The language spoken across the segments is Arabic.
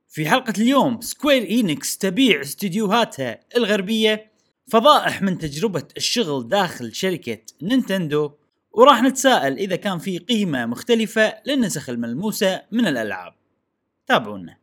في حلقة اليوم سكوير إينكس تبيع استديوهاتها الغربية، فضائح من تجربة الشغل داخل شركة نينتندو، وراح نتساءل إذا كان في قيمة مختلفة للنسخ الملموسة من الألعاب. تابعونا.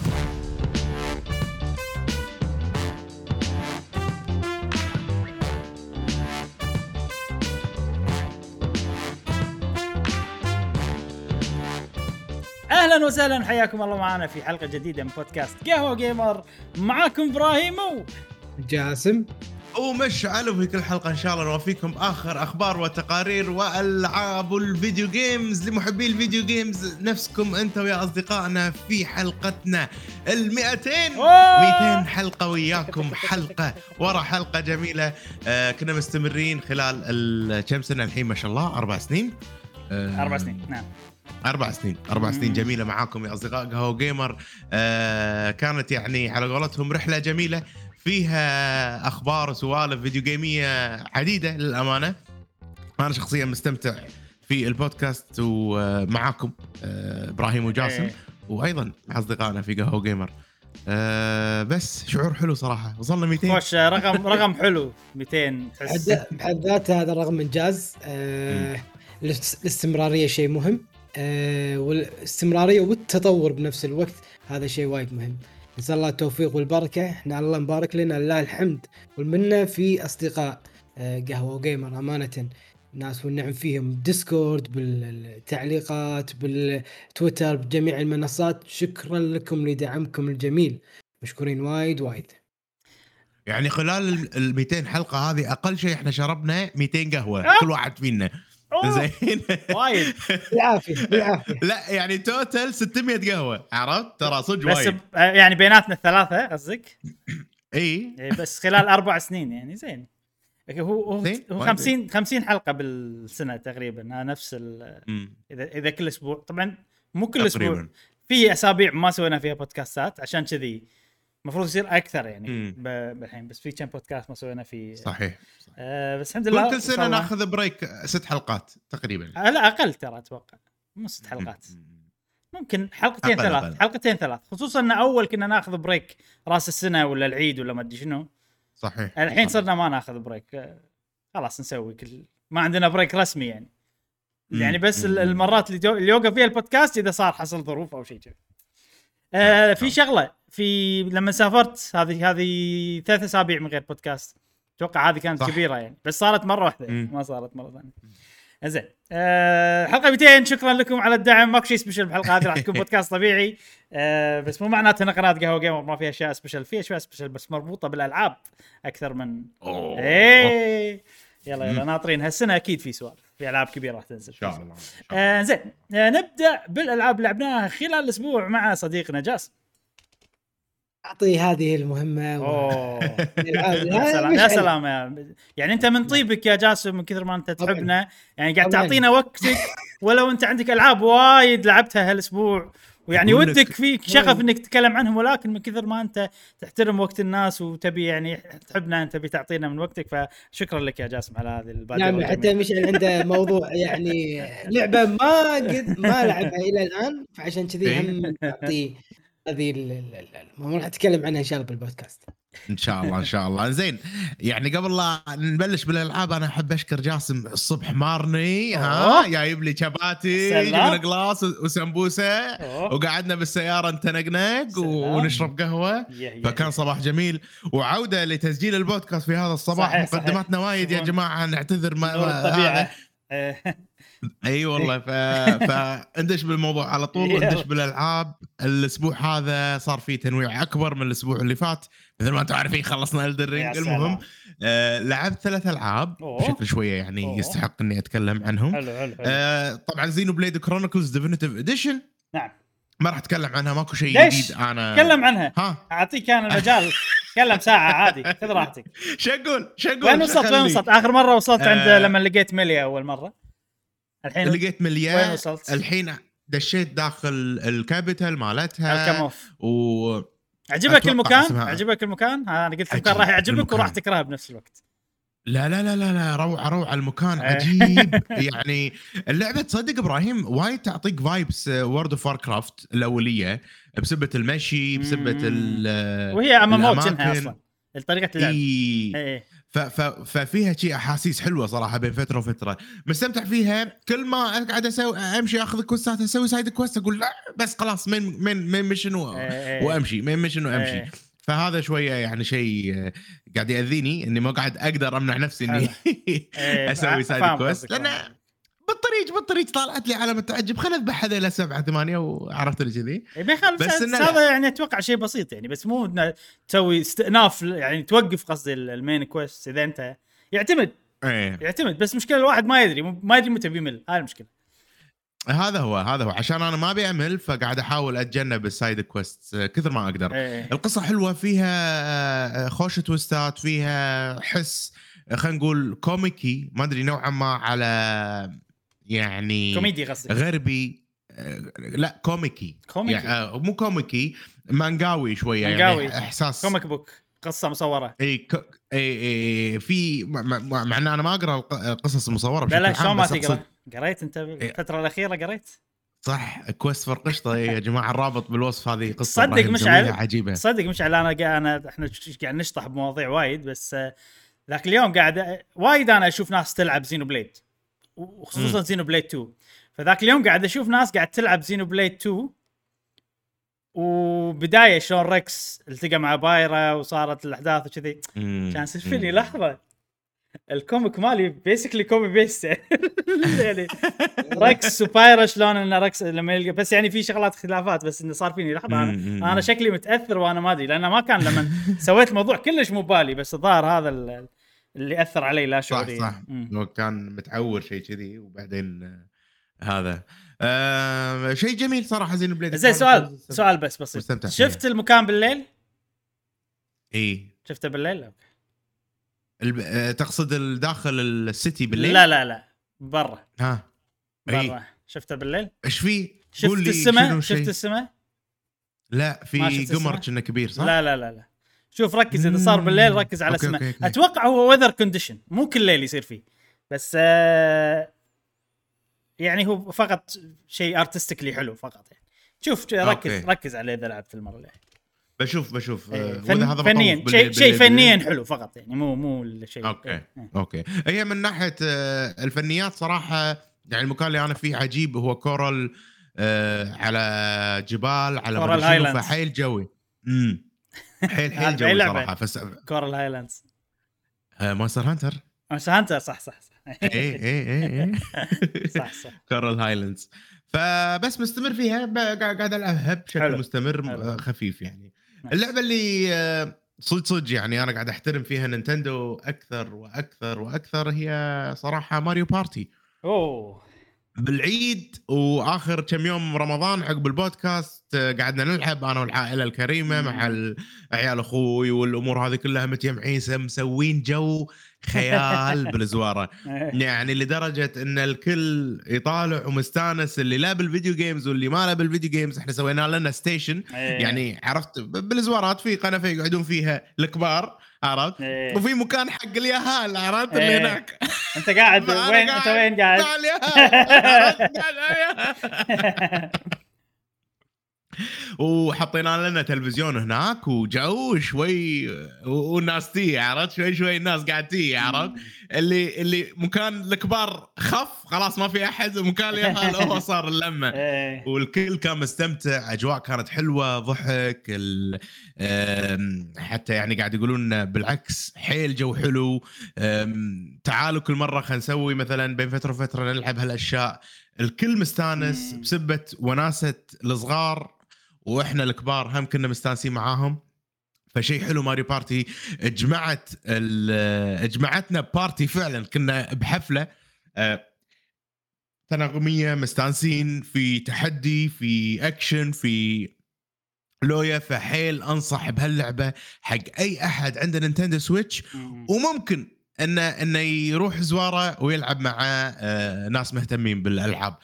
اهلا وسهلا، حياكم الله معنا في حلقه جديده من بودكاست قهوه جيمر. معاكم ابراهيم وجاسم ومشعل، وفي كل حلقه ان شاء الله نوفيكم اخر اخبار وتقارير والعاب الفيديو جيمز لمحبي الفيديو جيمز نفسكم انت ويا اصدقائنا في حلقتنا ال200 200 حلقه وياكم، حلقه ورا حلقه جميله. كنا مستمرين خلال كم سنه الحين؟ ما شاء الله 4 سنين. 4 سنين. نعم 4 سنين جميلة معاكم يا أصدقاء قهوة جيمر. كانت يعني على قولتهم رحلة جميلة فيها أخبار وسوالف فيديو جيمية عديدة للأمانة. أنا شخصيا مستمتع في البودكاست ومعاكم إبراهيم وجاسم وأيضا مع أصدقائنا في قهوة جيمر. بس شعور حلو صراحة، وصلنا 200. خوش رقم حلو 200. تحس بحد ذاته هذا الرقم إنجاز. الاستمرارية شيء مهم، والاستمرارية والتطور بنفس الوقت هذا شيء وايد مهم. نسأل الله التوفيق والبركة. احنا الله مبارك لنا، لله الحمد والمنة في أصدقاء قهوة جيمر أمانة، ناس والنعم فيهم، ديسكورد، بالتعليقات، بالتويتر، بجميع المنصات. شكرا لكم لدعمكم الجميل، مشكورين وايد. يعني خلال 200 حلقة هذه أقل شيء احنا شربنا 200 قهوة كل واحد فينا. زين وايد بالعافية. لا يعني توتال 600 قهوة، عرفت؟ ترى صدق بس وايد. يعني بيناتنا الثلاثة قصدك؟ اي بس خلال 4 سنين يعني زين. هو 50 حلقة بالسنة تقريبا، نفس إذا كل أسبوع. طبعا مو كل أسبوع، في أسابيع ما سوينا فيها بودكاستات عشان كذي المفروض يصير أكثر يعني بالحين. بس في كم بودكاست ما سوينا فيه. صحيح. بس الحمد لله كل سنة ناخذ بريك 6 حلقات تقريبا. لا أقل ترى، أتوقع مو 6 حلقات، ممكن حلقتين ثلاث، خصوصا أن أول كنا ناخذ بريك راس السنة ولا العيد ولا ما أدري شنو. صحيح. الحين صرنا ما ناخذ بريك، خلاص نسوي ما عندنا بريك رسمي يعني بس المرات اللي يوقف فيها البودكاست إذا صار حصل ظروف أو شيء كذا. في شغلة في لما سافرت هذه 3 أسابيع من غير بودكاست. أتوقع هذه كانت كبيرة يعني، بس صارت مرة واحدة ما صارت مرة ثانية. زين. حلقة 200. شكرا لكم على الدعم. ماكو شيء سبيشل بحلقة هذه، راح تكون بودكاست طبيعي. بس مو معناته ان قناة قهوة جيمر ما فيها اشياء سبيشل، فيها اشياء سبيشل بس مربوطة بالالعاب اكثر من يلا ناطرين هالسنة اكيد في سوالف، في العاب كبيرة راح تنزل ان شاء الله. زين. نبدأ بالالعاب اللي لعبناها خلال الاسبوع مع صديقنا جاس. أعطي هذه المهمة. يا سلام يعني أنت من طيبك يا جاسم، من كثر ما أنت تحبنا يعني قاعد تعطينا وقتك، ولو أنت عندك ألعاب وايد لعبتها هالأسبوع ويعني ودك فيك شغف إنك تتكلم عنهم، ولكن من كثر ما أنت تحترم وقت الناس وتبي يعني تحبنا، أنت بتعطينا من وقتك، فشكرا لك يا جاسم على هذه البادرة. نعم، حتى مشعل عنده موضوع يعني لعبة ما لعبها إلى الآن، فعشان كذي هم أعطيه هذه المهم راح أتكلم عنها إن شاء الله بالبودكاست إن شاء الله. زين، يعني قبل لا نبلش بالألعاب أنا أحب أشكر جاسم. الصبح مارني جايب لي شباتي جبنا قلاص وسمبوسة وقعدنا بالسيارة نتنقنق ونشرب قهوة، فكان صباح جميل. وعودة لتسجيل البودكاست في هذا الصباح. مقدماتنا وايد يا جماعة، نعتذر الطبيعة. اي والله. فاندش بالموضوع على طول. اندش بالالعاب. الاسبوع هذا صار فيه تنويع اكبر من الاسبوع اللي فات، مثل ما انتم عارفين خلصنا Elden Ring. المهم لعبت 3 ألعاب بشكل شويه يعني يستحق اني اتكلم عنهم. حلو. طبعا زينو بليد كرونيكلز ديفينيتيف اديشن. نعم، ما راح اتكلم عنها، ماكو شيء جديد. انا اتكلم عنها. اعطيك انا المجال. تكلم ساعه عادي، خذ راحتك. شقول وين وصلت اخر مره؟ وصلت عند لما لقيت ميليا اول مره. الحين لقيت مليان. الحين دشيت داخل الكابيتال مالتها الكاموف. عجبك المكان؟ انا قلت المكان راح يعجبك وراح تكرهه بنفس الوقت. لا لا لا لا لا، روعه المكان عجيب. يعني اللعبه تصدق ابراهيم وايد تعطيك فايبس وورد اوف واركرافت الاوليه، بسبه المشي، بسبه وهي اماموت شنها الاماكن اصلا طريقه اللعب. اي ففيها شيء احاسيس حلوه صراحه بين فتره وفتره. مستمتع فيها. كل ما قاعد امشي اخذ كوستات، اسوي سايد كويست، اقول لا بس خلاص من ميشن وامشي، من ميشن وامشي. فهذا شويه يعني شيء قاعد ياذيني اني ما قاعد اقدر امنع نفسي اني اسوي سايد كويست، لان بالطريق طلعت لي علامه تعجب، خلينا اذبح هذول 7 8 وعرفت لي كذي. ما يخالف، بس هذا يعني اتوقع شيء بسيط يعني، بس مو تسوي استئناف يعني توقف قصدي المين كويست اذا انت يعتمد بس مشكله الواحد ما يدري متى بيمل، هاي المشكله. هذا هو عشان انا ما بيعمل، فقاعد احاول اتجنب السايد كويست كثر ما اقدر. القصه حلوه، فيها خوش تويستات، فيها حس خلينا نقول كوميكي، ما ادري نوعا ما على يعني كوميدي قصدي غربي. لا كوميكي. يعني مو كوميكي، مانجاوي شويه يعني، احساس كوميك بوك، قصه مصوره. اي في مع ان انا ما اقرا القصص المصوره بشكل عام. شلون ما تقرا؟ قريت انت الفتره الاخيره؟ قريت صح كويست فرقشطه يا جماعه، الرابط بالوصف. هذه قصه صدق مشعل عجيبه. صدق مشعل، انا احنا قاعد نشطح بمواضيع وايد، بس ذاك اليوم قاعد وايد انا اشوف ناس تلعب زينو بليد، وخصوصا زينو بليد 2. فذاك اليوم قاعد اشوف ناس قاعد تلعب زينو بليد 2، وبدايه شلون ركس التقى مع بايرا وصارت الاحداث وكذي. كان سفلني لحظه الكوميك مالي بيسكلي كوبي بيست يعني ركس وبايرا شلون ان ركس لما يلقى، بس يعني في شغلات خلافات، بس انه صار فيني لحظه انا شكلي متاثر وانا ما ادري، لانه ما كان لما سويت الموضوع كلش مو بالي، بس الظاهر هذا اللي اثر علي لا شعوريا. صح لو كان متعور شيء كذي وبعدين هذا شيء جميل صراحه. زين بليد زين. سؤال بس بسيط، شفت المكان بالليل؟ شفته بالليل؟ تقصد الداخل السيتي بالليل؟ لا برا. برا شفته بالليل. ايش فيه؟ شفت السماء؟ شفت السماء؟ لا في قمر كنا كبير صح؟ لا شوف ركز اذا صار بالليل ركز على السماء. اتوقع هو ويذر كونديشن، مو كل ليل يصير فيه، بس يعني هو فقط شيء ارتستيكلي حلو فقط يعني. شوف ركز عليه اذا لعبت المره اللي بشوف وإذا هذا فنيا شيء فنيا حلو فقط يعني، مو الشيء. اوكي هي من ناحيه الفنيات صراحه يعني المكان اللي انا فيه عجيب، هو كورال على جبال، على كورال هايلاندز، فحيل جوي. حيل جوي صراحه. كورال هايلاندز مونستر هانتر صح اي صح كورال هايلاندز. فبس مستمر فيها، قاعد العبها بشكل مستمر خفيف يعني. اللعبه اللي صدق يعني انا قاعد احترم فيها نينتندو اكثر واكثر هي صراحه ماريو بارتي. بالعيد واخر كم يوم رمضان عقب البودكاست قعدنا نلعب انا والعائله الكريمه مع عيال اخوي والامور هذه كلها متجمعين مسوين جو خيال بالزواره يعني، لدرجه ان الكل يطالع ومستانس، اللي لا بالفيديو جيمز واللي ما لا بالفيديو جيمز. احنا سوينا لنا ستيشن يعني، عرفت، بالزوارات في قنفه يقعدون فيها الكبار، عرفت، وفي مكان حق اليهال، عرفت، اللي هناك. انت قاعد وين؟ انت وين قاعد؟ وحطينا لنا تلفزيون هناك وجو شوي والناس تي، عرفت، شوي الناس قاعد تي، عرفت، اللي مكان الكبار خف خلاص ما في احد، ومكان اليهال هو صار اللمه. والكل كان مستمتع، اجواء كانت حلوه، ضحك حتى يعني قاعد يقولون بالعكس حيل جو حلو. تعالوا كل مره خلينا نسوي مثلا بين فتره وفتره نلعب هالاشياء. الكل مستانس بسبه وناسه الصغار، واحنا الكبار هم كنا مستانسين معاهم. فشيء حلو ماريو بارتي اجمعتنا بارتي فعلا. كنا بحفله تناغميه، مستانسين، في تحدي، في اكشن، في لويا. فحيل انصح بهاللعبه حق اي احد عنده نينتندو سويتش، وممكن انه يروح زواره ويلعب مع ناس مهتمين بالالعاب.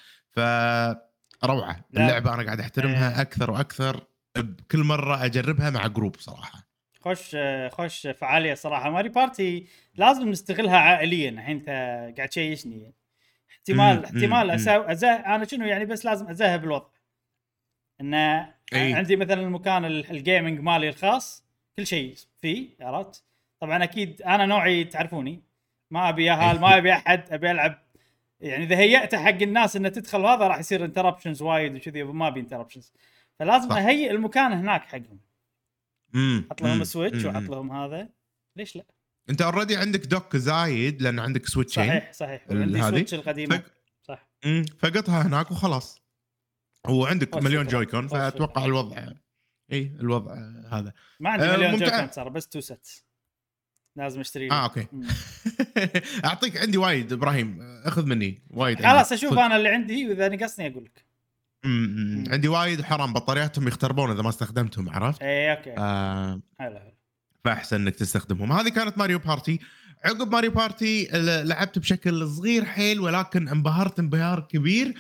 فروعه اللعبه، انا قاعد احترمها اكثر واكثر، بكل مره اجربها مع جروب صراحه. خوش فعاليه صراحه. ماري بارتي لازم نستغلها عائليا. الحين انت قاعد تشيشني يعني. احتمال انا شنو يعني، بس لازم ازهب الوضع ان عندي مثلا المكان الجيمنج مالي الخاص، كل شيء فيه، عرفت؟ طبعا اكيد انا نوعي تعرفوني، ما ابي اهال، ما ابي احد، ابي العب يعني. اذا هيئته حق الناس انه تدخل هذا راح يصير انتربشنز وايد وكذي، وما ابي انتربشنز، فلازم اهيئ المكان هناك حقهم. حط لهم سويتش وحط لهم هذا، ليش لا؟ انت اوريدي عندك دوك زايد لان عندك سويتشين. صحيح وعندي سويتش القديمه. صح. فقطها هناك وخلاص، وعندك مليون جويكون، فكرة. فاتوقع الوضع الوضع هذا. ما عندي مليون جويكون صار، بس 2 سيتس لازم اشتري لي. اوكي. اعطيك عندي وايد ابراهيم، اخذ مني وايد. خلاص اشوف انا اللي عندي، واذا نقصني اقول لك. عندي وايد، حرام بطارياتهم يختربون اذا ما استخدمتهم، عرفت؟ اي اوكي. حلو. فاحسن انك تستخدمهم. هذه كانت ماريو بارتي. عقب ماريو بارتي لعبت بشكل صغير حيل، ولكن انبهرت انبهار كبير.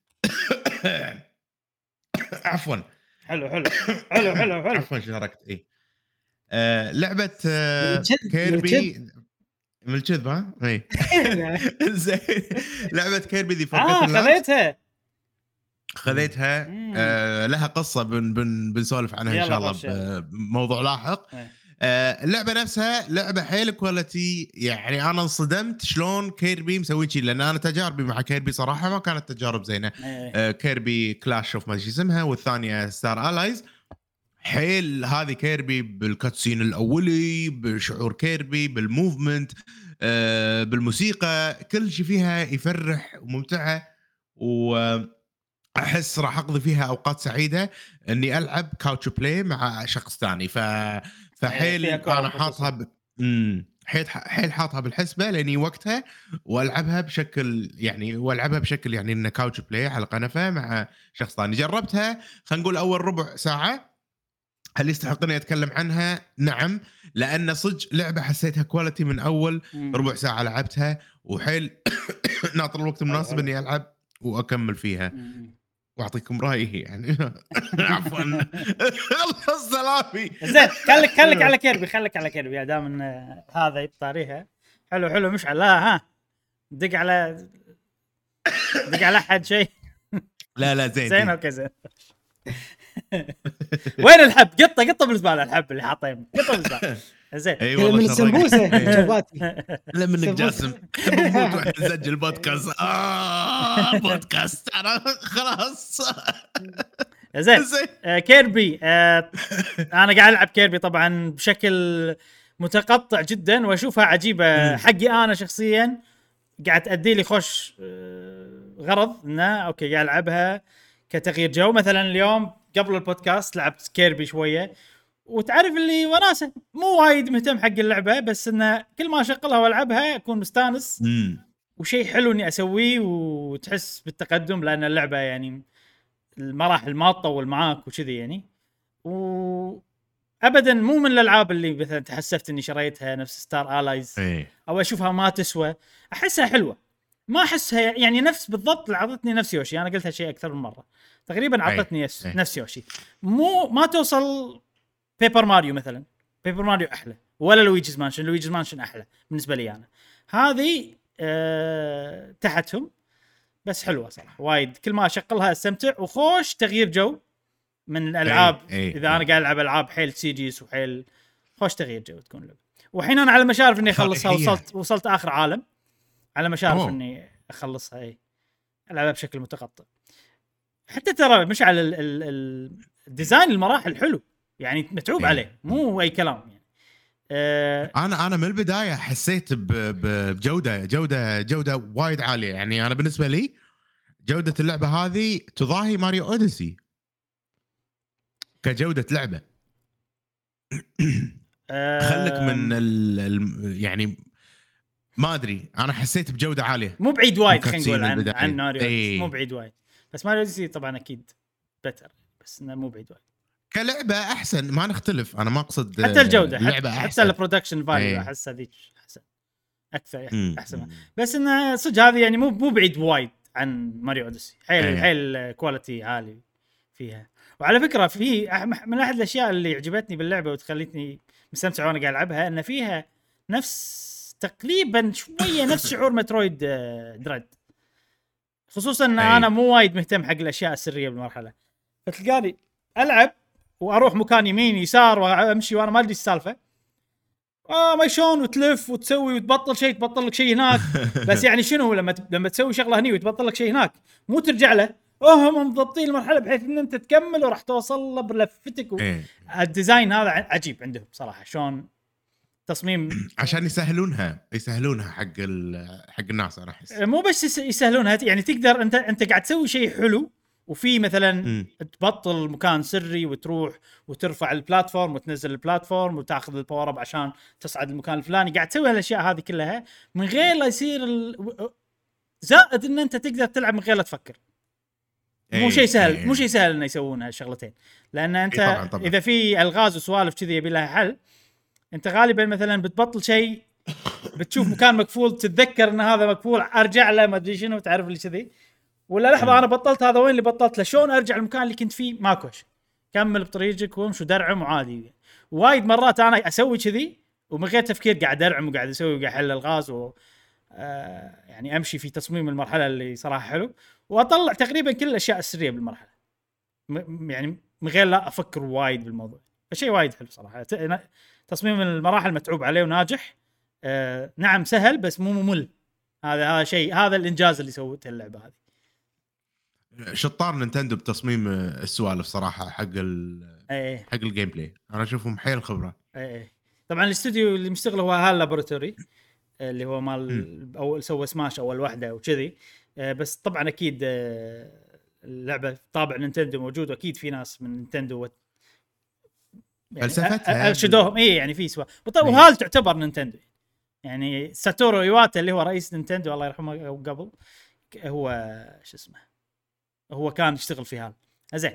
عفوا. حلو. عفوا شاركت. لعبة كيربي من الكذب. ها اي زين. لعبة كيربي ذي فرقت خذيتها. لها قصة بنسولف عنها ان شاء الله بموضوع لاحق. اللعبة نفسها لعبة حيل كواليتي، يعني انا انصدمت شلون كيربي مسوي شيء، لان انا تجاربي مع كيربي صراحة ما كانت تجارب زينة. كيربي كلاش اوف ما ادري اسمها، والثانية ستار الايز. حيل هذه كيربي بالكاتسين الاولي، بشعور كيربي، بالموفمنت، بالموسيقى، كل شيء فيها يفرح وممتعه، واحس راح اقضي فيها اوقات سعيده اني العب كاوتش بلاي مع شخص ثاني. فحيل انا حاطها حيل حاطها بالحسبه لاني وقتها والعبها بشكل يعني انه كاوتش بلاي على قنفه مع شخص ثاني. جربتها خلينا نقول اول ربع ساعه. هل يستحق اني اتكلم عنها؟ نعم، لان صدق لعبه حسيتها كواليتي من اول ربع ساعه لعبتها، وحيل ناطر الوقت المناسب اني العب واكمل فيها واعطيكم رايي يعني. عفوا. الله سلامي. زين خليك على كيربي، على كيربي يا دام ان هذا يطاريها. حلو مشعل. لا ها دق على حد شيء. لا زين اوكي زين. وين الحب؟ قطه بالزباله، الحب اللي حاطين قطه بالزباله. زين. من السمبوسه جواتي. لا منك جاسم. نموت واحنا نسجل بودكاست. بودكاست انا خلاص. زين. كيربي. انا قاعد العب كيربي طبعا بشكل متقطع جدا، واشوفها عجيبه حقي انا شخصيا. قاعد تأدي لي خوش غرض انه اوكي قاعد العبها كتغيير جو. مثلا اليوم قبل البودكاست لعبت كيربي شويه، وتعرف اللي وناسه مو وايد مهتم حق اللعبه، بس انه كل ما اشغلها والعبها اكون مستانس وشيء حلو اني اسويه، وتحس بالتقدم لان اللعبه يعني المراحل ما تطول معاك وكذي يعني. ابدا مو من الالعاب اللي مثلا تحسفت اني شريتها نفس ستار الايز او اشوفها ما تسوى. احسها حلوه، ما احسها يعني نفس بالضبط اللي عطتني نفس يوشي. انا قلتها شيء اكثر من مره تقريبا، عطتني نفس يوشي. ما توصل بيبر ماريو مثلا. بيبر ماريو احلى، ولا لويجيز مانشن احلى بالنسبه لي انا. هذه تحتهم، بس حلوه صراحه وايد. كل ما اشغلها استمتع، وخوش تغيير جو من الالعاب. اذا انا قاعد العب العاب حيل سيجيس وحيل خوش تغيير جو تكون لعبه. وحين انا على مشارف اني اخلصها. وصلت اخر عالم على مشارف اني اخلصها. العبها بشكل متقطع. حتى ترى مش على الديزاين المراحل حلو يعني، متعوب عليه مو اي كلام يعني. انا من البدايه حسيت بجوده وايد عاليه. يعني انا بالنسبه لي جوده اللعبه هذه تضاهي ماريو اوديسي كجوده لعبه. خلك من يعني ما ادري، انا حسيت بجوده عاليه، مو بعيد وايد. خلينا نقول عن ماريو مو بعيد وايد، بس ماريو اوديسي طبعا اكيد بتر، بس انه مو بعيد وايد. كلعبه احسن ما نختلف. انا ما اقصد حتى الجوده، حتى البرودكشن فاليو احس هذيك احسن اكثر احسن. بس انه صدق هذه يعني مو بعيد وايد عن ماريو اوديسي. حيل كواليتي عالي فيها. وعلى فكره في من احد الاشياء اللي عجبتني باللعبه وتخليتني مستمتع وانا قاعد العبها ان فيها نفس تقريبا شويه نفس شعور مترويد دريد، خصوصا ان انا مو وايد مهتم حق الاشياء السريه بالمرحله، فتلقاني العب واروح مكان يمين يسار وامشي وانا ما ادري السالفه، ما شلون وتلف وتسوي وتبطل شيء تبطل لك شيء هناك. بس يعني شنو لما تسوي شغله هني وتبطل لك شيء هناك مو ترجع له، هم مضبطين المرحله بحيث ان انت تكمل وراح توصل له بلفتك الديزاين هذا عجيب عندهم صراحه، شلون تصميم عشان يسهلونها حق الناس. انا احس مو بس يسهلونها، يعني تقدر انت قاعد تسوي شيء حلو وفي مثلا تبطل مكان سري وتروح وترفع البلاتفورم وتنزل البلاتفورم وتاخذ الباور اب عشان تصعد المكان الفلاني، قاعد تسوي هالاشياء هذه كلها من غير لا يصير زائد ان انت تقدر تلعب من غير لا تفكر. مو شيء سهل مو شيء سهل انه يسوون هالشغلتين، لان انت طبعًا. اذا في الغاز وسوالف كذي يبي لها حل، انت غالبا مثلا بتبطل شيء بتشوف مكان مقفول تتذكر ان هذا مقفول ارجع له ما ادري شنو تعرف اللي كذي، ولا لحظه انا بطلت هذا وين اللي بطلت له شلون ارجع المكان اللي كنت فيه، ماكوش كمل بطريقك وامشي ودرعم وعادي. وايد مرات انا اسوي كذي ومن غير تفكير قاعد ادرعم وقاعد اسوي وقاعد احل الغاز يعني امشي في تصميم المرحله اللي صراحه حلو، واطلع تقريبا كل الاشياء السريه بالمرحله يعني من غير لا افكر وايد بالموضوع. فشيء وايد حلو صراحه، تصميم المراحل متعوب عليه وناجح. نعم سهل بس مو ممل، هذا شيء، هذا الانجاز اللي سوته اللعبه هذه. شطار نينتندو بتصميم السوالف صراحه حق الجيم بلاي، انا اشوفهم حيل خبره. طبعا الاستوديو اللي مشتغل هو هال لابوراتوري اللي هو مال او سوى سماش اول واحده وكذي، بس طبعا اكيد اللعبه طابع نينتندو موجود، واكيد في ناس من نينتندو فلسفتها ارشدوهم يعني في سوا، وهال تعتبر نينتندو يعني. ساتورو ايواتا اللي هو رئيس نينتندو الله يرحمه قبل، هو شو اسمه، هو كان يشتغل في هال. زين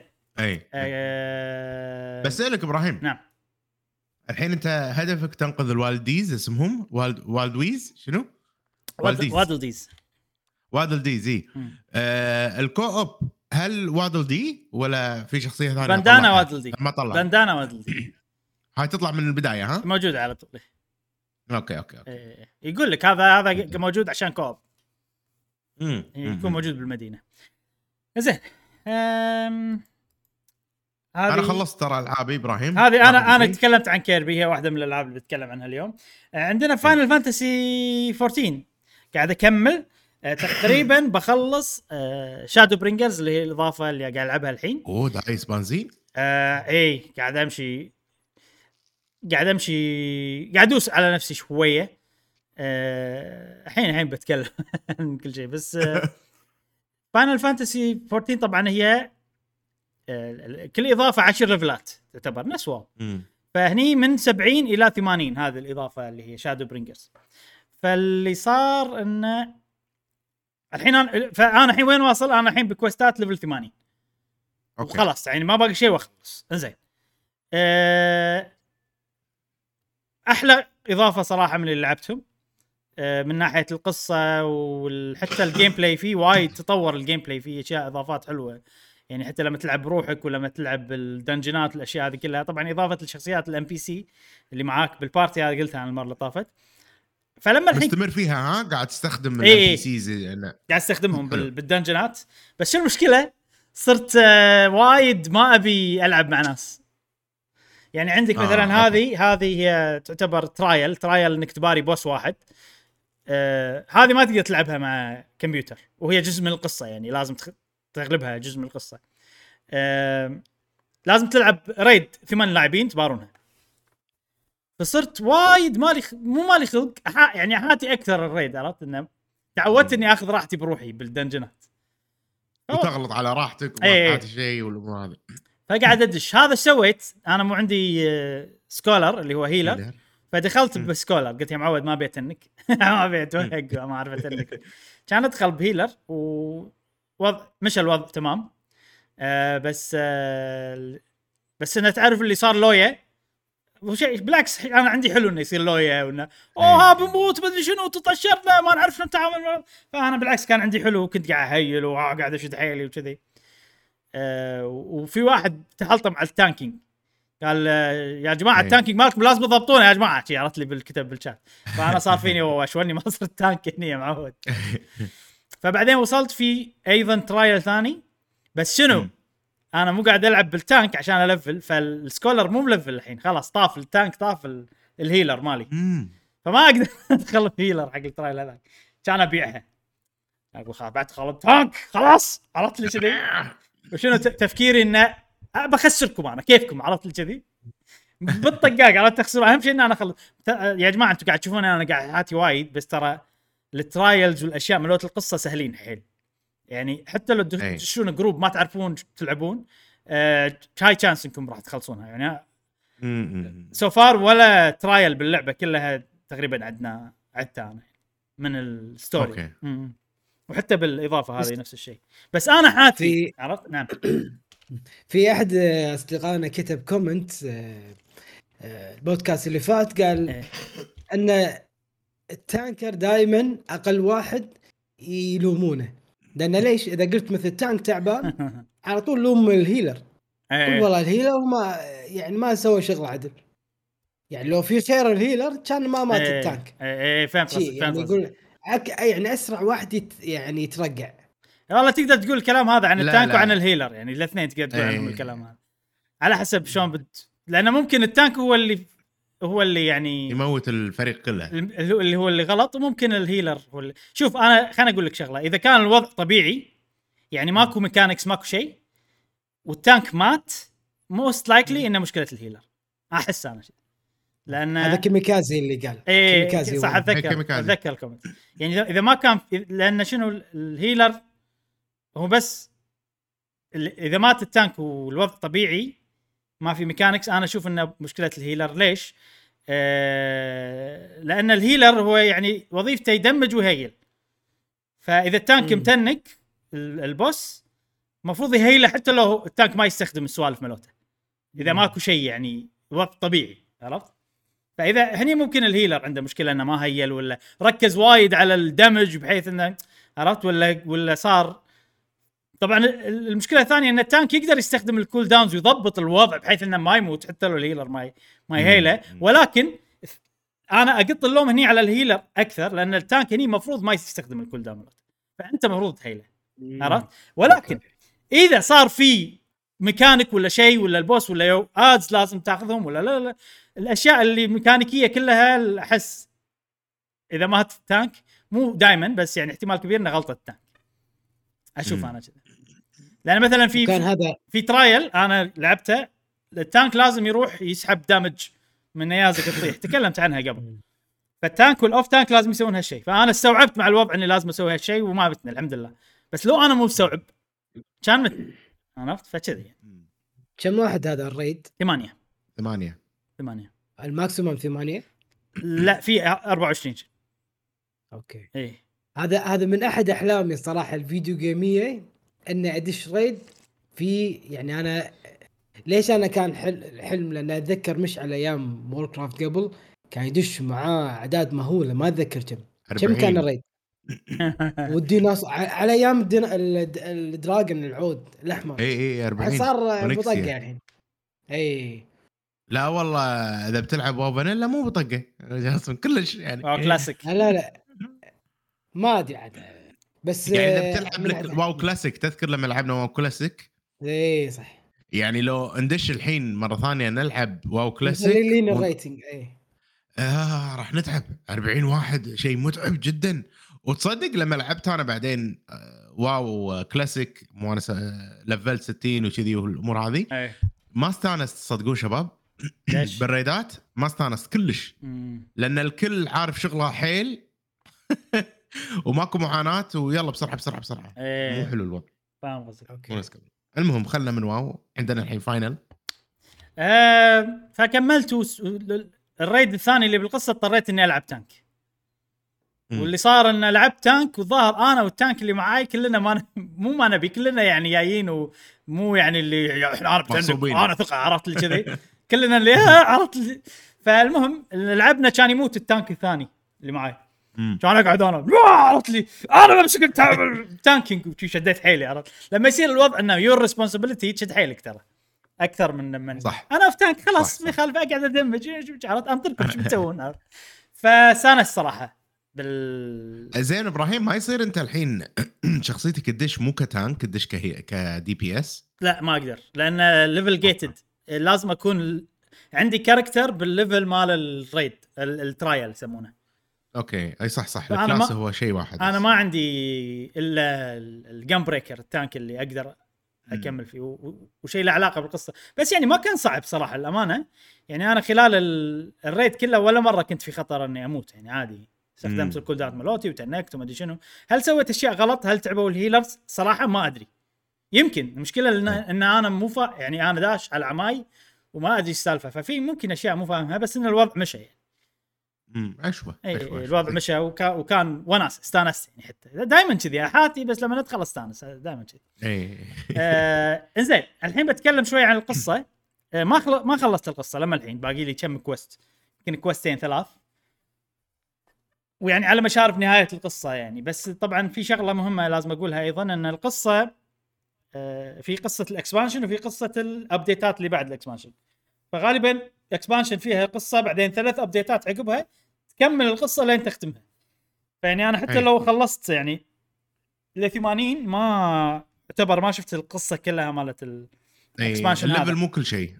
بس لك ابراهيم، نعم الحين انت هدفك تنقذ الوالديز، اسمهم والدويز شنو؟ وادل ديز الكوب، هل وادل دي ولا في شخصيه ثانيه؟ بندانا وادل دي، ما طلع بندانا وادل دي هاي تطلع من البدايه ها موجوده على طول. اوكي يقول لك هذا موجود عشان كوب يكون موجود بالمدينه. زين انا خلصت ترى العابي ابراهيم، هذه انا تكلمت عن كيربي، هي واحده من الالعاب اللي بتكلم عنها اليوم. عندنا فاينل فانتسي 14 قاعد اكمل تقريبا بخلص شادو برينجرز اللي هي الاضافه اللي قاعد العبها الحين. دايس بنزين اي قاعد امشي قاعد ادوس على نفسي شويه. الحين بتكلم عن كل شيء، بس فاينل فانتسي 14 طبعا هي كل اضافه 10 ليفلات تعتبر نفس واو. فهني من 70 الى 80 هذه الاضافه اللي هي شادو برينجرز. فاللي صار انه الحين انا الحين وين واصل؟ انا الحين بكوستات ليفل 80 خلاص، يعني ما باقي شيء واخلص. انزين احلى اضافه صراحه من اللي لعبتهم من ناحيه القصه وحتى الجيم بلاي، فيه وايد تطور الجيم بلاي، فيه اشياء اضافات حلوه يعني، حتى لما تلعب بروحك ولما تلعب بالدنجنات الاشياء هذه كلها. طبعا اضافه الشخصيات الام بي سي اللي معاك بالبارتي هذه قلتها عن المره اللي طافت، فلما الحين مستمر فيها قاعد تستخدم الام بي سيز قاعد استخدمهم بالدنجنات. بس شو المشكله؟ صرت وايد ما ابي العب مع ناس. يعني عندك مثلا هذه هي تعتبر ترايل انك تباري بوس واحد. هذه ما تقدر تلعبها مع كمبيوتر، وهي جزء من القصه يعني لازم تغلبها، جزء من القصه. لازم تلعب ريد 8 لاعبين تبارونها. فصرت وايد مالي خلق يعني هاتي اكثر الريد، عرفت انه تعودت اني اخذ راحتي بروحي بالدنجنات وتغلط على راحتك وما حاتي شيء والامور هذه. فقاعد ادش. هذا سويت انا مو عندي سكولر اللي هو هيلر، فدخلت بسكولر قلت يا معود ما بيت انك ما بيت وهق ما عرفت انك كان ادخل بهيلر مش الوضع تمام. بس انه تعرف اللي صار لويا وشيء بالعكس. انا عندي حلو انه يصير لويا وانه بنموت ما ادري شنو تطشرنا ما نعرف نتعامل. فانا بالعكس كان عندي حلو وكنت قاعد اهيل وقاعد اشد حيلي وكذي. وفي واحد تحلطم على التانكينج، قال يا جماعه أي. التانكينج مالكم لازم تضبطونه يا جماعه، شي عرفت لي بالكتاب بالشات. فانا صار فيني وشوني ما صرت تانك هني يا معود. فبعدين وصلت في ايضا ترايل ثاني، بس شنو انا مو قاعد العب بالتانك عشان الفل، فالسكولر مو ملفل الحين خلاص، طاف التانك طاف الهيلر مالي، فما اقدر ادخل الهيلر حق الترايل هذا، كان ابيعها. اقول خلاص بعد خلص تانك خلاص، عرفت لي كذي. وشنو تفكيري انه بخسركم انا كيفكم، عرفت لي كذي بالطقاق، عرفت تخسر. اهم شيء ان انا خلص. يا جماعه انتم قاعد تشوفون انا قاعد حاتي وايد، بس ترى الترايلز والاشياء ملوت القصه سهلين حيل يعني، حتى لو تدشون جروب ما تعرفون تلعبون هاي تشانس انكم راح تخلصونها يعني. سو فار ولا ترايل باللعبه كلها تقريبا عدتها انا من الستوري. وحتى بالاضافه هذه نفس الشيء، بس انا حاتي عرفت. نعم. في احد اصدقائنا كتب كومنت البودكاست اللي فات، قال ان التانكر دائما اقل واحد يلومونه، لان ليش اذا قلت مثل التانك تعبان على طول لوم الهيلر. قول والله الهيلر ما يعني ما سوى شغل عدل، يعني لو في خير الهيلر كان ما مات التانك. فهمت يعني يقول يعني اسرع واحد يعني يترقع. والله تقدر تقول الكلام هذا عن التانك وعن الهيلر، يعني الاثنين تقدر تقول عنهم الكلام هذا على حسب شلون لانه ممكن التانك هو اللي يعني يموت الفريق كله، اللي هو اللي غلط، وممكن الهيلر هو اللي... شوف انا خليني اقول لك شغله، اذا كان الوضع طبيعي يعني ماكو ميكانكس ماكو شيء والتانك مات، موست لايكلي انه مشكله الهيلر، احس انا لان هذا كيميكازي اللي قال. كيميكازي صح، اتذكر الكومنت. يعني اذا ما كان لان شنو الهيلر هو بس اذا مات التانك والوضع طبيعي ما في ميكانكس، انا اشوف انه مشكله الهيلر. ليش؟ لان الهيلر هو يعني وظيفته يدمج ويهيل، فاذا التانك متنك البوس المفروض يهيله حتى لو التانك ما يستخدم السوالف ملوته، اذا ماكو شيء يعني وضع طبيعي، عرفت؟ فاذا هني ممكن الهيلر عنده مشكله انه ما هيل ولا ركز وايد على الدمج بحيث انه عرفت ولا صار. طبعا المشكله الثانيه ان التانك يقدر يستخدم الكول داونز ويضبط الوضع بحيث انه ما يموت حتى لو الهيلر ما يهيله، ولكن انا اقط اللوم هني على الهيلر اكثر، لان التانك هني المفروض ما يستخدم الكول داون، فانت المفروض تهيله، عرفت؟ ولكن اذا صار في ميكانيك ولا شيء ولا البوس ولا ادز لازم تاخذهم ولا لا الاشياء اللي ميكانيكيه كلها، احس اذا مات التانك مو دائما بس يعني احتمال كبير انه غلطه التانك، اشوف انا كذا. لان مثلا في ترايل انا لعبته التانك لازم يروح يسحب دامج من نيازك تطيح، تكلمت عنها قبل. فالتانك والاوف تانك لازم يسوون هالشيء، فانا استوعبت مع الوضع اني لازم اسوي هالشيء وما بتنا الحمد لله. بس لو انا مو مستوعب كان متن، عرفت؟ فكذا يعني. كم واحد هذا الريد؟ 8 الماكسيموم 8. لا في 24. اوكي ايه هذا من احد احلامي صراحه الفيديو جيميه، ان ادش ريد في يعني. انا ليش انا كان حلم لان اتذكر مش على ايام ووركرافت قبل كان يدش معاه اعداد مهوله، ما اتذكر كم كان الريد. والديناصور على ايام الدراجون العود الاحمر. اي 40 صار بطقه الحين. اي لا والله اذا بتلعب واو فانيلا مو بطقه اصلا كلش يعني كلاسيك. لا ما ادري عاد، بس يعني اذا بتلعب لك واو كلاسيك، تذكر لما لعبنا واو كلاسيك؟ اي صح. يعني لو ندش الحين مره ثانيه نلعب واو كلاسيك خلينا الريتنج راح نتعب. 40 واحد شيء متعب جدا. وتصدق لما لعبت انا بعدين واو كلاسيك مو انا ليفل 60 وكذي والامور هذه ما استانست صدقون شباب. بالريدات ما استانست كلش لان الكل عارف شغله حيل وماكو معاناه ويلا بسرعه مو حلو الوضع. فاهم قصدك. المهم خلنا من واو، عندنا الحين فاينل. فكملت الريد الثاني اللي بالقصه اضطريت اني العب تانك. واللي صار ان لعبت تانك والظاهر انا والتانك اللي معاي كلنا ما نبي كلنا يعني جايين ومو يعني اللي احنا عارف انا ثقه عرفت اللي كذي كلنا اللي عرفت فالمهم لعبنا كان يموت التانك الثاني اللي معاي كان اقعد انا عرفت لي انا بمسك التانكينج وشي شديت حيلي عرفت لما يصير الوضع انه يور ريسبونسبيلتي تشد حيلك ترى اكثر من صح. انا في تانك خلاص صح. ما يخالف اقعد ادمج عرفت انطركم شو بتسوون فسانس صراحه زين ابراهيم ما يصير انت الحين شخصيتك تدش مو كتانك تدش كدي بي اس؟ لا ما اقدر لان ليفل جيتد لازم اكون عندي كاركتر بالليفل مال الريد الترايل يسمونه. اوكي اي صح فأنا الكلاس هو شيء واحد انا بس. ما عندي الا الجن بريكر التانك اللي اقدر اكمل فيه وشيء له علاقه بالقصه بس يعني ما كان صعب صراحه الامانه يعني انا خلال الريد كله ولا مره كنت في خطر اني اموت يعني عادي استخدمت الكول داون مالوتي وتنكت وما ادري شنو. هل سويت اشياء غلط هل تعبوا الهيلرز صراحه ما ادري يمكن المشكله ان انا مو يعني انا داش على عماي وما ادري السالفه ففي ممكن اشياء مو فاهمها بس ان الوضع مشى يعني. عشوة الوضع مشى وكان وناس استانس يعني حتى دائما كذي احاتي بس لما ندخل استانس دائما كذي. انزين الحين بتكلم شوي عن القصه. ما خلصت القصه لما الحين باقي لي كم كويست يمكن كويستين 3 ويعني على مشارف نهايه القصه يعني بس طبعا في شغله مهمه لازم اقولها ايضا ان القصه في قصه الاكسبانشن وفي قصه الابديتات اللي بعد الاكسبانشن فغالبا الاكسبانشن فيها قصه بعدين 3 ابديتات عقبها تكمل القصه لين تختمها. فيعني انا حتى لو خلصت يعني ل 80 ما اعتبر ما شفت القصه كلها مالت الاكسبانشن هذا. الليفل مو كل شيء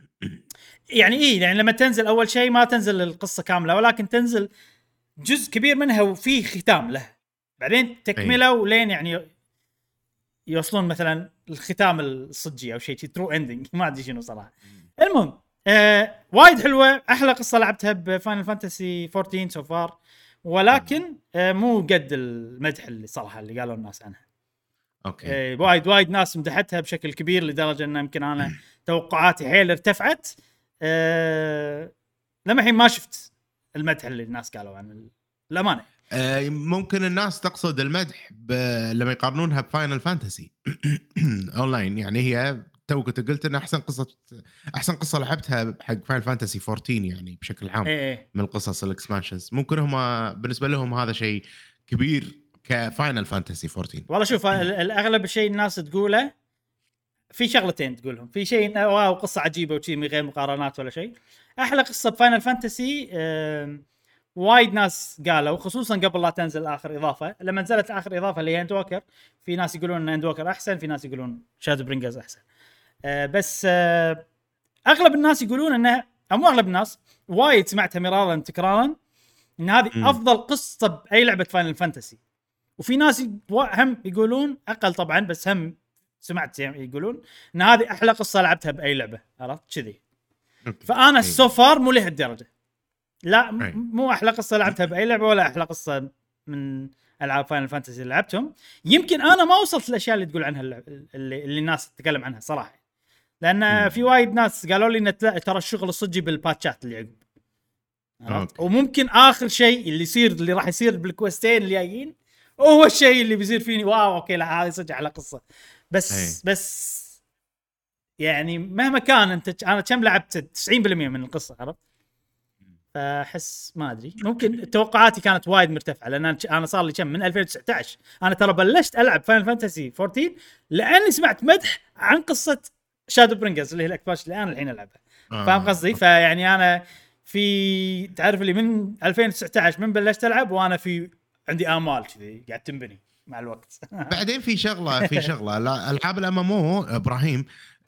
يعني يعني لما تنزل اول شيء ما تنزل القصه كامله ولكن تنزل جزء كبير منها وفي ختام له بعدين تكمله ولين يعني يوصلون مثلا الختام الصجي او شيء ترو اندنج ما ادري شنو صراحه. المهم وايد حلوه احلى قصه لعبتها بفاينل فانتسي 14 سو فار ولكن مو قد المدح اللي صراحه اللي قالوا الناس عنها. اوكي وايد ناس مدحتها بشكل كبير لدرجه ان يمكن انا توقعاتي حيل ارتفعت. لما الحين ما شفت المدح اللي الناس قالوا عن الامانه. ممكن الناس تقصد المدح لما يقارنونها بفاينل فانتسي اونلاين يعني هي تو كنت قلت ان احسن قصه لعبتها حق فاينل فانتسي 14 يعني بشكل عام من القصص الاكسبانشنز ممكن هم بالنسبه لهم هذا شيء كبير كفاينل فانتسي 14. والله شوف الاغلب الشيء الناس تقوله في شغلتين تقولهم في شيء واو قصه عجيبه وشيء من غير مقارنات ولا شيء. احلى قصه بفاينل فانتسي وايد ناس قالوا خصوصا قبل لا تنزل اخر اضافه لما نزلت اخر اضافه اللي هي اند ووكر في ناس يقولون ان اند ووكر احسن في ناس يقولون شادو برينجرز احسن. بس اغلب الناس يقولون انها مو اغلب الناس وايد سمعتها مرارا تكرارا ان هذه افضل قصه باي لعبه فاينل فانتسي. وفي ناس هم يقولون اقل طبعا بس هم سمعت يقولون ان هذه احلى قصه لعبتها باي لعبه عرفت كذي. فانا السوفار مو لهالدرجه لا مو احلى قصه لعبتها باي لعبه ولا احلى قصه من العاب فاينل فانتسي اللي لعبتهم. يمكن انا ما وصلت الاشياء اللي تقول عنها اللي الناس تتكلم عنها صراحه لان في وايد ناس قالوا لي ان ترى الشغل الصجي بالباتشات اللي عقب وممكن اخر شيء اللي يصير اللي راح يصير بالكويستين اللي جايين هو الشيء اللي بيصير فيني واو اوكي لا هذه صدق على قصه بس يعني مهما كان انت انا كم لعبت 90% من القصه عرفت. فاحس ما ادري ممكن توقعاتي كانت وايد مرتفعه لان انا صار لي كم من 2019 انا ترى بلشت العب فاينل فانتسي 14 لاني سمعت مدح عن قصه شادو برينجرز اللي هي الاكسبانشن اللي انا الحين العبها فاهم قصدي. فيعني انا في تعرف اللي من 2019 من بلشت العب وانا في عندي امال كذي قاعد تنبني مع الوقت. بعدين في شغله العاب الامامو ابراهيم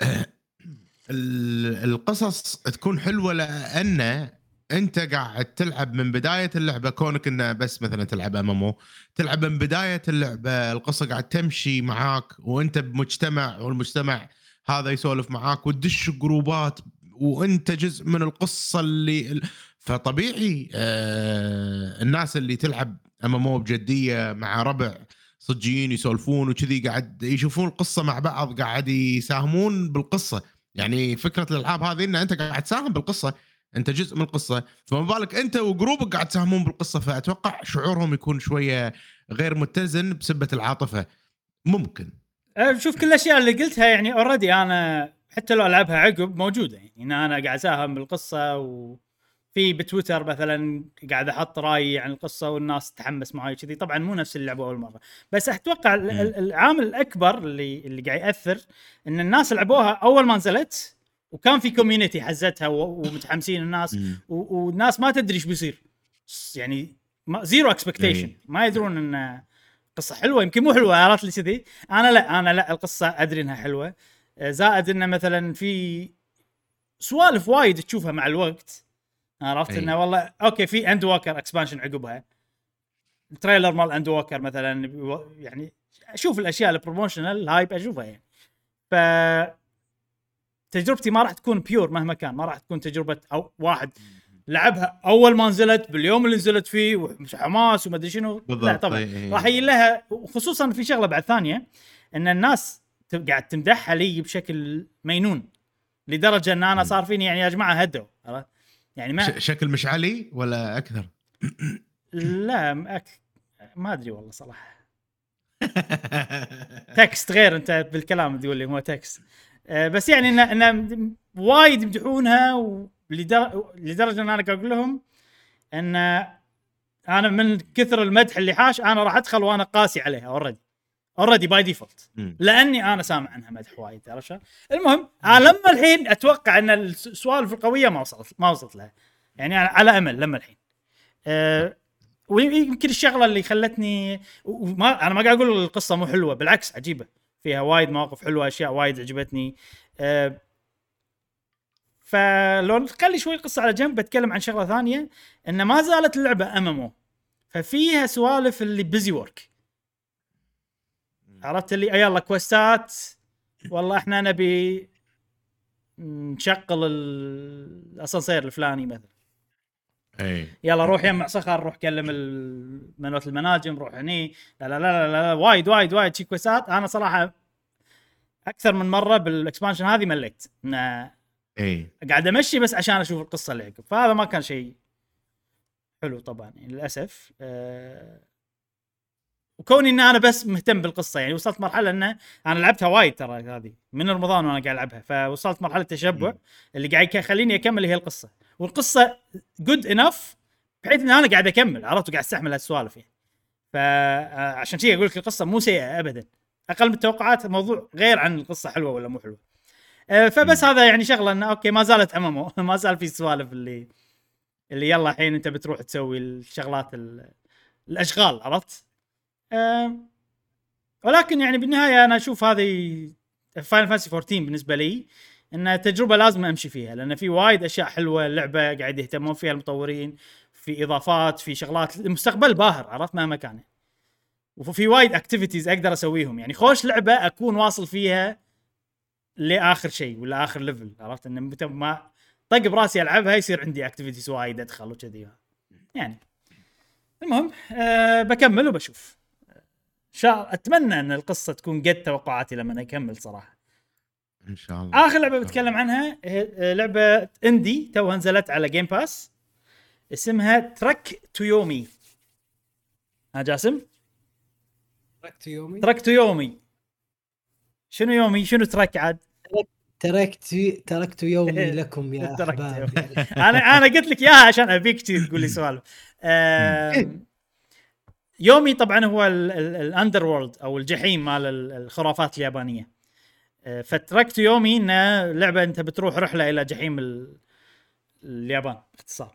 القصص تكون حلوه لان انت قاعد تلعب من بدايه اللعبه كونك انه بس مثلا تلعب امامو تلعب من بدايه اللعبه القصه قاعد تمشي معاك وانت بمجتمع والمجتمع هذا يسولف معاك وتدش جروبات وانت جزء من القصه اللي فطبيعي الناس اللي تلعب امامو بجديه مع ربع صجيين يسولفون وكذي قاعد يشوفون القصه مع بعض قاعد يساهمون بالقصه. يعني فكره الالعاب هذه ان انت قاعد تساهم بالقصه انت جزء من القصه فما بالك انت وجروبك قاعد تساهمون بالقصه فاتوقع شعورهم يكون شويه غير متزن بسبه العاطفه ممكن. شوف كل الاشياء اللي قلتها يعني اوريدي انا حتى لو العبها عقب موجوده يعني ان انا قاعد اساهم بالقصه في بتويتر مثلا قاعد احط رايي عن القصه والناس تتحمس معي كذي. طبعا مو نفس اللي لعبوه اول مره، بس اتوقع العامل الاكبر اللي قاعد ياثر ان الناس لعبوها اول ما نزلت وكان في كوميونتي حزتها ومتحمسين الناس والناس ما تدري ايش بيصير يعني زيرو اكسبكتيشن، ما يدرون ان قصه حلوه يمكن مو حلوه عرفت لي كذي. انا لا القصه ادري انها حلوه، زائد انه مثلا في سوالف وايد تشوفها مع الوقت عرفت انه والله اوكي في اند ووكر اكسبانشن عقبها، التريلر مال اند ووكر مثلا يعني اشوف الاشياء البروموشنال الهايب اشوفها يعني. ف تجربتي ما راح تكون بيور مهما كان، ما راح تكون تجربه او واحد لعبها اول ما نزلت باليوم اللي نزلت فيه وحماس وما ادري شنو. لا طبعا راح يجي لها، وخصوصا في شغله بعد ثانيه ان الناس قاعد تمدحها لي بشكل مينون لدرجه ان انا صار فيني يعني يا جماعه هدوا عرفت يعني ما شكل مشعلي ولا اكثر؟ لا ما ادري والله صراحه. تكست غير، انت بالكلام تقول لي هو تكست. بس يعني ان وايد يمدحونها لدرجه ان انا اقول لهم ان انا من كثر المدح اللي حاش انا راح ادخل وانا قاسي عليها اوريدي باي ديفولت لاني انا سامع عنها مدح وايد عرفت. المهم لما الحين اتوقع ان السوالف القويه ما وصلت لها يعني على امل لما الحين ويمكن الشغله اللي خلتني انا ما قاعد اقول القصه مو حلوه، بالعكس عجيبه فيها وايد مواقف حلوه اشياء وايد عجبتني. فلو نخلي شوي القصه على جنب بتكلم عن شغله ثانيه، ان ما زالت اللعبه امامو ففيها سوالف اللي بيزي ورك عرفت اللي يلا كوستات والله احنا نبي نشغل الاسانسير الفلاني مثلا يلا روح يمع صخر روح كلم منوت المناجم روح هني لا لا لا لا, لا وايد شي كويسات. انا صراحه اكثر من مره بالاكسبانشن هذه مليت قاعد امشي بس عشان اشوف القصه اللي عقب، فهذا ما كان شيء حلو طبعا يعني للاسف. وكوني ان انا بس مهتم بالقصه يعني وصلت مرحله ان انا لعبتها وايد ترى هذه من رمضان وانا قاعد العبها، فوصلت مرحله تشبع اللي قاعد يخليني اكمل هي القصه، والقصه جود انف بحيث ان انا قاعد اكمل عرفت وقاعد استحمل هالسوالف يعني. فعشان شيء اقول لك القصه مو سيئه ابدا، اقل من التوقعات، الموضوع غير عن القصه حلوه ولا مو حلوه. فبس هذا يعني شغله انه اوكي ما زالت امامه ما زال في سوالف اللي يلا الحين انت بتروح تسوي الشغلات الاشغال عرفت. ولكن يعني بالنهايه انا اشوف هذه فاينل فانتسي 14 بالنسبه لي انها تجربه لازم امشي فيها، لان في وايد اشياء حلوه اللعبه قاعد يهتمون فيها المطورين، في اضافات في شغلات المستقبل باهر عرفت مهما كان، وفي وايد اكتيفيتيز اقدر اسويهم يعني خوش لعبه اكون واصل فيها لاخر شيء ولا اخر ليفل عرفت ان متى ما طق براسي العبها يصير عندي اكتيفيتيز وايد ادخل وكذي يعني. المهم بكمل وبشوف اتمنى ان القصه تكون قد توقعاتي لما اكمل صراحه ان شاء الله. اخر لعبه بتكلم عنها لعبه اندي توها نزلت على جيم باس اسمها تراك تو يومي. ها جاسم تراك تو يومي شنو يومي شنو تراك عاد تركت يومي لكم يا احباب. انا قلت لك اياها عشان ابيك تقول لي سؤال. يومي طبعا هو الاندر وورلد او الجحيم مال الخرافات اليابانيه. فتركت يومي انه لعبه انت بتروح رحله الى جحيم اليابان باختصار.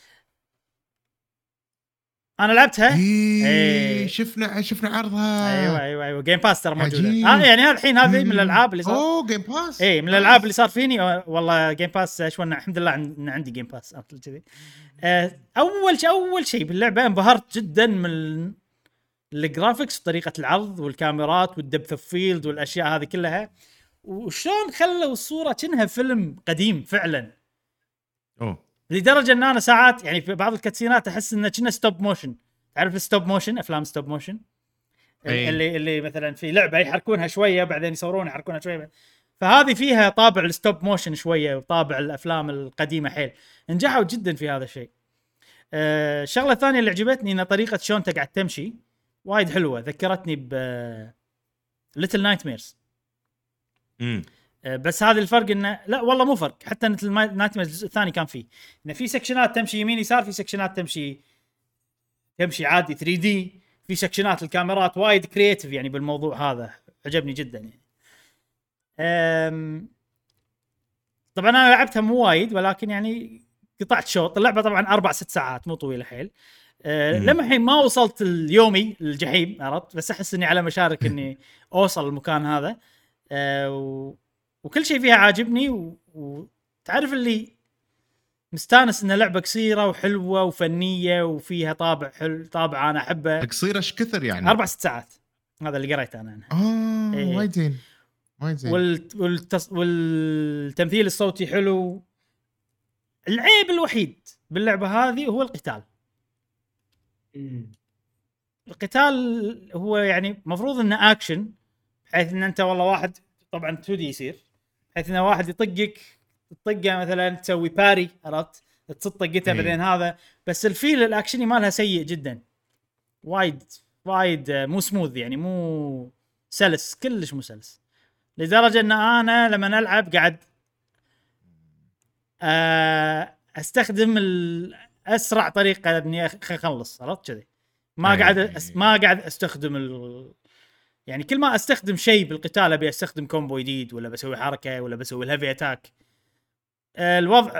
انا لعبتها شفنا عرضها. ايوه جيم باس ترى موجوده. يعني الحين هذه من الالعاب اللي صار جيم باس من الالعاب اللي صار فيني والله جيم باس شلون الحمد لله ان عندي جيم باس كذي. اول شيء باللعبه انبهرت جدا من الجرافيكس طريقه العرض والكاميرات والدبث اوف فيلد والاشياء هذه كلها، وشلون خلوا الصوره كأنها فيلم قديم فعلا. لدرجه ان انا ساعات يعني في بعض الكاتسينات احس انه كأنه ستوب موشن. تعرف الستوب موشن افلام ستوب موشن اللي مثلا في لعبه يحركونها شويه بعدين يصورونها يحركونها شويه، فهذه فيها طابع الستوب موشن شويه وطابع الافلام القديمه حيل. نجحوا جدا في هذا الشيء. الشغله الثانيه اللي عجبتني ان طريقه شلون انت قاعد تمشي وايد حلوه، ذكرتني ب ليتل نايت ميرز. بس هذا الفرق انه لا والله مو فرق، حتى مثل نايتمير الجزء الثاني كان فيه انه في سكشنات تمشي يمين يسار، في سكشنات تمشي عادي 3D، في سكشنات الكاميرات وايد كرييتيف يعني بالموضوع هذا، عجبني جدا يعني. طبعا انا لعبتها مو وايد ولكن يعني قطعت شوط اللعبه، طبعا 4-6 ساعات مو طويله حيل. لما الحين ما وصلت اليومي الجحيم عرفت، بس احس اني على مشارك اني اوصل المكان هذا. وكل شيء فيها عاجبني، وتعرف اللي مستانس ان لعبه قصيره وحلوه وفنيه وفيها طابع حلو، طابع انا احبه. قصيره ايش كثر يعني؟ 4-6 ساعات، هذا اللي قريته انا عنها. وايد زين وايد زين. والتمثيل الصوتي حلو. العيب الوحيد باللعبه هذه هو القتال. القتال هو يعني مفروض انه اكشن، بحيث ان انت والله واحد طبعا 2D يصير، بحيث انه واحد يطقك الطقه مثلا تسوي باري عرفت، تصد طقته بعدين هذا. بس الفيل الاكشني مالها سيء جدا، وايد مو سموث يعني، مو سلس، كلش مو سلس، لدرجه ان انا لما العب قاعد استخدم اسرع طريقه اني اخلص عرفت كذي. ما قاعد استخدم يعني كل ما استخدم شيء بالقتال ابي استخدم كومبو جديد، ولا بسوي حركه، ولا بسوي الهيفي اتاك. الوضع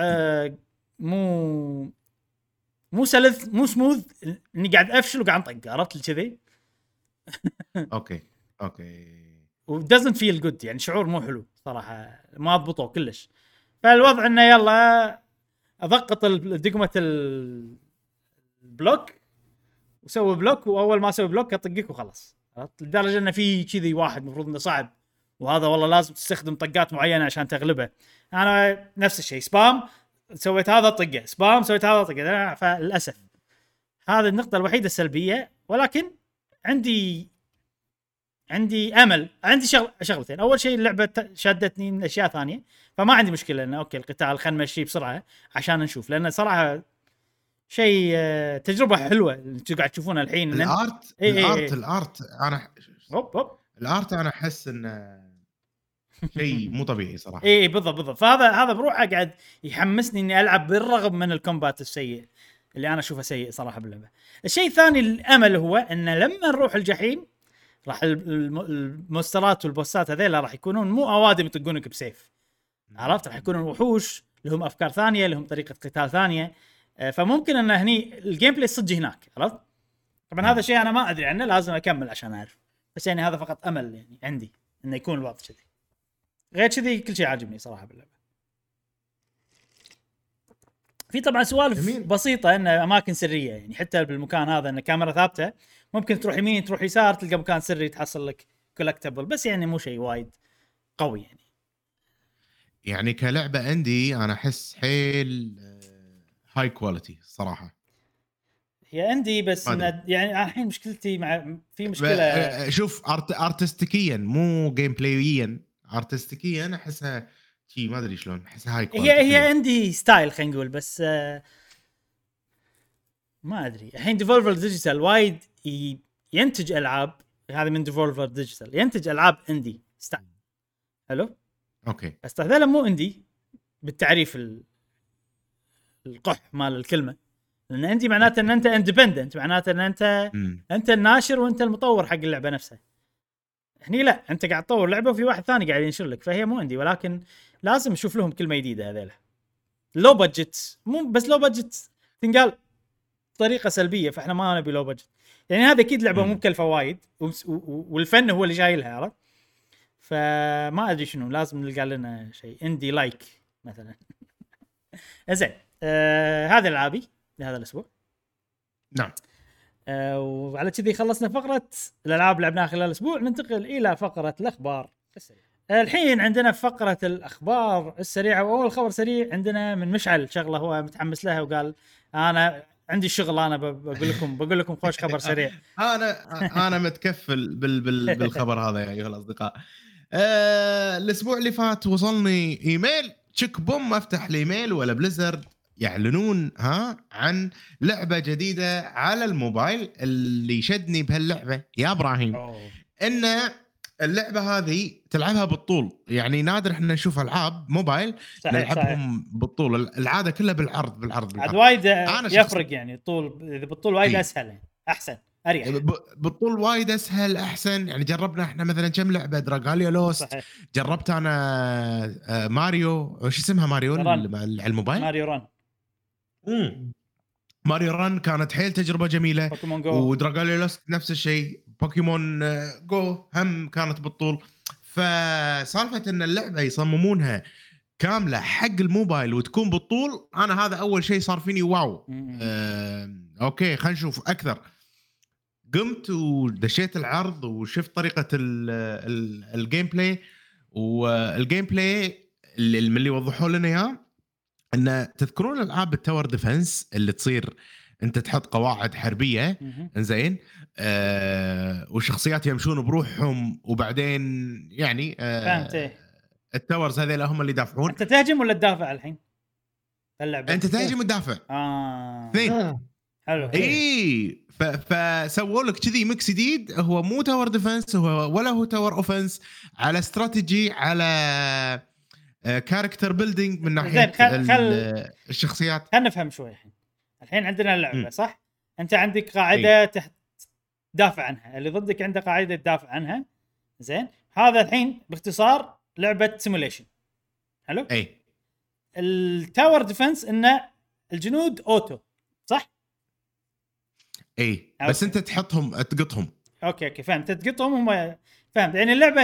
مو سلس، مو سموث، اني قاعد افشل وقاعد انطق عرفت كذي. اوكي و doesn't feel good يعني، شعور مو حلو صراحه، ما اضبطه كلش. فالوضع انه يلا اضغط دقمه البلوك وسوي بلوك، واول ما اسوي بلوك اطقك وخلاص عرفت. لدرجه انه في كذي واحد مفروض انه صعب، وهذا والله لازم تستخدم طقات معينه عشان تغلبه. انا نفس الشيء، سبام سويت هذا طقه، سبام سويت هذا طقه. فللاسف هذه النقطه الوحيده السلبيه. ولكن عندي امل، عندي شغلتين. اول شيء اللعبه شدتني من اشياء ثانيه، فما عندي مشكله انه اوكي القتال خلينا نمشي بسرعه عشان نشوف، لان صراحه شيء تجربه حلوه انتم قاعد تشوفونها الحين. الارت انا الارت انا احس انه شيء مو طبيعي صراحه. بالضبط. فهذا بروحه قاعد يحمسني اني العب بالرغم من الكومبات السيء اللي انا اشوفه سيء صراحه باللعبه. الشيء الثاني الامل هو ان لما نروح الجحيم راح المونسترات والبوسات هذيلا راح يكونون مو اوادم يطقونك بسيف عرفت، راح يكونون وحوش لهم افكار ثانيه، لهم طريقه قتال ثانيه. فممكن ان هني الجيم بلاي صدق هناك عرفت. طبعا هذا شيء انا ما ادري عنه، لازم اكمل عشان اعرف، بس يعني هذا فقط امل يعني عندي انه يكون الوضع كذي. غير كذي كل شيء عاجبني صراحه باللعبه. في طبعا سوالف بسيطه ان اماكن سريه يعني، حتى بالمكان هذا ان كاميرا ثابته ممكن تروح يمين تروح يسار تلقى مكان سري تحصل لك كولكتبل، بس يعني مو شيء وايد قوي يعني كلعبه اندي انا احس حيل هاي كواليتي صراحه. هي اندي بس يعني الحين مشكلتي مع في مشكله. شوف ارتستيكيا مو جيم بلاييا، ارتستيكيا احسها شيء ما ادري شلون، احسها هاي كواليتي. هي اندي ستايل خلينا نقول، بس ما ادري. الحين ديفولفر ديجيتال وايد ينتج العاب، هذا من ديفولفر ديجيتال ينتج العاب اندي ستايل حلو اوكي، بس هذول مو اندي بالتعريف القح مال الكلمه، لان اندي معناته ان انت اندبندنت، معناته ان انت الناشر وانت المطور حق اللعبه نفسها. هني لا، انت قاعد تطور لعبه وفي واحد ثاني قاعد ينشر لك، فهي مو اندي. ولكن لازم نشوف لهم كلمه جديده. هذيلا لو بادجت، مو بس لو بادجت تنقال طريقه سلبيه، فاحنا ما نبي لو بادجت يعني. هذا اكيد لعبه مو مكلفه وايد والفن هو اللي شايلها عرفت. فما ادري شنو، لازم نلقى لنا شيء اندي لايك مثلا. زين هذا العابي لهذا الاسبوع. نعم. وعلى كذي خلصنا فقره الالعاب لعبناها خلال الاسبوع. ننتقل الى فقره الاخبار السريعه. الحين عندنا فقره الاخبار السريعه، واول خبر سريع عندنا من مشعل، شغله هو متحمس لها وقال انا عندي شغل، انا بقول لكم خوش خبر سريع. انا متكفل بالخبر هذا يا ايها الاصدقاء. الاسبوع اللي فات وصلني ايميل تشيك بوم، افتح الايميل ولا بليزرد يعلنون عن لعبه جديده على الموبايل. اللي شدني بهاللعبه يا ابراهيم انه اللعبه هذه تلعبها بالطول، يعني نادر احنا نشوف العاب موبايل نلعبهم بالطول، العاده كلها بالعرض عاد وايد أنا يفرق يعني طول، اذا بالطول وايد اسهل يعني. احسن اريح بالطول وايد اسهل احسن. يعني جربنا احنا مثلا كم لعبه، دراغاليا لوست صحيح. جربت انا ماريو وش اسمها ماريو على الموبايل، ماريو ران. ماريو ران كانت حيل تجربه جميله. بوكيمون جو ودراغاليا لوست نفس الشيء، بوكيمون جو هم كانت بالطول. فسالفه ان اللعبه يصممونها كامله حق الموبايل وتكون بالطول، انا هذا اول شيء صار فيني واو. اوكي خلينا نشوف اكثر. قمت ودشيت العرض وشفت طريقه الجيم بلاي، والجيم بلاي اللي وضحوا لنا اياه ان تذكرون العاب التاور ديفنس اللي تصير انت تحط قواعد حربيه انزين والشخصيات يمشون بروحهم، وبعدين يعني فهمت التاورز هذول هم اللي يدافعون. انت تهجم ولا تدافع الحين اللعبه؟ انت تهجم وتدافع اثنين. حلو. اي فسووا لك كذي ميكس جديد، هو مو تاور ديفنس هو ولا هو تاور اوفنس، على استراتيجي، على كاركتر بيلدينج من ناحيه الشخصيات. خلينا نفهم شوي. الحين عندنا اللعبه صح، انت عندك قاعده تدافع عنها، اللي ضدك عنده قاعده تدافع عنها. زين، هذا الحين باختصار لعبه سيموليشن. حلو. اي التاور ديفنس انه الجنود اوتو صح. اي بس انت تحطهم تقطهم. اوكي فهمت، تقطهم هم. فهمت يعني اللعبه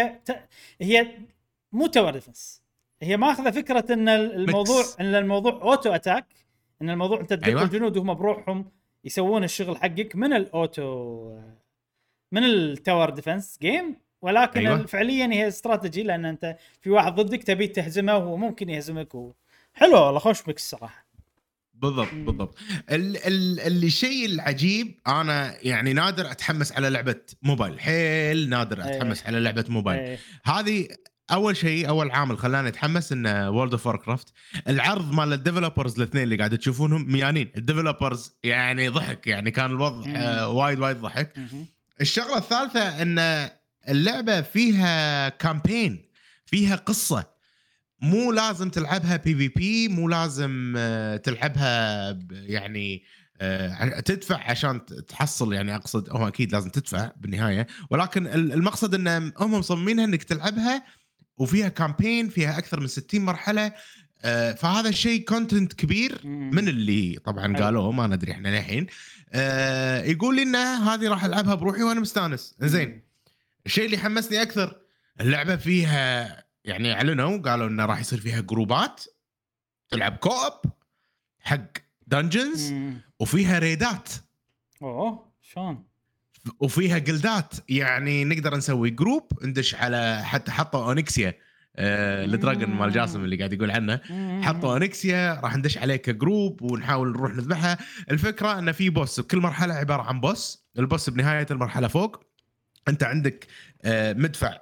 هي مو تاور ديفنس، هي ماخذه فكره ان الموضوع اوتو اتاك، ان الموضوع انت تقتل الجنود وهم بروحهم يسوون الشغل حقك من الاوتو، من التاور ديفنس جيم. ولكن فعليا هي استراتيجي، لان انت في واحد ضدك تبي تهزمه وممكن يهزمك. حلو والله، خوش ميكس صراحه. بالضبط. الشيء العجيب انا يعني نادر اتحمس على لعبه موبايل، حيل نادر اتحمس على لعبه موبايل. هذه اول شيء، اول عامل خلاني اتحمس ان وورلد اوف واركرافت العرض مال الديفلوبرز الاثنين اللي قاعد تشوفونهم ميانين الديفلوبرز، يعني ضحك، يعني كان الوضع وايد ضحك. الشغله الثالثه ان اللعبه فيها كامبين، فيها قصه، مو لازم تلعبها بي في بي، مو لازم تلعبها يعني تدفع عشان تحصل. يعني اقصد هو اكيد لازم تدفع بالنهايه، ولكن المقصد ان هم مصممينها انك تلعبها وفيها كامبين، فيها اكثر من 60 مرحله. فهذا الشيء كونتنت كبير من اللي طبعا قالوه، ما ندري احنا الحين. يقول لنا هذه راح العبها بروحي وانا مستانس. زين، الشيء اللي حمسني اكثر اللعبه فيها، يعني اعلنوا قالوا انه راح يصير فيها جروبات تلعب كوب حق دنجنز، وفيها ريدات. شلون؟ وفيها جلدات، يعني نقدر نسوي جروب ندش على، حتى حطوا اونكسيا الدراجون مال جاسم اللي قاعد يقول عنه، حطوا اونكسيا راح ندش عليه كجروب ونحاول نروح نذبحها. الفكره انه في بوس، كل مرحله عباره عن بوس، البوس بنهايه المرحله فوق انت عندك مدفع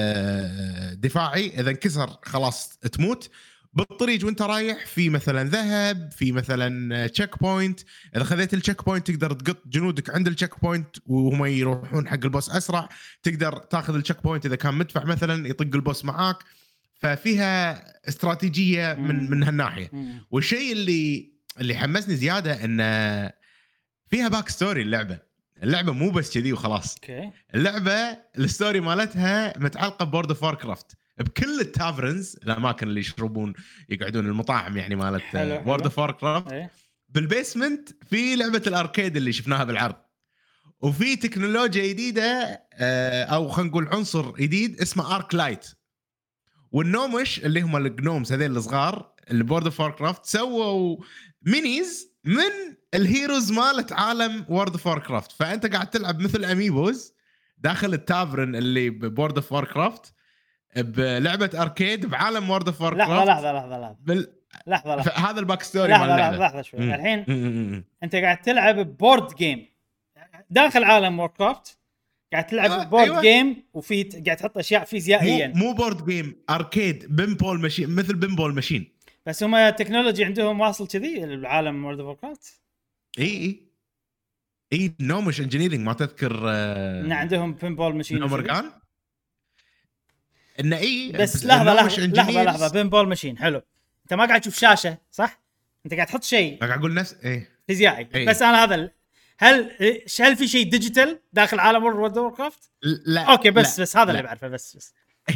دفاعي، اذا انكسر خلاص تموت. بالطريق وانت رايح في مثلا ذهب، في مثلا تشيك بوينت، اذا خذيت التشيك بوينت تقدر تقط جنودك عند التشيك بوينت وهم يروحون حق البوس اسرع. تقدر تاخذ التشيك بوينت اذا كان مدفع مثلا يطق البوس معاك. ففيها استراتيجيه من هالناحيه. والشيء اللي حمسني زياده ان فيها باك ستوري. اللعبه مو بس كذي وخلاص. اللعبه الستوري مالتها متعلقه بورد اوف واركرافت، بكل التافرنز، الاماكن اللي يشربون يقعدون، المطاعم يعني مالت وورد اوف واركرافت. بالبيسمنت في لعبه الاركيد اللي شفناها بالعرض، وفي تكنولوجيا جديده او خلينا نقول عنصر جديد اسمه ارك لايت. والنومش اللي هم الجنومز هذول الصغار اللي بورد اوف واركرافت سووا مينيز من الهيروز مالت عالم وورد اوف واركرافت. فانت قاعد تلعب مثل اميبوز داخل التافرن اللي بورد اوف واركرافت، بلعبه اركيد بعالم وورد اوف واركرافت. لحظه هذا الباك ستوري مال اللعبه. لحظه شوي. الحين انت قاعد تلعب بورد جيم داخل عالم واركرافت، قاعد تلعب بورد جيم وفي قاعد تحط اشياء فيزيائيا. مو بورد جيم، اركيد بيمبول ماشين، مثل بيمبول ماشين. بس هم التكنولوجي عندهم واصل كذي العالم وورد اوف واركرافت. اي نومش انجينيرنج ما تذكر ان عندهم بيمبول ماشين. نومرغان انه اي بس لحظه بين بول ماشين حلو. انت ما قاعد تشوف شاشه صح؟ انت قاعد تحط شيء قاعد اقول نفس فيزيائي. إيه. بس انا هذا هل في شيء ديجيتال داخل عالم وورلد اوف كرافت؟ لا اوكي بس لا. بس هذا لا. اللي بعرفه بس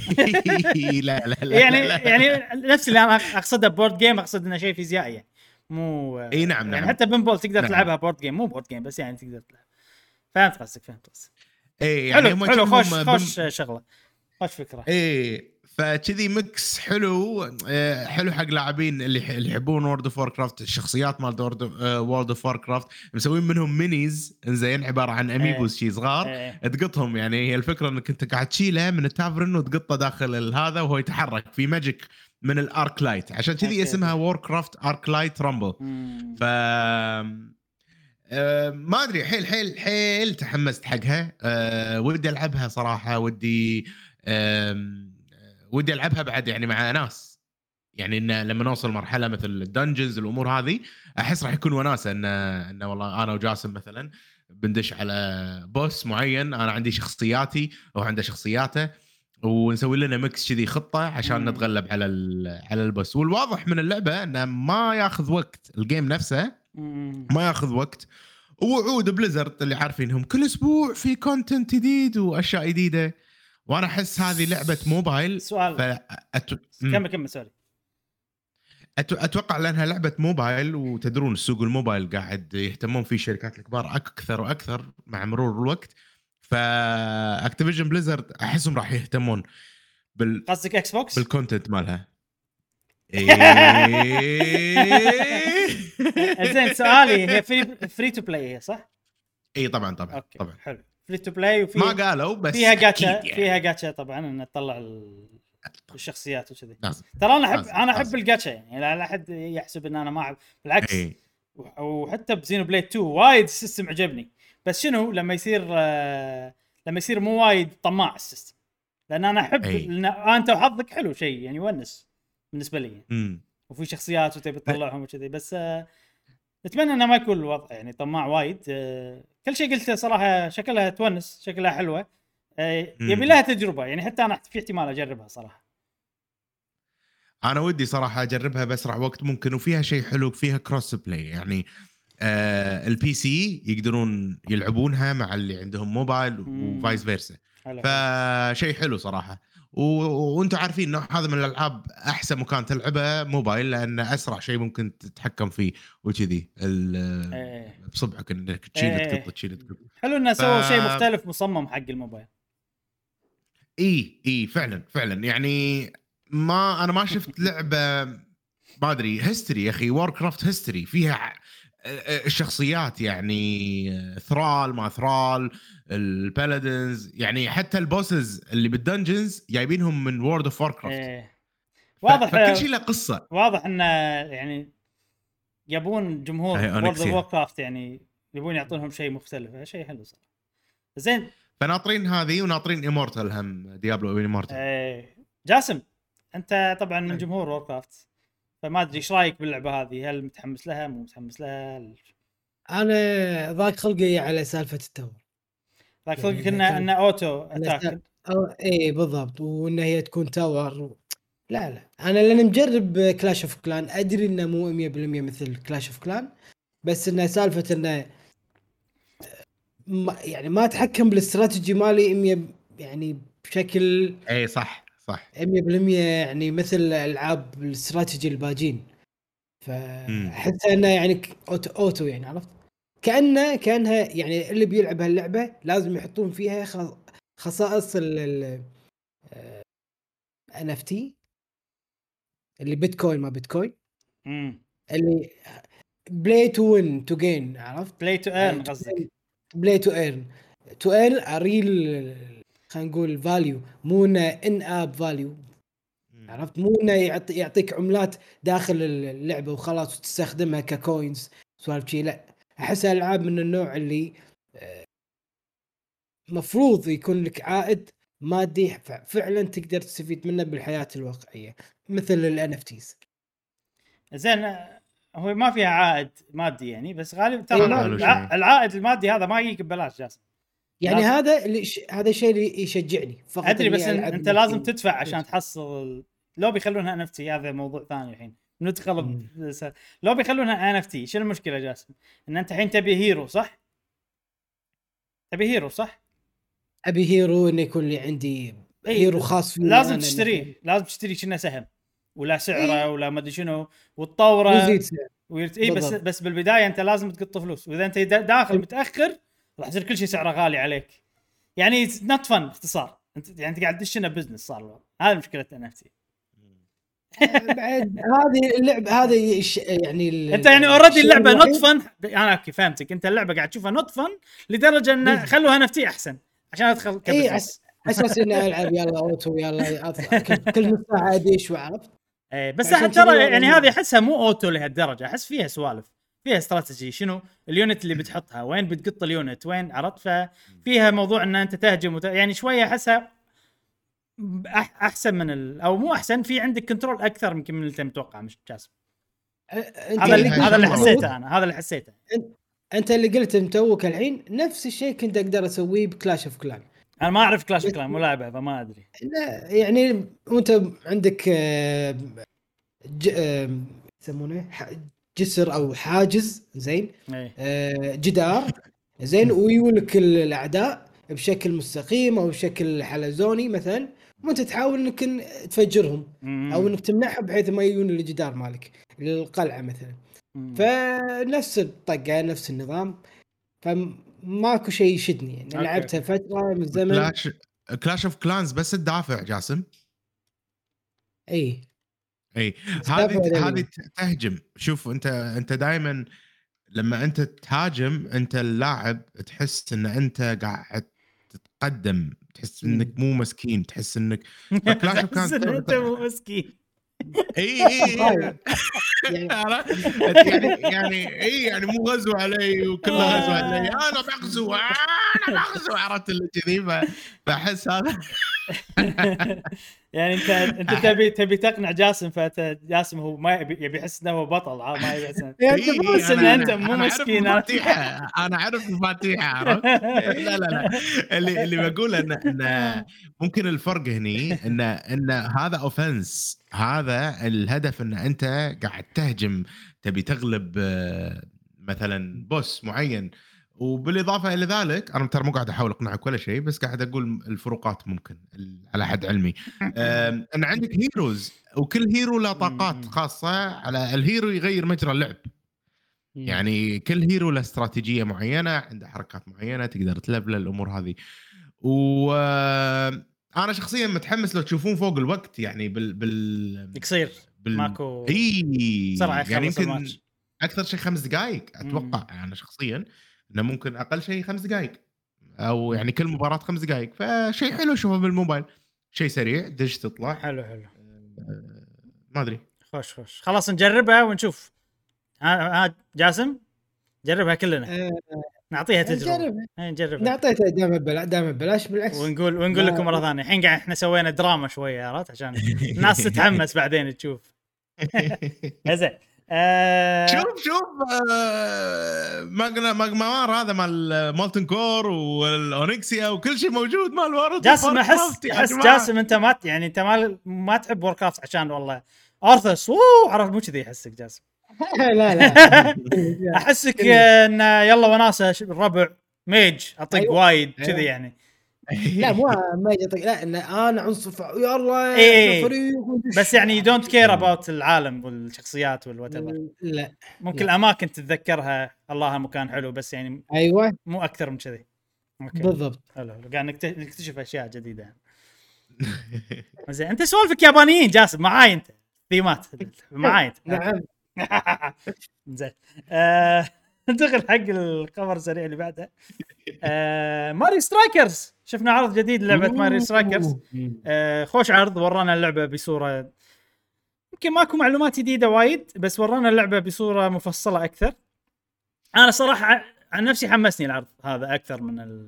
لا يعني لا. يعني نفس اللي انا اقصده بورد جيم، اقصد انه شيء فيزيائي يعني مو اي نعم يعني نعم. حتى بين بول تقدر نعم. تلعبها بورد جيم، مو بورد جيم بس يعني تقدر تلعب. فهمت قصدك. اي يعني حلو خوش شغله، خوش فكره. ايه فكذي ميكس حلو. حلو حق لاعبين اللي يحبون وورد اوف كرافت. الشخصيات مال وورد اوف كرافت مسوين منهم مينيز انزين، عباره عن اميبوس شي صغار تقطهم. يعني هي الفكره انك انت قاعد تشيله من التافرن وتقطه داخل هذا وهو يتحرك في ماجيك من الارك لايت، عشان كذي اسمها وور كرافت ارك لايت رامبل. ف ما ادري، حيل تحمست حقها. ودي العبها صراحه، ودي العبها بعد يعني مع ناس. يعني إن لما نوصل مرحله مثل الدنجنز الامور هذه احس راح يكون وناسه ان والله انا وجاسم مثلا بندش على بوس معين، انا عندي شخصياتي او عنده شخصياته، ونسوي لنا ميكس كذي خطه عشان نتغلب على البوس. والواضح من اللعبه انه ما ياخذ وقت، الجيم نفسه ما ياخذ وقت. ووعود بليزرد اللي عارفينهم كل اسبوع في كونتنت جديد واشياء جديده، وانا احس هذه لعبه موبايل. سؤال كمل سوري. اتوقع لانها لعبه موبايل، وتدرون السوق الموبايل قاعد يهتمون فيه الشركات الكبار اكثر واكثر مع مرور الوقت. فاكتيفيجن بليزرد احسهم راح يهتمون قصدك اكس بوكس بالكونتنت مالها. زين سؤالي، هي فري تو بلاي هي صح؟ اي طبعا أوكي. طبعا حلو. فري تو بلاي وفي ما قالوا بس فيها جاتشا يعني. فيها جاتشا طبعا ان تطلع الشخصيات وكذي. لازم. ترى انا احب الجاتشا يعني لا احد يحسب ان انا ما احب، بالعكس. وحتى بزينو بليد 2 وايد السيستم عجبني، بس شنو لما يصير مو وايد طماع السيستم، لان انا احب انت وحظك حلو شيء يعني يونس بالنسبه لي. وفي شخصيات وتبي تطلعهم وكذي، بس نتمنى انه ما يكون الوضع يعني طماع وايد. كل شيء قلته صراحه شكلها تونس، شكلها حلوه. يبي لها تجربه يعني، حتى انا في احتمال اجربها صراحه. انا ودي صراحه اجربها باسرع وقت ممكن. وفيها شيء حلو، فيها كروس بلاي يعني. البي سي يقدرون يلعبونها مع اللي عندهم موبايل وفايس فيرسا. فشيء حلو صراحه. وانتم عارفين انه هذا من الالعاب احسن مكان تلعبه موبايل، لان اسرع شيء ممكن تتحكم فيه وكذي بصبعك انك تشيل تقط. حلو انه سووا شيء مختلف مصمم حق الموبايل. اي فعلا يعني انا ما شفت لعبه ما ادري هيستوري يا اخي. وور كرافت هيستوري فيها الشخصيات يعني ثرال ما ثرال، البالادينز، يعني حتى البوسز اللي بالدنجنز جايبينهم من وورد اوف وور كرافت. واضح فكل شيء له قصه. واضح انه يعني يبون جمهور وورد اوف وور كرافت يعني يبون يعطونهم شيء مختلف. شيء حلو صراحه. زين فناطرين هذه وناطرين ايمورتال، هم ديابلو ايمورتال. جاسم انت طبعا من جمهور وور كرافت، فما ادري ايش رايك باللعبه هذه؟ هل متحمس لها مو متحمس لها؟ انا ضاق خلقي على سالفه التور. ضاق خلقك ان اوتو اتاك. اي بالضبط، وان هي تكون تاور. لا انا لاني مجرب كلاش اوف كلان، ادري انه مو 100% مثل كلاش اوف كلان، بس انه سالفه انه يعني ما اتحكم بالاستراتيجي مالي 100 يعني بشكل اي صح 100% يعني مثل العاب الاستراتيجي الباجين. فاحس انه يعني اوتو يعني عرفت، كانها يعني اللي بيلعب هاللعبه لازم يحطون فيها خصائص ال NFT اللي بيتكوين ما بيتكوين، اللي بلاي تو وين تو جين، عرفت؟ بلاي تو ايرن قصدك؟ بلاي تو ايرن اريل خلينا نقول فاليو، مو ان اب فاليو، عرفت؟ مو انه يعطيك عملات داخل اللعبه وخلاص وتستخدمها ككوينز سوالف شيء. لا احس العاب من النوع اللي مفروض يكون لك عائد مادي فعلا تقدر تستفيد منه بالحياه الواقعيه مثل ال NFTs. زين هو ما فيها عائد مادي يعني، بس غالبا ترى العائد المادي هذا ما يجيك ببلاش جاسم. يعني لازم. هذا اللي هذا الشيء اللي يشجعني فقط ادري إني بس ألعب انت NFT. لازم تدفع عشان تحصل. لو بيخلونها NFT هذا موضوع ثاني الحين ندخل لو بيخلونها NFT شنو المشكله جاسم؟ ان انت الحين تبي هيرو صح؟ تبي هيرو صح؟ ابي هيرو انه يكون لي عندي إي، هيرو خاص فيني لازم أنا تشتريه، لازم تشتري كنا سهم ولا سعره إيه. ولا ما ادري شنو وتطوره ويزيد سعر. اي بس بالضبط. بس بالبدايه انت لازم تقط فلوس، واذا انت داخل متاخر راح يصير كل شيء سعره غالي عليك. يعني نوت فن باختصار، انت يعني انت قاعد تدشنا بزنس صار له. هذه مشكله NFT. بعد هذه اللعبه هذه يعني انت يعني اوريدي الشيء اللعبه نوت الوحيد- فن. انا اوكي فهمتك، انت اللعبه قاعد تشوفها نوت فن لدرجه ان خلوها NFT احسن عشان ادخل اي كبزنس. اساس اني العب يلا اوتو يلا اطلع كل نص ساعه ادش وعرفت. ايه بس عشان ترى كذي يعني والله هذه احسها مو اوتو لهالدرجه، احس فيها سوالف، فيها استراتيجي، شنو اليونت اللي بتحطها، وين بتقط اليونت، وين عرفت. ففيها موضوع ان انت تهجم يعني شويه احسها احسن من او مو احسن، في عندك كنترول اكثر يمكن من اللي انت متوقع. مش جاسم هذا اللي حسيته انا، هذا اللي حسيته. انت اللي قلت متوك الحين نفس الشيء كنت اقدر اسويه بكلاش اوف كلان. انا ما اعرف كلاش كلان، ملاعبه فما ادري. لا يعني وانت عندك يسمونه جسر او حاجز زين، جدار زين، ويولك الاعداء بشكل مستقيم او بشكل حلزوني مثلا، وانت تحاول انك تفجرهم او انك تمنعهم بحيث ما يجون الجدار مالك القلعه مثلا. فنفس الطقه نفس النظام، فماكو شيء يشدني يعني. لعبتها فتره من زمن. كلاش اوف كلانز بس تدافع جاسم. اي هذه تهجم. شوف انت دائما لما انت تهاجم انت اللاعب تحس ان انت قاعد تتقدم، تحس انك مو مسكين، تحس انك كلاش اوف كلانز انت مو مسكين. اي يعني مو غزو علي وكله غزو علي، انا بغزو عرفت اللي كذي. فاحس هذا يعني انت تبي تقنع جاسم، جاسم هو ما يبي يحس انه هو بطل، ما يبي يحس يعني مو بس ان انت مو مسكين. انا عارف المفاتيح عرفت. لا اللي بقول ان ممكن الفرق هني ان هذا اوفنس، هذا الهدف ان انت قاعد تهجم تبي تغلب مثلا بوس معين. وبالاضافه الى ذلك انا ترى مو قاعد احاول اقنعك ولا شيء، بس قاعد اقول الفروقات ممكن على حد علمي. ان عندك هيروز وكل هيرو له طاقات خاصه، على الهيرو يغير مجرى اللعب. يعني كل هيرو له استراتيجيه معينه، عنده حركات معينه تقدر تلفل الامور هذه. وانا شخصيا متحمس لو تشوفون فوق الوقت يعني يصير ماكو بسرعه يعني يمكن الماتش. اكثر شيء 5 دقائق اتوقع انا شخصيا انه ممكن اقل شيء 5 دقائق او يعني كل مباراه 5 دقائق. فشيء حلو اشوفه بالموبايل، شيء سريع دش تطلع. حلو ما ادري. خوش خلاص نجربها ونشوف. ها جاسم جربها كلنا، نعطيها تجربه. نجربها نعطيها دائما ببلاش بالعكس. ونقول لكم مره ثانيه. الحين قاعد احنا سوينا دراما شويه عرفت عشان الناس تتحمس بعدين تشوف. زين شوف ماجمار هذا مال مولتن كور والاونكسيا وكل شيء موجود مال وورد. جاسم احس جاسم انت انت ما تحب ووركرافت عشان والله ارثس عرفت مو كذي احسك جاسم. لا احسك ان يلا وناسه الربع ميج اطق وايد كذي يعني. لا مو ما يطق، لا ان انا عنصف يلا فريق بس يعني يو دونت كير اباوت العالم والشخصيات والواتيفر. لا ممكن الاماكن تتذكرها الله مكان حلو بس يعني ايوه مو اكثر من كذي. بالضبط. حلو قاعد نكتشف اشياء جديده. زين انت سوالفك يابانيين جاسم معاي، انت ثيمات معاي انت. نعم. زين ندخل حق الخبر السريع اللي بعده. ماري سترايكرز، شفنا عرض جديد لعبه ماري سترايكرز. خوش عرض، ورانا اللعبه بصوره يمكن ماكو معلومات جديده وايد، بس ورانا اللعبه بصوره مفصله اكثر. انا صراحه عن نفسي حمسني العرض هذا اكثر من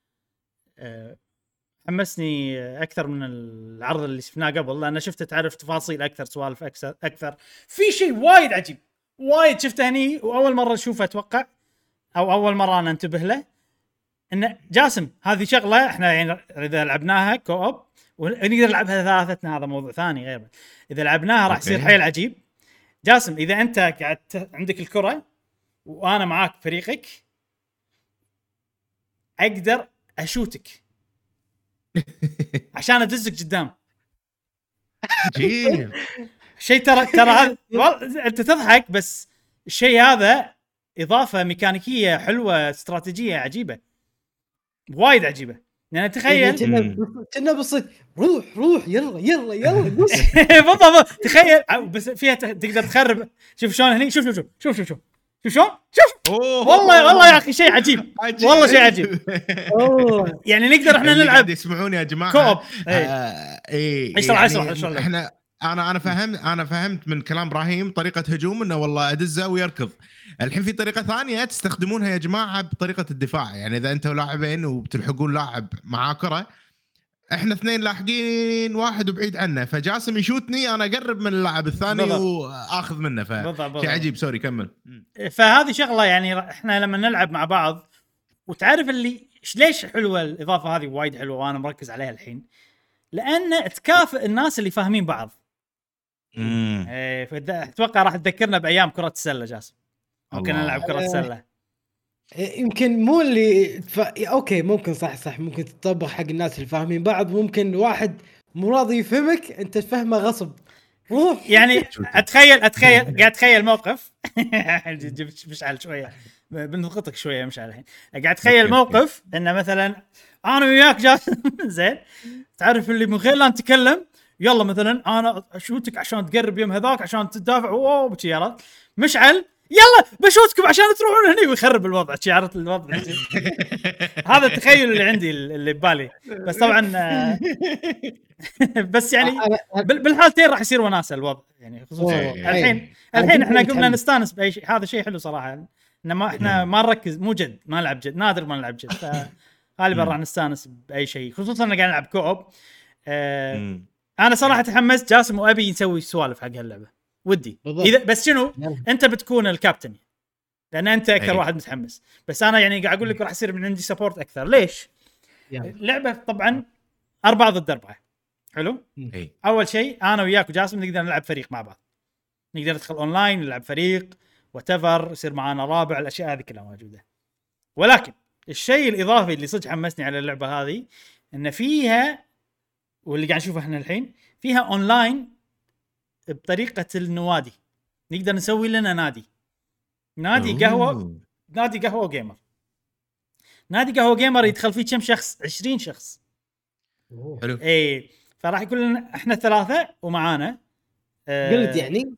حمسني اكثر من العرض اللي شفناه قبل، لان شفت تعرف تفاصيل اكثر، سوالف اكثر في شيء وايد عجيب وايد شفته هني، واول مره اشوفه اتوقع او اول مره انا انتبه له. ان جاسم هذه شغله احنا يعني اذا لعبناها كوب ونقدر نلعبها ثلاثتنا، هذا موضوع ثاني غير. اذا لعبناها راح يصير حيل عجيب. جاسم اذا انت قاعد عندك الكره وانا معاك فريقك، اقدر اشوتك عشان ادزك قدام. عجيب. شيء ترى هذا انت تضحك، بس الشيء هذا اضافه ميكانيكيه حلوه، استراتيجيه عجيبه، وايد عجيبه. يعني تخيل كنا بالصدق روح يلا بالضبط. تخيل بس فيها تقدر تخرب. شوف شلون هني، شوف شلون والله يا اخي شيء عجيب. والله شيء عجيب. يعني نقدر احنا نلعب يسمعوني يا جماعه كوب. اشرح شلون احنا. انا فهمت من كلام ابراهيم طريقه هجوم انه والله ادزه ويركض. الحين في طريقه ثانيه تستخدمونها يا جماعه بطريقه الدفاع. يعني اذا انتوا لاعبين وبتلحقون لاعب معاه كره، احنا اثنين لاحقين واحد وبعيد عنه، فجاسم يشوتني انا اقرب من اللاعب الثاني واخذ منه. شيء عجيب. سوري كمل. فهذه شغله يعني احنا لما نلعب مع بعض، وتعرف اللي ليش حلوه الاضافه هذه، وايد حلوه وانا مركز عليها الحين، لان تكافئ الناس اللي فاهمين بعض. اتوقع راح تذكرنا بايام كره السله جاسم. ممكن نلعب كره سله. يمكن مو اللي اوكي ممكن صح ممكن تطبق حق الناس اللي فاهمين بعض. ممكن واحد مو راضي يفهمك انت تفهمه غصب روح. يعني اتخيل قاعد اتخيل موقف جبت مشعل شويه بنضغطك شويه مشعل الحين. قاعد اتخيل موقف انه مثلا انا وياك جاسم زين، تعرف اللي من غير لا نتكلم يلا مثلا انا اشوتك عشان تقرب يم هذاك عشان تدافع وبشيارات مشعل يلا بشوتكم عشان تروحون هني ويخرب الوضع. شعرت الوضع هذا التخيل اللي عندي اللي ببالي. بس طبعا بس يعني بالحالتين راح يصير وناسه الوضع يعني. خصوصا الحين احنا قمنا نستانس باي شيء. هذا شيء حلو صراحه ان ما احنا ما نركز، مو جد ما نلعب جد، نادر ما نلعب جد، فغالبا راح نستانس باي شيء، خصوصا ان قاعد نلعب كوب. انا صراحه تحمست جاسم وابي نسوي سوالف حق هاللعبه ودي اذا بس شنو انت بتكون الكابتن لان انت اكثر واحد متحمس. بس انا يعني قاعد اقول لك راح يصير من عندي سبورت اكثر. ليش؟ لعبه طبعا 4 ضد 4 حلو. اول شيء انا وياك وجاسم نقدر نلعب فريق مع بعض، نقدر ندخل اونلاين نلعب فريق واتفر، يصير معانا رابع، الاشياء هذه كلها موجوده. ولكن الشيء الاضافي اللي صدق حمسني على اللعبه هذه ان فيها، واللي قاعد نشوفه احنا الحين، فيها اونلاين بطريقه النوادي. نقدر نسوي لنا نادي قهوه جيمر. نادي قهوه جيمر يدخل فيه كم شخص؟ 20 شخص. حلو. اي فراح يكون لنا احنا 3 ومعانا قلت يعني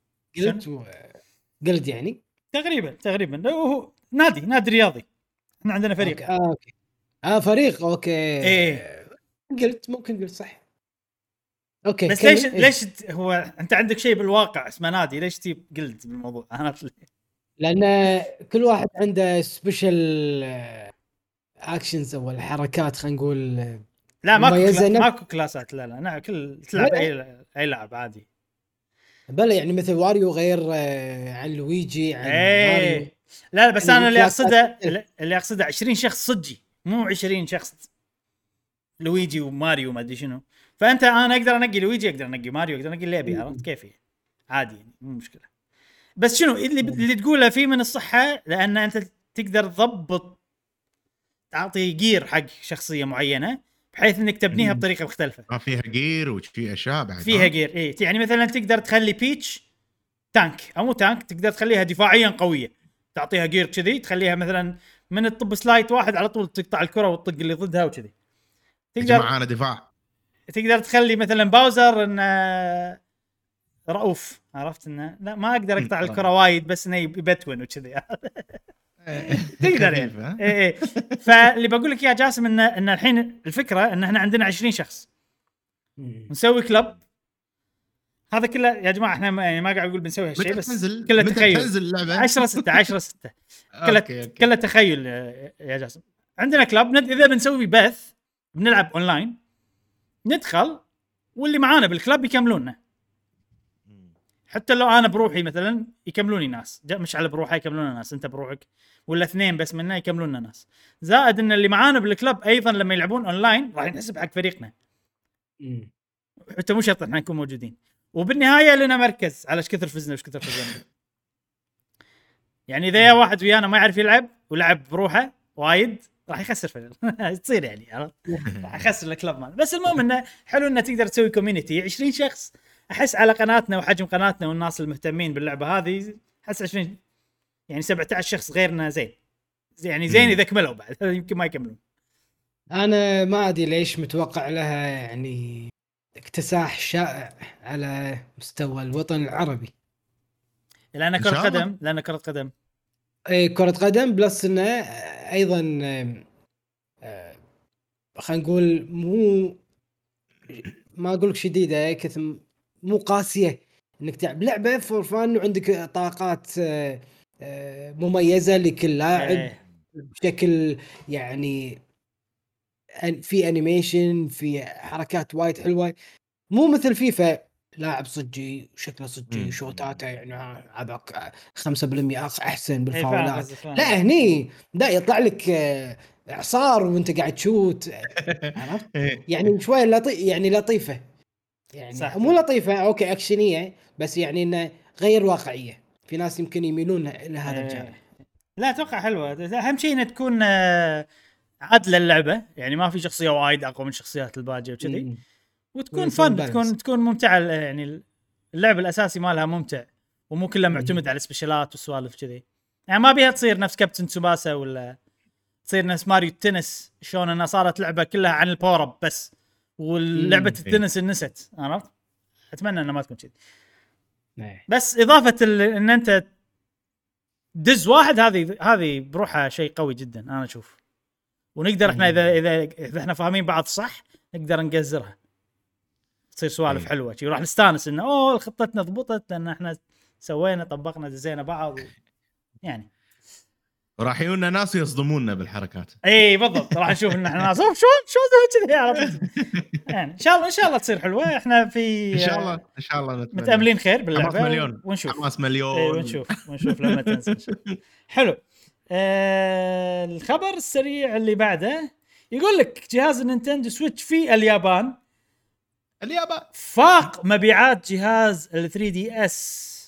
قلت يعني تقريبا هو نادي رياضي. احنا عندنا فريق. اوكي فريق اوكي. قلت ممكن قلت صح. اوكي بس ليش هو انت عندك شيء بالواقع اسمه نادي، ليش تجيب قلت بالموضوع؟ انا لان كل واحد عنده سبيشال اكشنز او الحركات، خلينا نقول. لا ماكو كلاسات. لا كل تلعب اي لعب عادي. بلا يعني مثل واريو غير عن لويجي عن ماريو. لا بس انا اللي اقصده 20 شخص صجي، مو 20 شخص لويجي وماريو ما ادري شنو. فانت انا اقدر انقي لويجي، اقدر انقي ماريو، اقدر انقي اللي ابي. عرفت كيف؟ عادي يعني مو مشكله. بس شنو اللي تقوله فيه من الصحه، لان انت تقدر تضبط تعطي جير حق شخصيه معينه بحيث انك تبنيها بطريقه مختلفه. فيها جير وفي اشياء بعد فيها جير. يعني مثلا تقدر تخلي بيتش تانك او مو تانك، تقدر تخليها دفاعيا قويه، تعطيها جير كذي، تخليها مثلا من الطب سلايت واحد على طول تقطع الكره وتطق اللي ضدها وكذي. تقدر معانا دفاع. تقدر تخلي مثلا باوزر ان رؤوف، عرفت انه لا ما اقدر اقطع الكره وايد بس انه يبتون وكذي. تقدر يعني. فاللي بقول لك يا جاسم ان الحين الفكره ان احنا عندنا 20 شخص نسوي كلب. هذا كله يا جماعه احنا ما قاعد اقول بنسوي هالشيء، بس كله تخيل. 10/6 كله تخيل يا جاسم. عندنا كلب اذا بنسوي بث بنلعب اونلاين، ندخل واللي معانا بالكلب يكملوننا. حتى لو انا بروحي مثلا يكملوني ناس، مشعل بروحه يكملونا ناس، انت بروحك ولا اثنين بس منا يكملونا ناس، زائد ان اللي معانا بالكلب ايضا لما يلعبون اونلاين راح ينحسب حق فريقنا، حتى مو شرط احنا نكون موجودين، وبالنهايه لنا مركز على ايش كثر فزنا وايش كثر فزنا. يعني اذا واحد ويانا ما يعرف يلعب ولعب بروحه وايد راح يخسر فعلا تصير يعني راح يخسر الكلب ماله. بس المهم انه حلو انه تقدر تسوي كوميونتي 20 شخص. احس على قناتنا وحجم قناتنا والناس المهتمين باللعبه هذه، احس 20 يعني 17 شخص غيرنا زين، يعني زين اذا كملوا بعد يمكن ما يكملون. انا ما ادري ليش متوقع لها يعني اكتساح شائع على مستوى الوطن العربي. لان كرة قدم، لان كرة قدم اي كرة قدم، بلس انه ايضا خلينا نقول ما اقول لك شديده كثر، مو قاسيه انك تلعب لعبه فور فان وعندك طاقات مميزه لكل لاعب بشكل يعني في انيميشن، في حركات وايد حلوه، مو مثل فيفا لاعب صجي وشكله صجي وشوتاته يعني عبق 5% احسن بالفاولات. لا هني لا يطلع لك اعصار وانت قاعد تشوت، عرفت؟ يعني شويه يعني لطيفه، يعني صح. مو لطيفه اوكي اكشنيه، بس يعني انه غير واقعيه. في ناس يمكن يميلون لهذا الجانب. لا اتوقع حلوه. اهم شيء انها تكون عدل اللعبه، يعني ما في شخصيه وايد اقوى من شخصيات الباقيه وكذي، وتكون فن، تكون ممتعه. يعني اللعب الاساسي مالها ممتع ومو كله معتمد على السبيشالات والسوالف كذي. يعني ما بيها تصير نفس كابتن تسوباسا ولا تصير نفس ماريو التنس، شلون انها صارت لعبه كلها عن الباور اب بس، واللعبه التنس النست. عرفت؟ اتمنى انها ما تكون كذي. بس اضافه ان انت دز واحد، هذه بروحها شيء قوي جدا انا اشوف. ونقدر احنا اذا احنا فاهمين بعض صح نقدر نقزرها، تصير سوالف حلوه شي، وراح نستانس انه خطتنا ضبطت لان احنا سوينا طبقنا دزينا بعض يعني. راح يجونا ناس يصدمونا بالحركات. اي بالضبط، راح نشوف ان احنا ناس شو كذي عرفت. يعني ان شاء الله تصير حلوه. احنا في ان شاء الله متاملين خير باللعبه، ونشوف حماس مليون ونشوف لما تنزل. حلو. الخبر السريع اللي بعده يقول لك جهاز النينتندو سويتش في اليابان فاق مبيعات جهاز ال 3DS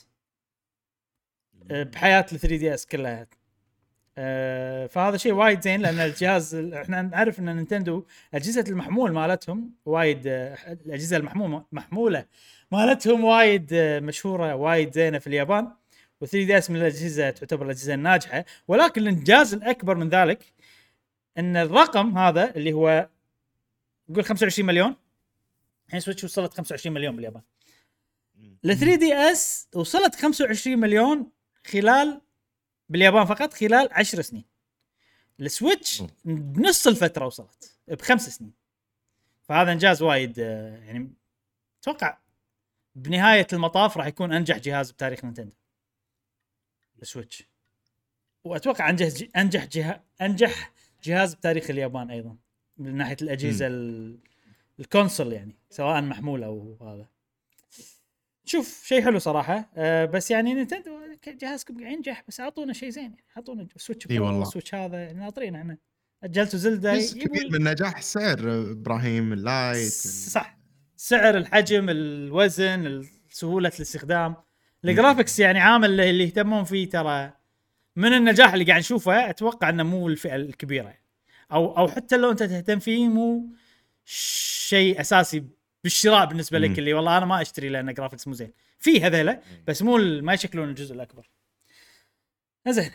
بحياة ال 3DS كلها. فهذا شيء وايد زين، لأن الجهاز احنا نعرف ان نينتندو أجهزة المحمول مالتهم وايد، الأجهزة المحمولة مالتهم وايد مشهورة وايد زينة في اليابان، و 3DS من الأجهزة تعتبر الأجهزة الناجحة. ولكن الإنجاز الأكبر من ذلك ان الرقم هذا اللي هو نقول 25 مليون، الحين سويتش وصلت 25 مليون باليابان، ال 3DS وصلت 25 مليون خلال باليابان فقط خلال 10 سنين. السويتش بنص الفترة وصلت ب5 سنين. فهذا انجاز وايد يعني. اتوقع بنهاية المطاف راح يكون انجح جهاز بتاريخ نينتندو السويتش، واتوقع انجح جهاز بتاريخ اليابان ايضا من ناحية الأجهزة الكونسول، يعني سواء محمول او هذا. شوف شيء حلو صراحه. بس يعني نينتندو جهازكم قاعد ينجح، بس اعطونا شيء زين يعني، اعطونا سويتش برو سويتش هذا يعني ناطرين احنا. اجلتوا زلدة كثير من نجاح السعر ابراهيم اللايت صح، سعر، الحجم، الوزن، سهوله الاستخدام، الجرافيكس يعني عامل اللي يهتمون فيه. ترى من النجاح اللي قاعد نشوفه اتوقع انه مو الفئه الكبيره او حتى لو انت تهتم فيه مو شيء اساسي بالشراء بالنسبه لك، اللي والله انا ما اشتري لان جرافيكس مو زين في هذيله، بس مو ما يشكلون الجزء الاكبر. زين.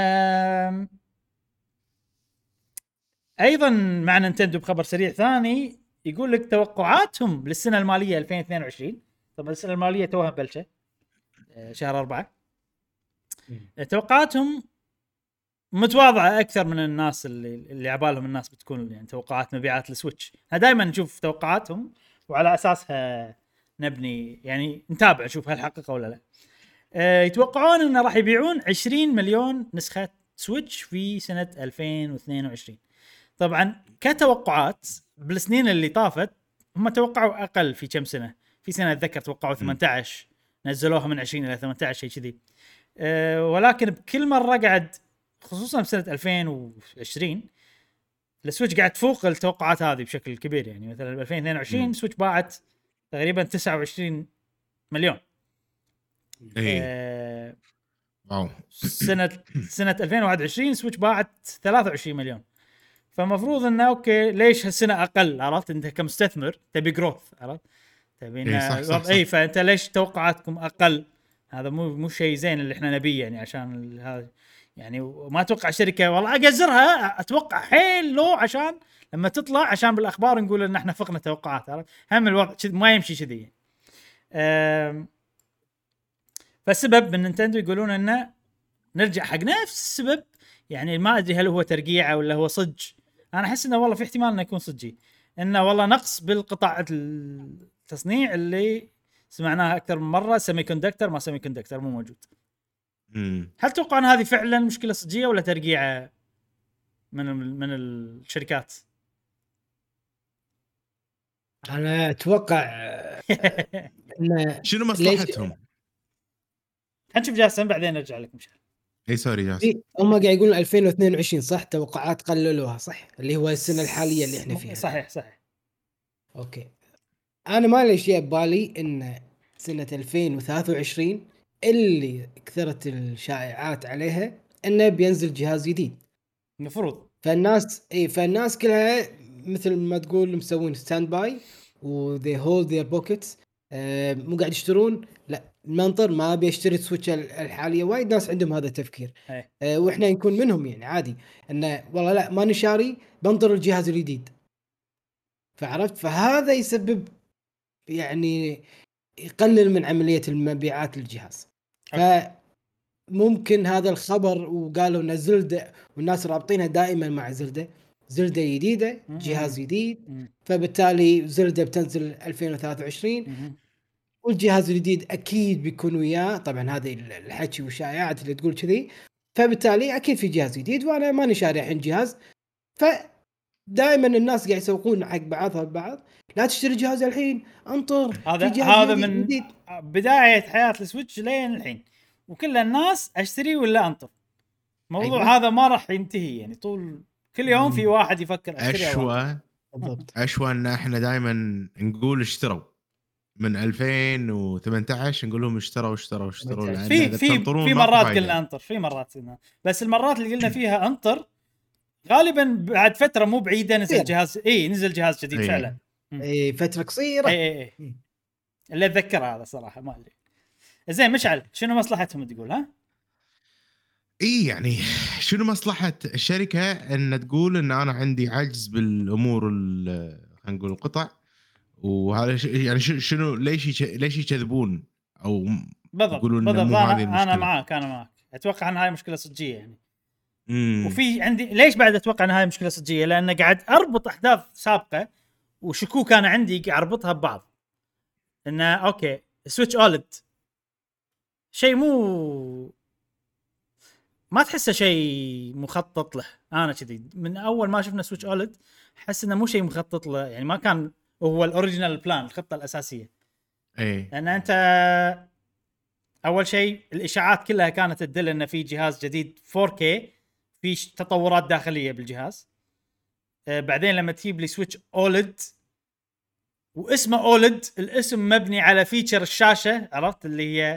ايضا مع نينتندو بخبر سريع ثاني يقول لك توقعاتهم للسنه الماليه 2022. طبعا السنه الماليه توها بلشه شهر 4. توقعاتهم متواضعه اكثر من الناس اللي عبالهم الناس بتكون يعني توقعات مبيعات السويتش. دائما نشوف توقعاتهم وعلى اساسها نبني يعني نتابع نشوف هل حققوا ولا لا. يتوقعون انه راح يبيعون 20 مليون نسخه سويتش في سنه 2022. طبعا كتوقعات بالسنين اللي طافت هم توقعوا اقل في كم سنه. في سنه اتذكر توقعوا 18 نزلوها من 20 الى 18 شيء كذي. ولكن بكل مره قاعد خصوصا بسنه 2020 السويتش قاعد تفوق التوقعات هذه بشكل كبير. يعني مثلا ب 2022 سويتش باعت تقريبا 29 مليون. واو. سنه 2021 سويتش باعت 23 مليون. فمفروض انه اوكي ليش هالسنه اقل؟ عرفت انت كمستثمر تبي جروث، عرفت تبي اي فانت ليش توقعاتكم اقل؟ هذا مو شيء زين اللي احنا نبيه يعني. عشان هذا يعني ما اتوقع شركه والله اقزرها، اتوقع حيل لو عشان لما تطلع عشان بالاخبار نقول ان احنا فقنا توقعات. عرفت هم الوضع ما يمشي كذي. فالسبب من نينتندو يقولون انه نرجع حق نفس السبب. يعني ما ادري هل هو ترقيعه ولا هو صج. انا احس انه والله في احتمال انه يكون صجي، انه والله نقص بالقطع التصنيع اللي سمعناها اكثر من مره. سيمي كوندكتر ما سيمي كوندكتر مو موجود. هل تتوقع ان هذه فعلا مشكله صجيه ولا ترقيعه من الشركات؟ انا اتوقع شنو مصلحتهم؟ هنشوف جاسم بعدين نرجع لك مشان. اي سوري جاسم. هم قاعد يقولون 2022 صح؟ توقعات قللوها صح؟ اللي هو السنه الحاليه اللي احنا فيها. صحيح. اوكي. انا ما لي شيء ببالي ان سنه 2023 اللي كثرت الشائعات عليها انه بينزل جهاز جديد المفروض. فالناس كلها مثل ما تقول مسوين ستاند باي وذي هولد ذير بوكيتس. مو قاعد يشترون، لا المنطر ما بيشتري سويتش الحاليه. وايد ناس عندهم هذا التفكير. واحنا نكون منهم يعني عادي انه والله لا ما نشاري بنطر الجهاز الجديد. فعرفت؟ فهذا يسبب يعني يقلل من عمليه المبيعات للجهاز. فممكن هذا الخبر وقالوا ان زلدة والناس رابطينها دائما مع زلدة جديده جهاز جديد. فبالتالي زلدة بتنزل 2023 والجهاز الجديد اكيد بيكون وياه. طبعا هذه الحكي والشائعات اللي تقول كذي. فبالتالي اكيد في جهاز جديد وانا ماني شاري الحين جهاز. فدائما الناس قاعد يسوقون حق بعضها البعض لا تشتري جهاز الحين انطر. هذا من جديد. بدايه حياه السويتش لين الحين وكل الناس اشتري ولا انطر. موضوع أيوة. هذا ما راح ينتهي يعني طول كل يوم في واحد يفكر اشتري. اشوى ان احنا دائما نقول اشتروا من 2018 نقول لهم اشتروا في مرات قلنا انطر، في مرات قلنا، بس المرات اللي قلنا فيها انطر غالبا بعد فتره مو بعيده نزل جهاز. نزل جهاز جديد فعلا. فتره قصيره. اللي اتذكر هذا صراحه ما ادري. زين مشعل شنو مصلحتهم تقول؟ ها يعني شنو مصلحه الشركه ان تقول ان انا عندي عجز بالامور خلينا نقول القطع، وهذا يعني شنو ليش يكذبون او يقولون انا معك اتوقع ان هاي مشكله صجيه يعني. وفي عندي ليش بعد اتوقع ان هاي مشكله صجيه؟ لان قاعد اربط احداث سابقه وشكوك انا عندي قاعد اربطها ببعض. انه اوكي سويتش اولد شيء ما تحسه شيء مخطط له. انا كذي من اول ما شفنا سويتش اولد حس انه مو شيء مخطط له يعني. ما كان هو الاوريجينال بلان الخطه الاساسيه. لان انت اول شيء الاشاعات كلها كانت تدل ان في جهاز جديد 4K في تطورات داخليه بالجهاز. بعدين لما تجيب لي سويتش اولد واسمه اولد، الاسم مبني على فيتشر الشاشه، عرفت اللي هي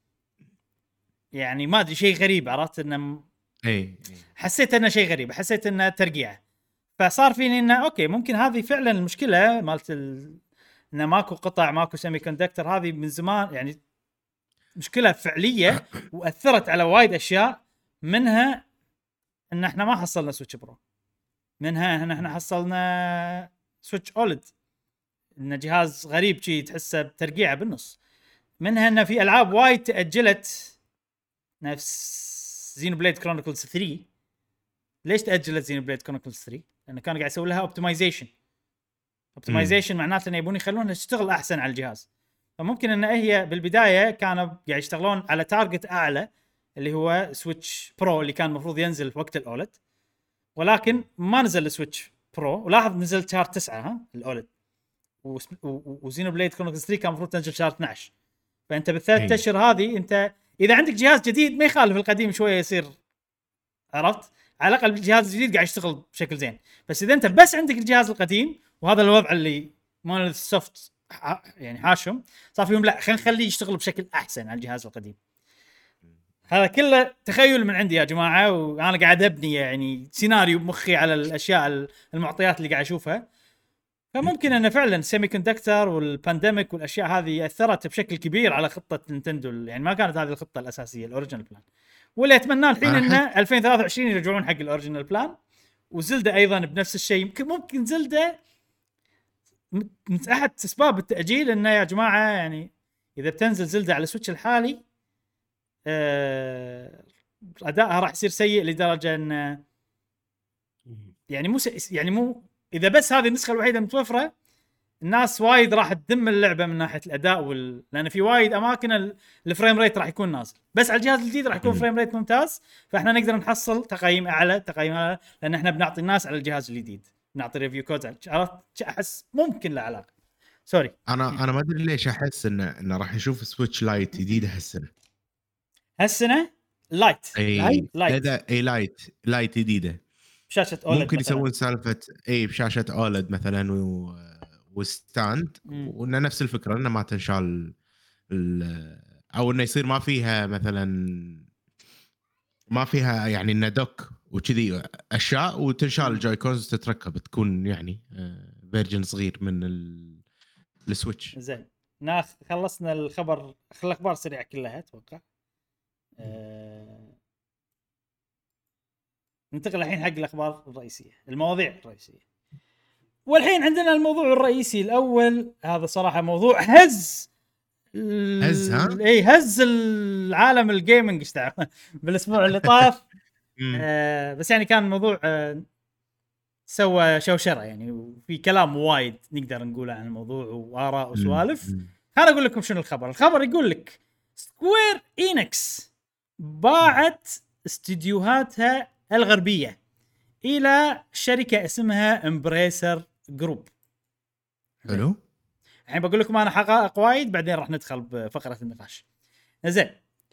يعني ما ادري شيء غريب. عرفت انه حسيت انه شيء غريب، حسيت انه ترقيعه. فصار فيني انه اوكي ممكن هذه فعلا المشكله مالت انه ماكو قطع ماكو سيمي كوندكتر. هذه من زمان يعني مشكله فعليه واثرت على وايد اشياء. منها ان احنا ما حصلنا سويتش برو، منها ان احنا حصلنا سويتش اولد انه جهاز غريب شيء تحسه بترقيعه بالنص. منها ان في العاب وايد تاجلت نفس زينو بليد كرونيكلز 3. ليش تاجلت زينو بليد كرونيكلز 3؟ لانه كانوا قاعد يسوي لها اوبتمايزيشن معناته انه يبون يخلونها تشتغل احسن على الجهاز. فممكن ان هي بالبدايه كانوا قاعد يشتغلون على تارجت اعلى اللي هو سويتش برو اللي كان المفروض ينزل في وقت الاولد، ولكن ما نزل السويتش برو. ولاحظ نزل شهر 9 الاولد، وزينو بليد كرونيكلز 3 كان المفروض تنزل شهر 12. فانت بالثلاث اشهر هذه انت اذا عندك جهاز جديد ما يخالف القديم شويه يصير، عرفت؟ على الاقل الجهاز الجديد قاعد يشتغل بشكل زين. بس اذا انت بس عندك الجهاز القديم، وهذا الوضع اللي مونوليث سوفت يعني حاشم، صار فيهم لا خلينا نخليه يشتغل بشكل احسن على الجهاز القديم. هذا كله تخيل من عندي يا جماعه، وانا قاعد ابني يعني سيناريو بمخي على الاشياء المعطيات اللي قاعد اشوفها. فممكن ان فعلا سيمي كوندكتر والبانديميك والاشياء هذه اثرت بشكل كبير على خطه نينتندو، يعني ما كانت هذه الخطه الاساسيه الاوريجينال بلان. واللي اتمناه الحين انه 2023 يرجعون حق الاوريجينال بلان. وزلدة ايضا بنفس الشيء. ممكن زلدة من احد اسباب التاجيل انه يا جماعه يعني اذا بتنزل زلدة على سويتش الحالي ادائها راح يصير سيء لدرجه ان يعني مو اذا بس هذه النسخه الوحيده متوفره الناس وايد راح تدم اللعبه من ناحيه الاداء لان في وايد اماكن الفريم ريت راح يكون نازل، بس على الجهاز الجديد راح يكون فريم ريت ممتاز. فاحنا نقدر نحصل تقييم اعلى لان احنا بنعطي الناس على الجهاز الجديد، نعطي ريفيو كود. عرفت؟ احس ممكن له علاقه. سوري انا ما ادري ليش احس انه راح نشوف سويتش لايت جديده هالسنه لايت هذا لايت جديده بشاشه اولد ممكن يسوون سالفه بشاشه اولد مثلا وستاند، وانه نفس الفكره انه ما تنشال او انه يصير ما فيها مثلا ما فيها يعني انه دوك وكذي اشياء وتنشال الجوي كونز تتركب تكون يعني فيرجن صغير من السويتش. زين خلصنا الخبر، الاخبار سريعه كلها اتوقع. ننتقل الحين حق الاخبار الرئيسيه، المواضيع الرئيسيه. والحين عندنا الموضوع الرئيسي الاول، هذا صراحه موضوع هز هز العالم الجيمنج اشتعل بالاسبوع اللي طاف. بس يعني كان موضوع سوى شوشره يعني، وفي كلام وايد نقدر نقوله عن الموضوع واراء وسوالف. خليني اقول لكم شنو الخبر يقول لك سكوير إينكس باعت استديوهاتها الغربيه الى شركه اسمها امبريسر جروب. حلو. الحين بقول لكم انا حقائق وايد، بعدين راح ندخل بفقره النقاش. زين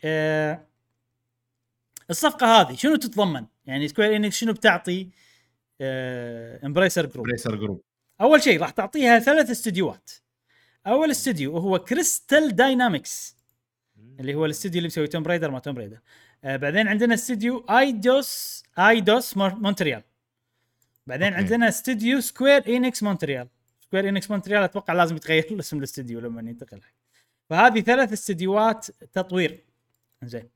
الصفقه هذه شنو تتضمن؟ يعني سكوير إنكس شنو بتعطي امبريسر جروب؟ اول شيء راح تعطيها 3 استديوهات. اول استديو هو كريستال داينامكس اللي هو الاستديو اللي مسوي توم برايدر ما توم برايدر. بعدين عندنا استديو ايدوس مونتريال. بعدين عندنا استديو سكوير إينكس مونتريال. سكوير إينكس مونتريال اتوقع لازم يتغير اسم الاستديو لما ينتقل. فهذه 3 استديوهات تطوير. زين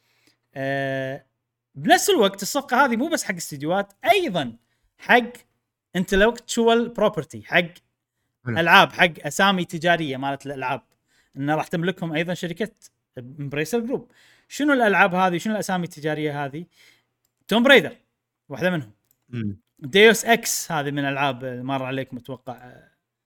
بنفس الوقت الصفقه هذه مو بس حق استديوهات، ايضا حق انتلكتشوال بروبرتي، حق العاب، حق اسامي تجاريه مالت الالعاب، انه راح تملكهم ايضا شركه امبريسر جروب. شنو الالعاب هذه؟ شنو الاسامي التجاريه هذه؟ توم برايدر واحده منهم. ديوس اكس هذه من الالعاب مر عليكم اتوقع.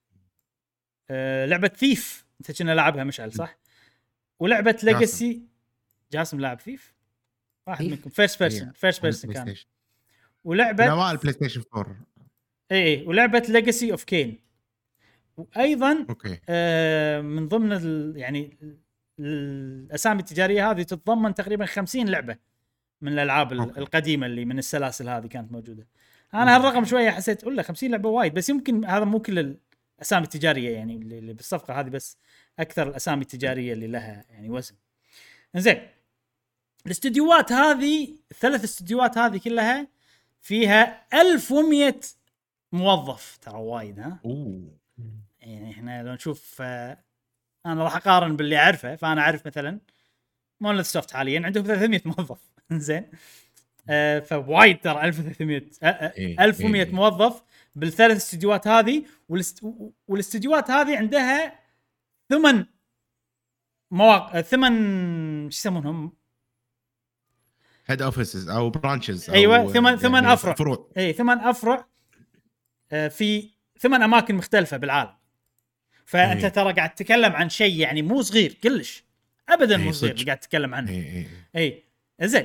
لعبه ثيف انت كنا لعبها مشعل صح؟ ولعبه ليجاسي. جاسم لاعب ثيف واحد منكم فيرست بيرسون كان. ولعبه نوال بلاي ستيشن 4 اي ولعبه ليجاسي اوف كين. وايضا من ضمن يعني الاسامي التجاريه هذه تتضمن تقريبا 50 لعبه من الالعاب القديمه اللي من السلاسل هذه كانت موجوده. انا هالرقم شويه حسيت ولا 50 لعبه وايد، بس يمكن هذا مو كل الاسامي التجاريه يعني اللي بالصفقه هذه، بس اكثر الاسامي التجاريه اللي لها يعني وزن. زين الاستديوهات هذه 3 استديوهات هذه كلها فيها 1100 موظف، ترى وايد ها. يعني احنا لو نشوف انا راح اقارن باللي اعرفه، فانا اعرف مثلا مونوليث سوفت حاليا عندهم 300 موظف. زين فوايد ترى 1300 1100 موظف بالثلاث استديوهات هذه. والاستديوهات هذه عندها 8 مواقع، 8 شو يسمونهم، هيد اوفيسز او برانشز. ايوه 8 افرع. اي 8 افرع في 8 اماكن مختلفه بالعالم. فانت ترى قاعد تتكلم عن شيء يعني مو صغير كلش ابدا، مو صغير قاعد تتكلم عنه. اي زين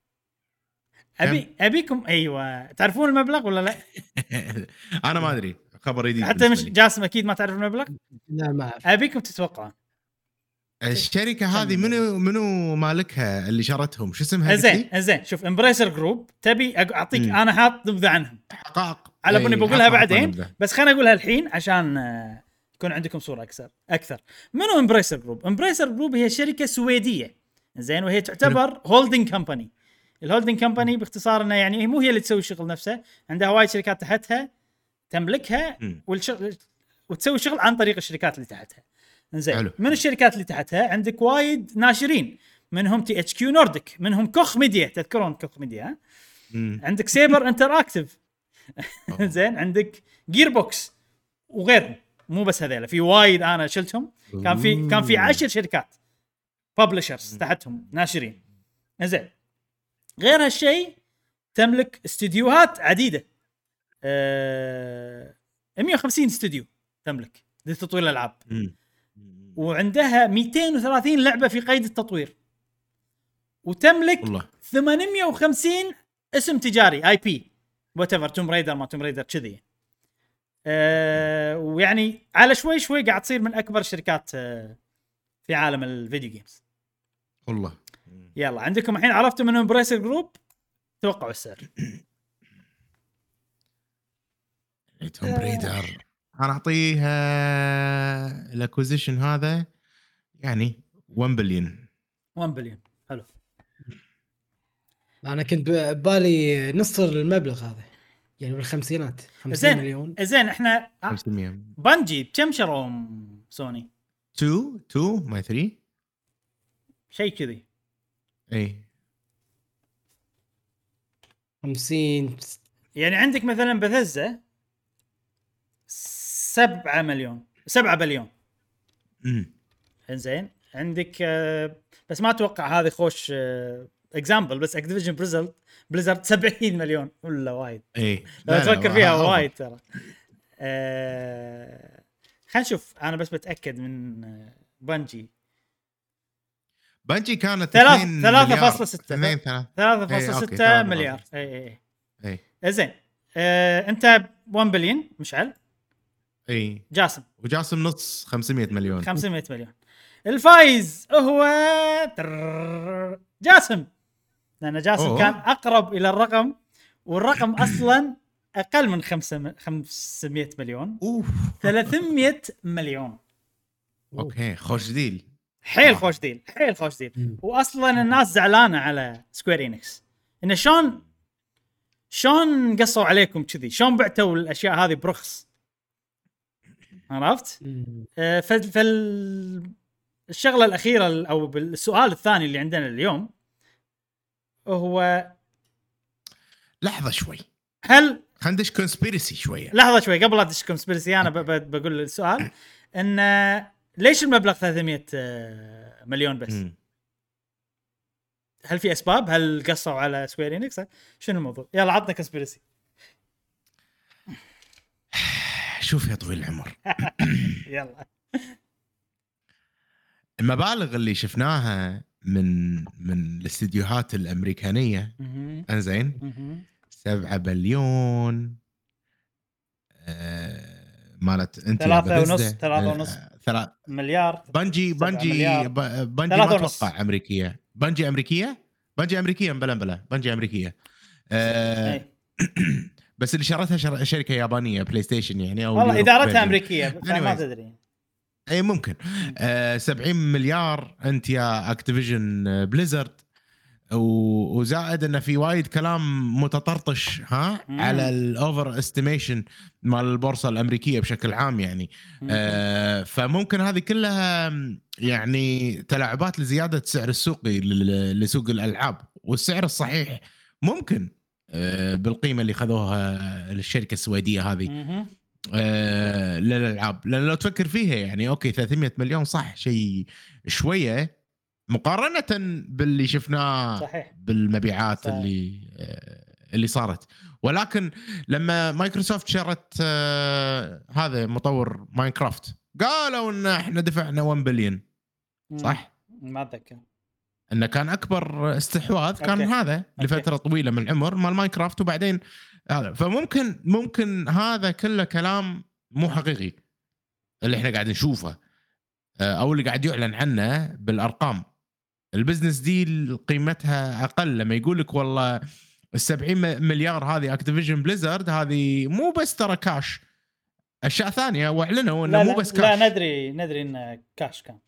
ابيكم ايوه تعرفون المبلغ ولا لا؟ انا ما ادري، خبر جديد حتى مش جاسم اكيد ما تعرف المبلغ. لا ما اعرف. ابيكم تتوقعون الشركه هذه منو مالكها اللي شرتهم؟ شو اسمها؟ زين شوف امبريسر جروب تبي اعطيك انا حاط نبذه عنهم حقائق على بني بقولها بعدين بس خليني اقولها الحين عشان يكون عندكم صوره اكثر. منو امبريسر جروب؟ امبريسر جروب هي شركه سويديه زين، وهي تعتبر هولدنج كمباني. الهولدنج كمباني باختصار انه يعني مو هي اللي تسوي الشغل نفسه، عندها وايد شركات تحتها تملكها وتسوي شغل عن طريق الشركات اللي تحتها. زين من الشركات اللي تحتها عندك وايد ناشرين، منهم تي اتش كيو نورديك، منهم كوخ ميديا، تذكرون كوخ ميديا؟ عندك سيبر انتراكتيف زين، عندك جير بوكس وغيرهم. مو بس هذيلا، في وايد انا شلتهم. كان في 10 شركات ببلشرز تحتهم ناشرين. زين غير هالشيء تملك استديوهات عديده، 150 استوديو تملك لتطوير الالعاب، وعندها 230 لعبه في قيد التطوير، وتملك والله 850 اسم تجاري اي بي وات ايفر، توم رايدر ما توم رايدر كذي. ويعني على شوي شوي قاعد تصير من اكبر الشركات في عالم الفيديو جيمز والله. يلا عندكم الحين عرفتوا من امبريسر جروب، توقعوا السعر. توم رايدر انا اعطيها الاكوزيشن هذا يعني 1 بليون. 1 بليون حلو. انا كنت ببالي نص المبلغ هذا يعني بالخمسينات، 50 مليون. زين احنا 500. بانجي بكم شروا سوني؟ 2 ما 3 شيء كذي. اي 50 يعني عندك مثلا بثزة 7 بليون. زين عندك بس ما اتوقع هذه خوش اكزامبل، بس اكتيفيجن بليزرد 70 مليون ولا وايد. اي لو تفكر فيها وايد ترى. خلينا نشوف، انا بس بتاكد من بانجي كانت 3.6 مليار. اي زين انت 1 بليون مشعل. اي وجاسم نص 500 مليون. الفايز هو جاسم، لأن جاسم كان أقرب إلى الرقم، والرقم أصلا أقل من 500 مليون. 300 مليون. أوكي خوش ديل، حيل خوش ديل. وأصلا الناس زعلانة على سكوير إنكس إنه شلون قصوا عليكم كذي، شلون بعتوا الأشياء هذه برخص، عرفت؟ الشغلة الأخيرة أو بالسؤال الثاني اللي عندنا اليوم هو لحظة شوي، هل خندش كونسبيرسي شوية. لحظة شوي قبل لا تدش كونسبيرسي أنا بقول السؤال إن ليش المبلغ 300 مليون بس؟ هل في أسباب؟ هل قصوا على سكوير إنكس؟ شنو الموضوع؟ يلا عطنا كونسبيرسي. شوف يا طويل العمر يلا المبالغ اللي شفناها من الاستديوهات الامريكانيه انزين 7 بليون مالت انت 3.5 مليار. بنجي ما اتوقع امريكيه. بنجي امريكيه بلا بنجي امريكيه. بس اللي شرتها شركه يابانيه بلاي ستيشن يعني، او والله ادارتها امريكيه ما تدري. اي ممكن 70 مليار انت يا اكتيفيجن بليزرد، وزائد انه في وايد كلام متطرطش على الاوفر استيميشن مال البورصه الامريكيه بشكل عام يعني. فممكن هذه كلها يعني تلاعبات لزياده السعر السوقي لسوق الالعاب، والسعر الصحيح ممكن بالقيمه اللي خذوها الشركه السويديه هذه للالعاب. لان لو تفكر فيها يعني اوكي 300 مليون صح شيء شويه مقارنه باللي شفناه صحيح بالمبيعات صحيح. اللي صارت. ولكن لما مايكروسوفت شرت هذا مطور ماينكرافت قالوا ان احنا دفعنا 1 بليون صح؟ ما اتذكر انه كان اكبر استحواذ كان أوكي. هذا لفتره طويله من العمر مال ماينكرافت، وبعدين هذا. فممكن هذا كله كلام مو حقيقي اللي احنا قاعد نشوفه. او اللي قاعد يعلن عنه بالارقام. البزنس دي قيمتها اقل. لما يقول لك والله ال70 مليار هذه اكتيفيجن بليزرد، هذه مو بس ترى كاش، اشياء ثانيه، واعلنوا انه مو بس كاش. لا ندري ان كاش كان.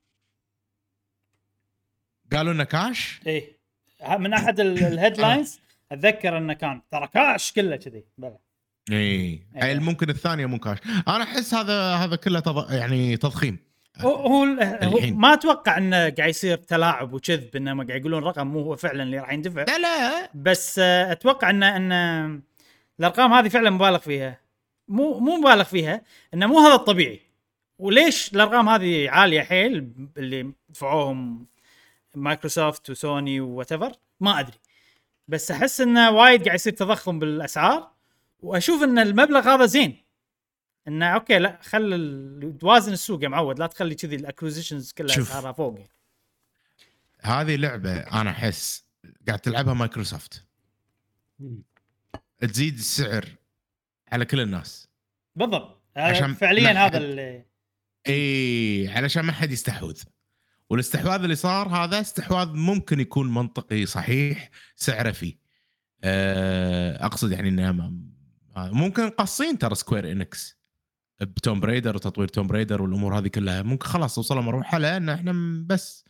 قالوا انه كاش. ايه من احد الهيدلاينز اتذكر انه كان ترى كاش كله كذي. بلى اي إيه. ممكن الثانيه مو كاش. انا احس هذا كله يعني تضخيم. هو الحين ما اتوقع انه قاعد يصير تلاعب وكذب، انما قاعد يقولون رقم مو هو فعلا اللي راح يندفع. لا بس اتوقع ان الارقام هذه فعلا مبالغ فيها. مو مبالغ فيها، انه مو هذا الطبيعي. وليش الارقام هذه عاليه حيل اللي دفعوهم مايكروسوفت وسوني وواتيفر ما ادري. بس احس انه وايد قاعد يصير تضخم بالاسعار، واشوف ان المبلغ هذا زين. انه اوكي لا توازن السوق يا معود، لا تخلي كذي الاكوزيشنز كلها اسعارها فوق. هذه لعبه انا احس قاعد تلعبها مايكروسوفت، تزيد السعر على كل الناس بالضبط. عشان فعليا هذا اللي علشان ما حد يستحوذ. والاستحواذ اللي صار هذا استحواذ ممكن يكون منطقي صحيح سعره فيه. اقصد يعني انه ممكن قاصين ترى سكوير انكس بتوم بريدر وتطوير توم بريدر والامور هذه كلها. ممكن خلاص وصلوا مرحله ان احنا بس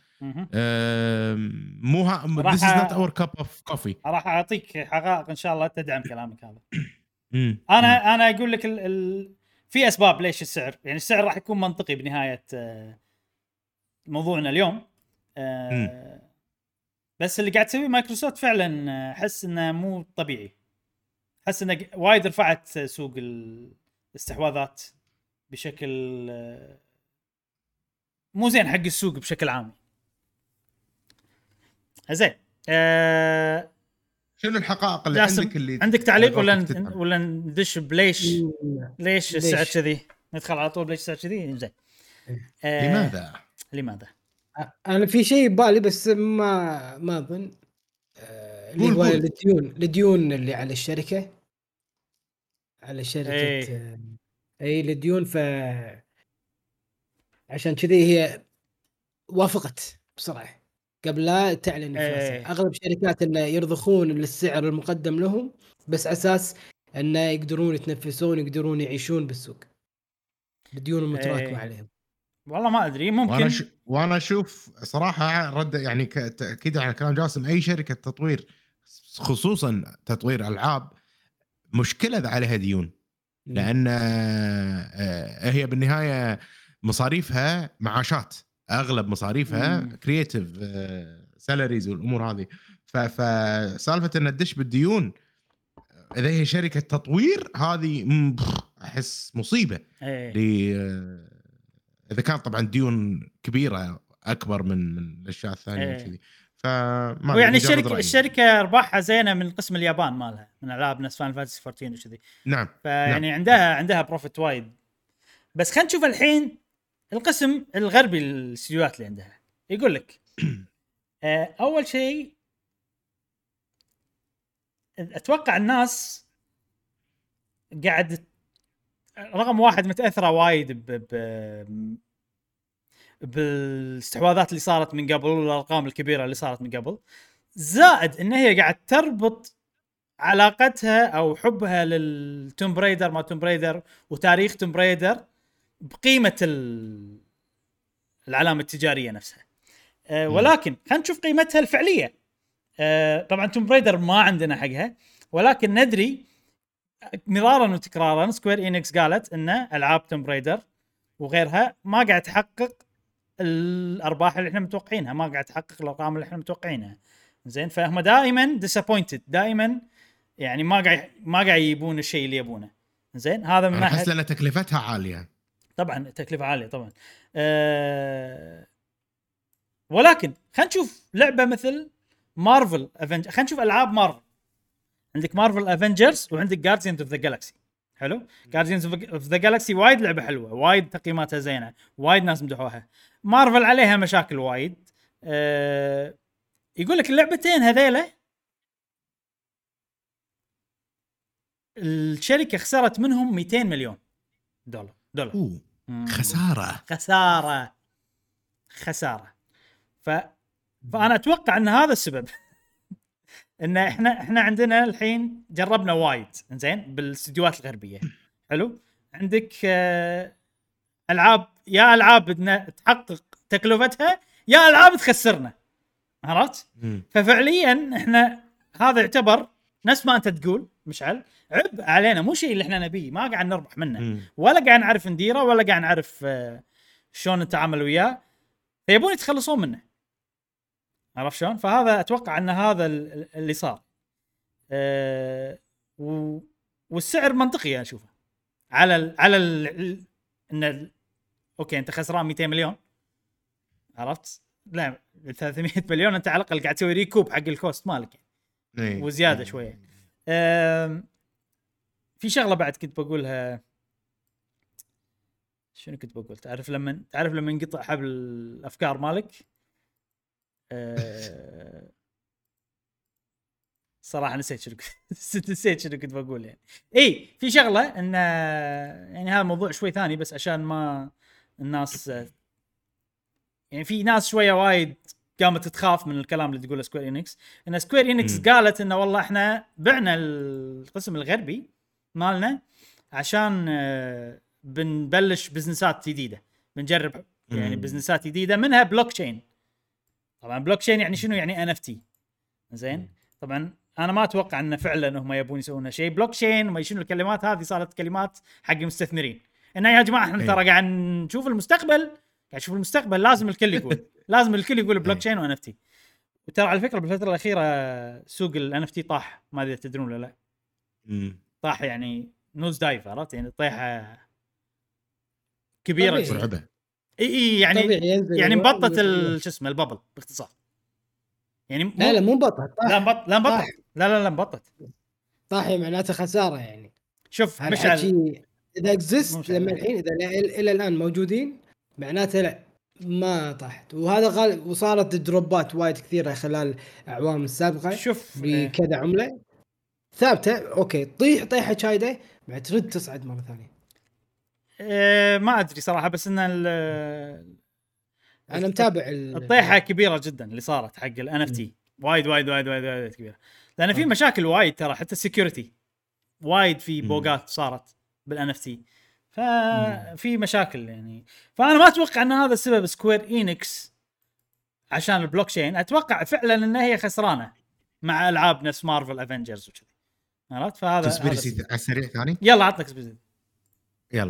مو this is not our cup of coffee. راح اعطيك حقائق ان شاء الله تدعم كلامك هذا. انا اقول لك في اسباب ليش السعر، يعني السعر راح يكون منطقي بنهايه موضوعنا اليوم. بس اللي قاعد تسويه مايكروسوفت فعلا احس انه مو طبيعي. احس انه وايد رفعت سوق الاستحواذات بشكل مو زين حق السوق بشكل عام. زين شنو الحقائق اللي عندك؟ اللي عندك تعليق ولا ندش بليش ليش السعر كذي؟ ندخل على طول ليش السعر كذي؟ زين لماذا انا في شيء ببالي بس ما اظن اللي هو الديون اللي على الشركه، على شركه اي الديون. عشان كذي هي وافقت بسرعه قبل لا تعلن افلاسها. اغلب الشركات انه يرضخون للسعر المقدم لهم بس اساس انه يقدرون يتنفسون، يقدرون يعيشون بالسوق بالديون المتراكمه عليهم. والله ما ادري، ممكن. وانا اشوف صراحه رد يعني تاكيد على كلام جاسم، اي شركه تطوير خصوصا تطوير العاب مشكله عليها ديون، لان هي بالنهايه مصاريفها معاشات، اغلب مصاريفها كرييتيف سالاريز والامور هذه. فسالفه ان تدش بالديون اذا هي شركه تطوير هذه احس مصيبه. اذا كان طبعا ديون كبيره اكبر من الاشياء الثانيه كذي. فما يعني الشركه ارباحها زينه من قسم اليابان مالها، من العاب نفس فاينل فانتسي 14 وكذي. نعم. فيعني عندها بروفيت وايد. بس خلينا نشوف الحين القسم الغربي الاستديوهات اللي عندها. يقول لك اول شيء اتوقع الناس قاعد رقم واحد متاثره وايد بالاستحواذات اللي صارت من قبل والارقام الكبيره اللي صارت من قبل، زائد ان هي قاعد تربط علاقتها او حبها للتوم برايدر ما توم برايدر وتاريخ توم برايدر بقيمه العلامه التجاريه نفسها. ولكن خلينا نشوف قيمتها الفعليه. طبعا توم برايدر ما عندنا حقها، ولكن ندري مرارا وتكرارا سكوير إنكس قالت ان العاب توم برايدر وغيرها ما قاعد تحقق الارباح اللي احنا متوقعينها، ما قاعد تحقق الارقام اللي احنا متوقعينها. زين، فهم دائما disappointed، دائما يعني ما قاعد يجيبون الشيء اللي يبونه. زين، هذا من ناحيه لان تكلفتها عاليه. طبعا تكلفه عاليه طبعا. ولكن خلينا نشوف لعبه مثل مارفل افنجر. خلينا نشوف العاب مارفل. عندك مارفل افنجرز وعندك جارديانز اوف ذا جالاكسي. حلو، جارديانز اوف ذا جالاكسي وايد لعبه حلوه، وايد تقييماتها زينه، وايد ناس مدحوها. مارفل عليها مشاكل وايد. يقول لك اللعبتين هذيله الشركه خسرت منهم $200 مليون. خساره. خساره. فانا اتوقع ان هذا السبب. ان احنا عندنا الحين جربنا وايد زين بالاستديوهات الغربيه. حلو. عندك العاب، يا العاب بدنا تحقق تكلفتها، يا العاب تخسرنا. عرفت؟ ففعليا احنا هذا يعتبر نفس ما انت تقول مشعل، عبء علينا، مو شيء اللي احنا نبيه، ما قاعد نربح منه ولا قاعد نعرف نديره ولا قاعد نعرف شلون نتعامل وياه، فيبون يتخلصون منه. عرفت شلون؟ فهذا اتوقع ان هذا اللي صار. والسعر منطقي انا اشوفه على ان اوكي انت خسران 200 مليون، عرفت؟ لا 300 مليون انت على الاقل قاعد تسوي ريكوب حق الكوست مالك يعني. وزياده شويه. في شغله بعد كنت بقولها، شنو كنت بقول؟ تعرف لما ينقطع حبل الافكار مالك. صراحه نسيت شنو كنت بقول يعني. اي في شغله ان يعني هذا موضوع شوي ثاني، بس عشان ما الناس يعني في ناس شويه وايد قامت تخاف من الكلام اللي تقوله سكوير إنكس. ان سكوير إنكس قالت انه والله احنا بعنا القسم الغربي مالنا عشان بنبلش بزنسات جديده، بنجرب يعني بزنسات جديده منها بلوك تشين. طبعا بلوك تشين يعني شنو؟ يعني NFT. زين. طبعا انا ما اتوقع ان فعلا هم يبون يسوون شيء بلوك تشين. ما شنو الكلمات هذه؟ صارت كلمات حق مستثمرين. ان يا جماعه احنا ترى قاعد نشوف المستقبل، قاعد نشوف المستقبل، لازم الكل يقول لازم الكل يقول بلوك تشين و NFT. وترى على فكره بالفتره الاخيره سوق ال NFT طاح، ما ادري تدرون ولا لا. طاح يعني نوز دايف، عرفت؟ يعني طيحه كبيره جدا. اي يعني مبطت شو اسمه البابل باختصار. يعني لا مو مبطت. لا مبطت. لا مبطت. طاح معناته خساره يعني. شوف مش اذا اكزيست لما الحين اذا الى الان موجودين معناته لا ما طاحت. وهذا غالب وصارت دروبات وايد كثيره خلال اعوام السابقه. شوف بكذا عمله ثابته اوكي طيح طيحه شايده بعد ترد تصعد مره ثانيه. ما ادري صراحه، بس ان انا متابع الطيحه كبيره جدا اللي صارت حق ال NFT. وايد كبيره، لان في مشاكل وايد ترى، حتى السكيورتي وايد في بوغات صارت بالان NFT، ففي مشاكل يعني. فانا ما اتوقع ان هذا السبب سكوير إينكس عشان البلوك تشين. اتوقع فعلا ان هي خسرانه مع العاب نفس مارفل افنجرز وكذا، عرفت؟ فهذا كونسبيرسي على السريع ثاني. يلا عطنا كونسبيرسي. يلا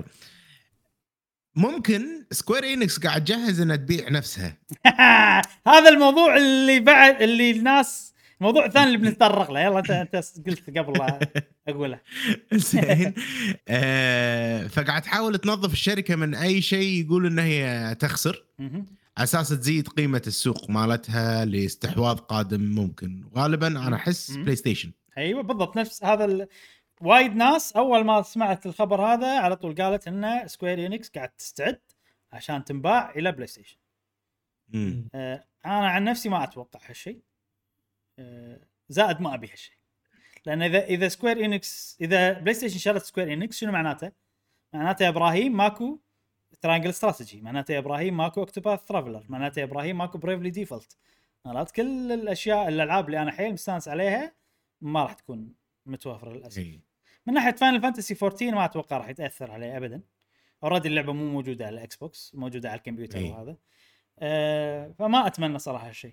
ممكن سكوير إنكس قاعد تجهز انها تبيع نفسها. هذا الموضوع اللي بعد اللي الناس موضوع ثاني اللي بنتطرق له. يلا انت قلت قبل لا اقوله. زين. فقاعد تحاول تنظف الشركه من اي شيء يقول ان هي تخسر، اساس تزيد قيمه السوق مالتها لاستحواذ قادم ممكن. غالبا انا احس بلاي ستيشن. ايوه بالضبط نفس هذا. وايد ناس اول ما سمعت الخبر هذا على طول قالت ان سكوير إنكس قاعد تستعد عشان تنباع الى بلاي ستيشن. انا عن نفسي ما اتوقع هالشيء، زائد ما ابي هالشيء. لان اذا سكوير إنكس، اذا بلاي ستيشن شرت سكوير إنكس، شنو معناته؟ معناته يا ابراهيم ماكو ترانجل استراتيجي، معناته يا ابراهيم ماكو اوكتوباث ترافلر، معناته يا ابراهيم ماكو بريفلي ديفولت. عرفت؟ كل الاشياء الالعاب اللي انا حيل مستانس عليها ما راح تكون متوفره للاسف. من ناحيه فاينل فانتسي 14 ما اتوقع راح يتاثر عليه ابدا. اوريدي اللعبه مو موجوده على الاكس بوكس، موجوده على الكمبيوتر وهذا. فما اتمنى صراحه هالشيء.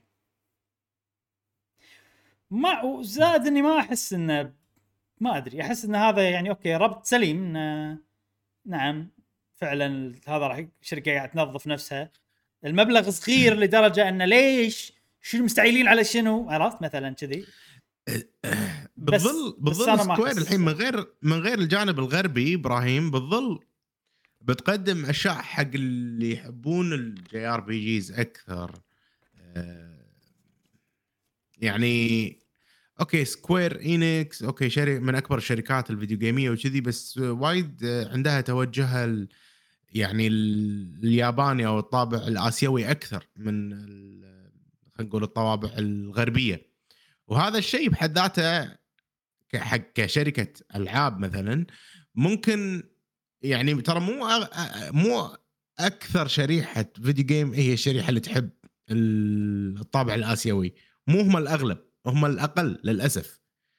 ما زاد اني ما احس انه، ما ادري، احس ان هذا يعني اوكي ربط سليم. نعم فعلا هذا راح شركه قاعده تنظف نفسها. المبلغ صغير لدرجه ان ليش شنو مستعيلين على شنو، عرفت مثلا كذي. بالظل سكوير الحين من غير الجانب الغربي ابراهيم، بالظل بتقدم اشياء حق اللي يحبون الجي ار بي جيز اكثر. يعني اوكي سكوير إينكس اوكي شركه من اكبر الشركات الفيديو جيميه وكذي، بس وايد عندها توجه يعني الياباني او الطابع الاسيوي اكثر من خلينا نقول الطوابع الغربيه. وهذا الشيء بحد ذاته حق كشركه العاب مثلا ممكن يعني ترى مو اكثر شريحه فيديو جيم هي الشريحه اللي تحب الطابع الاسيوي. مو هم الاغلب، هم الاقل للاسف.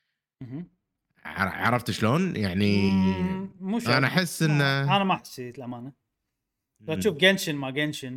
عرفت شلون يعني؟ مو انا احس ان انا ما حسيت الامانه. لو تشوف جنشن ما جنشن،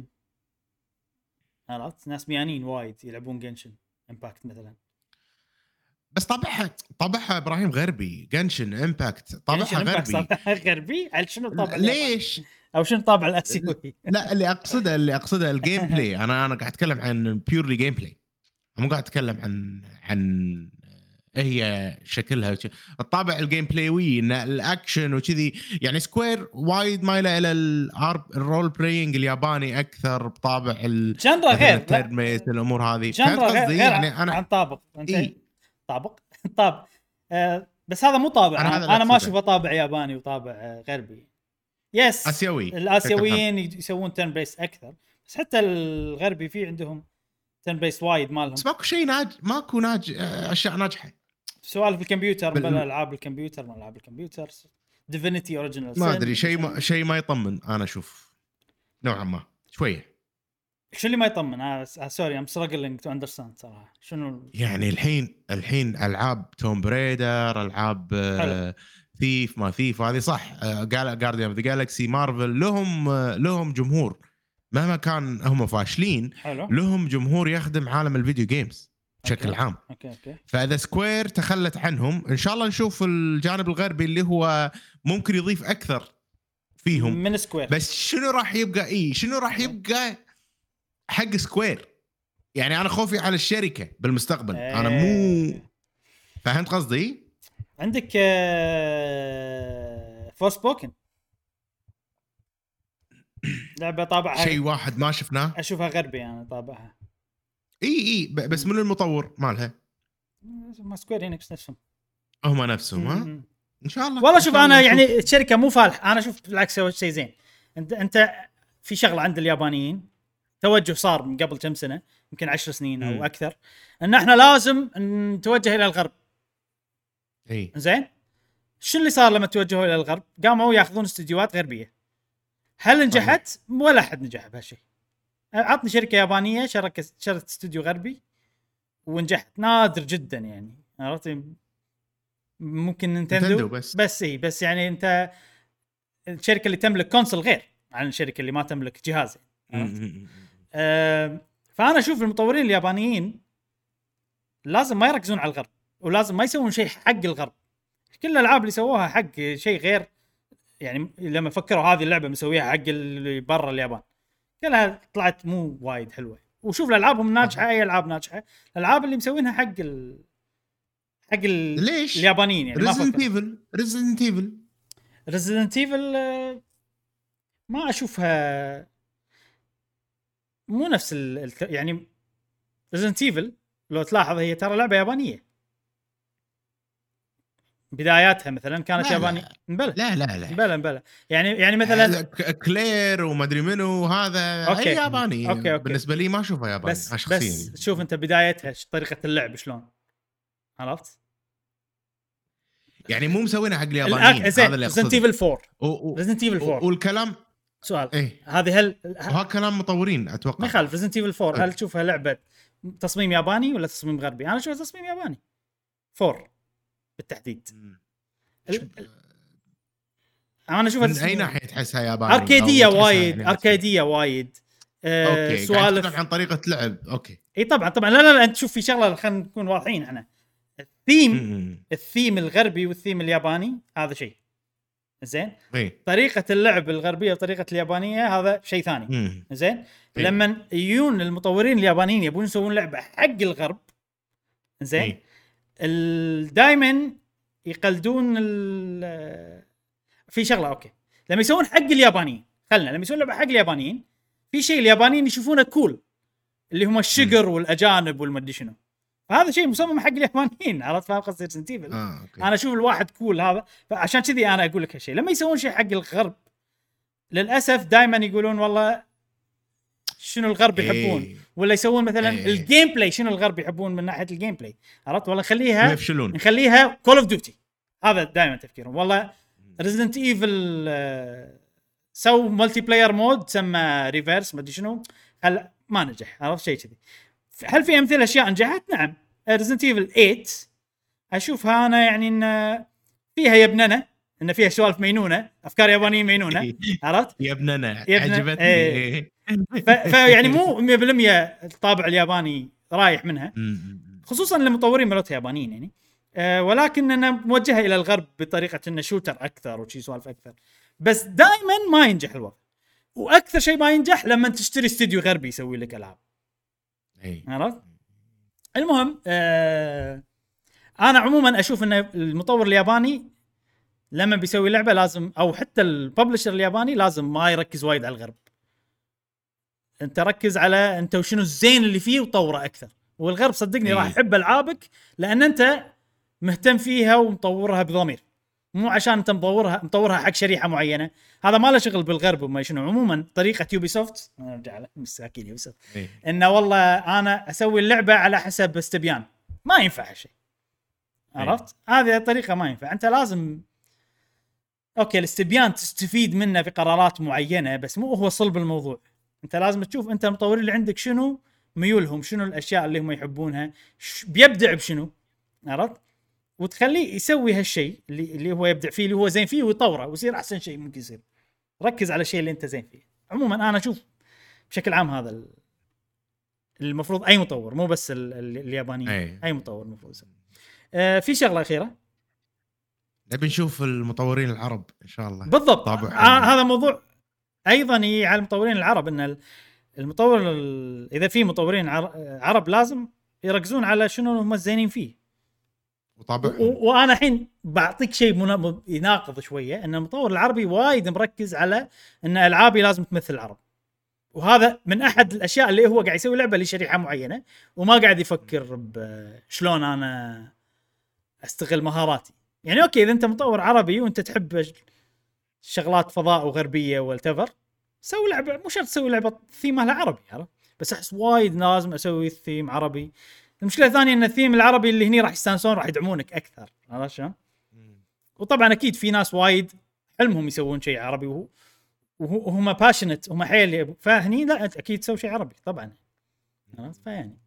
عرفت ناس ميانين وايد يلعبون جنشن امباكت مثلا، بس طابعها ابراهيم غربي. جنشن امباكت طابعها غربي. غربي على شنو طابع ليش؟ او شنو طابع الاسيوي؟ لا اللي اقصده الجيم بلاي. انا قاعد اتكلم عن بيورلي جيم بلاي، مو قاعد اتكلم عن هي شكلها. الطابع الجيم بلايوي ان الاكشن وكذي يعني. سكوير وايد مايله الى الرول بلاينج الياباني اكثر بطابع جنرا غير التيرميت الامور هذه. فهمت قصدي؟ يعني انا عن طابق انت طابق بس هذا مو طابع. انا ما اشوفه طابع ياباني وطابع غربي. يس اسيوي. الاسيويين يسوون تيرن بيس اكثر، بس حتى الغربي في عندهم تيرن بيس وايد مالهم. بس ماكو شيء ماكو اشياء ناجحه. سوالف الكمبيوتر بلا العاب الكمبيوتر، ما العاب الكمبيوتر ديفينيتي اوريجينال ما ادري شيء ما يطمن. انا اشوف نوعا ما شويه. شو اللي ما يطمن؟ سوري ام ستراجلينج تو اندرستاند صراحه. شنو يعني الحين العاب توم بريدر، العاب ثيف ما ثيف هذه صح. جارديان اوف ذا جالكسي، مارفل لهم جمهور مهما كان هم فاشلين. حلو. لهم جمهور يخدم عالم الفيديو جيمز بشكل عام. أوكي. فاذا سكوير تخلت عنهم ان شاء الله نشوف الجانب الغربي اللي هو ممكن يضيف اكثر فيهم من سكوير. بس شنو راح يبقى شنو راح يبقى حق سكوير؟ يعني انا خوفي على الشركه بالمستقبل. انا مو فهمت قصدي. عندك فورسبوكن لعبه طابعها شيء واحد ما شفناه. اشوفها غربي انا طابعها. اي بس من المطور مالها؟ ما سكوير انكس نفسهم. هم نفسهم. ها ان شاء الله. والله شوف انا يعني الشركه مو فالح. انا شوف بالعكس سوت شيء زين. انت في شغله عند اليابانيين توجه صار من قبل كم سنه، يمكن 10 سنين او اكثر، ان احنا لازم نتوجه الى الغرب. اي زين. شو اللي صار لما توجهوا الى الغرب؟ قاموا ياخذون استديوهات غربيه. هل نجحت؟ ولا حد نجح بهالشيء. عطني شركه يابانيه شرت استوديو غربي ونجحت، نادر جدا يعني. عرفت؟ ممكن نينتندو بس يعني انت الشركه اللي تملك كونسول غير عن الشركه اللي ما تملك جهاز. فانا اشوف المطورين اليابانيين لازم ما يركزون على الغرب، ولازم ما يسوون شيء حق الغرب. كل الالعاب اللي سووها حق شيء غير يعني، لما فكروا هذه اللعبه مسويها حق اللي برا اليابان كلها طلعت مو وايد حلوه. وشوف الالعابهم ناجحه. اي العاب ناجحه الالعاب اللي مسوينها حق ليش اليابانيين يعني. ريزيدنت ايفل ما اشوفها مو نفس يعني. ريزيدنت ايفل لو تلاحظ هي ترى لعبه يابانيه بداياتها مثلا كانت يابانيه. بلا يعني مثلا كلير وما ادري منو هذا اي ياباني. أوكي. بالنسبه لي ما اشوفها ياباني بس شوف انت بدايتها طريقه اللعب شلون، عرفت يعني مو مسوينها حق اليابانيين. هذا اللي ريزيدنت ايفل 4 ريزيدنت ايفل 4 والكلام سؤال هذه هذا كلام مطورين اتوقع. ما يخالف. ريزيدنت ايفل 4 هل تشوفها لعبه تصميم ياباني ولا تصميم غربي؟ انا اشوفها تصميم ياباني 4 بالتحديد. انا اشوفها من اي ناحيه تحسها ياباني؟ اركيديه وايد اوكي. سوالف عن طريقه لعب. اوكي اي طبعا لا انت شوف في شغله خلينا نكون واضحين. احنا الثيم الغربي والثيم الياباني هذا شيء زين. طريقه اللعب الغربيه وطريقه اليابانيه هذا شيء ثاني. زين. لما يجون المطورين اليابانيين يبون يسوون لعبه حق الغرب زين دائما يقلدون في شغله. اوكي لما يسوون حق اليابانيين لما يسوون لعبه حق اليابانيين في شيء اليابانيين يشوفونه كول اللي هم الشجر والاجانب والمدري شنو. فهذا شيء مصمم حق اليابانيين. عرفت فاهم قصدي؟ سنتيفل انا اشوف الواحد كول هذا. فعشان كذي انا اقول لك هالشيء. لما يسوون شيء حق الغرب للاسف دائما يقولون والله شنو الغرب يحبون ولا يسوون مثلا الجيم بلاي شنو الغرب يحبون من ناحيه الجيم بلاي. عرفت؟ والله نخليها كول اوف ديوتي. هذا دائما تفكيرهم. والله ريزيدنت ايفل سو ملتي بلاير مود سمى ريفيرس ما ادري شنو، هل ما نجح؟ عرفت شيء كذي. هل في امثله اشياء نجحت؟ نعم. ريزنت ايفل 8 اشوفها انا يعني ان فيها يبننا، ان فيها سوالف مينونه، افكار يابانيه مينونه، عرفت؟ يا ابننا يا ابن- عجبتني. إيه. فيعني مو 100% الطابع الياباني رايح منها، خصوصا المطورين مالتها يابانيين يعني. ولكن انا موجهه الى الغرب بطريقه انه شوتر اكثر وشي سوالف اكثر، بس دائما ما ينجح الوضع. واكثر شيء ما ينجح لما تشتري استوديو غربي يسوي لك العاب، عرفت؟ المهم انا عموما اشوف ان المطور الياباني لما بيسوي لعبه لازم، او حتى الببلشر الياباني لازم ما يركز وايد على الغرب. انت ركز على انت وشنو الزين اللي فيه وطوره اكثر. والغرب صدقني راح يحب العابك لان انت مهتم فيها ومطورها بضمير، مو عشان انت مطورها حق شريحه معينه. هذا ما له شغل بالغرب وما شنو. عموما طريقه يوبي سوفت، ارجع مساكين يوبي سوفت، انه والله انا اسوي اللعبه على حسب استبيان، ما ينفع شيء، عرفت؟ هذه الطريقه ما ينفع. انت لازم اوكي الاستبيان تستفيد منه في قرارات معينه، بس مو هو صلب الموضوع. انت لازم تشوف انت المطورين اللي عندك شنو ميولهم، شنو الاشياء اللي هم يحبونها، بيبدع بشنو، عرفت؟ وتخليه يسوي هالشيء اللي هو يبدع فيه، اللي هو زين فيه، ويطوره ويصير احسن شيء ممكن يصير. ركز على الشيء اللي انت زين فيه. عموما انا اشوف بشكل عام هذا المفروض اي مطور، مو بس اليابانيين، اي مطور المفروض يسوي. في شغله اخيره نبي نشوف المطورين العرب ان شاء الله. بالضبط. هذا موضوع ايضا على المطورين العرب، ان المطور اذا في مطورين عرب لازم يركزون على شنو هم زينين فيه. وانا الحين بعطيك شيء يناقض شويه، ان المطور العربي وايد مركز على ان العابي لازم تمثل العرب، وهذا من احد الاشياء اللي هو قاعد يسوي لعبه لشريحه معينه، وما قاعد يفكر بشلون انا استغل مهاراتي. يعني اوكي اذا انت مطور عربي وانت تحب شغلات فضاء وغربيه والتفر، سوي لعبه، مو شرط تسوي لعبه ثيمها العربي، عرفت؟ بس احس وايد لازم اسوي ثيم عربي. المشكله الثانيه ان الثيم العربي اللي هني راح يستانسون، راح يدعمونك اكثر، عرفت شلون؟ وطبعا اكيد في ناس وايد حلمهم يسوون شيء عربي وهم باشنت، هم حيل فاهني، لا اكيد تسوي شيء عربي طبعا، عرفت؟ فيعني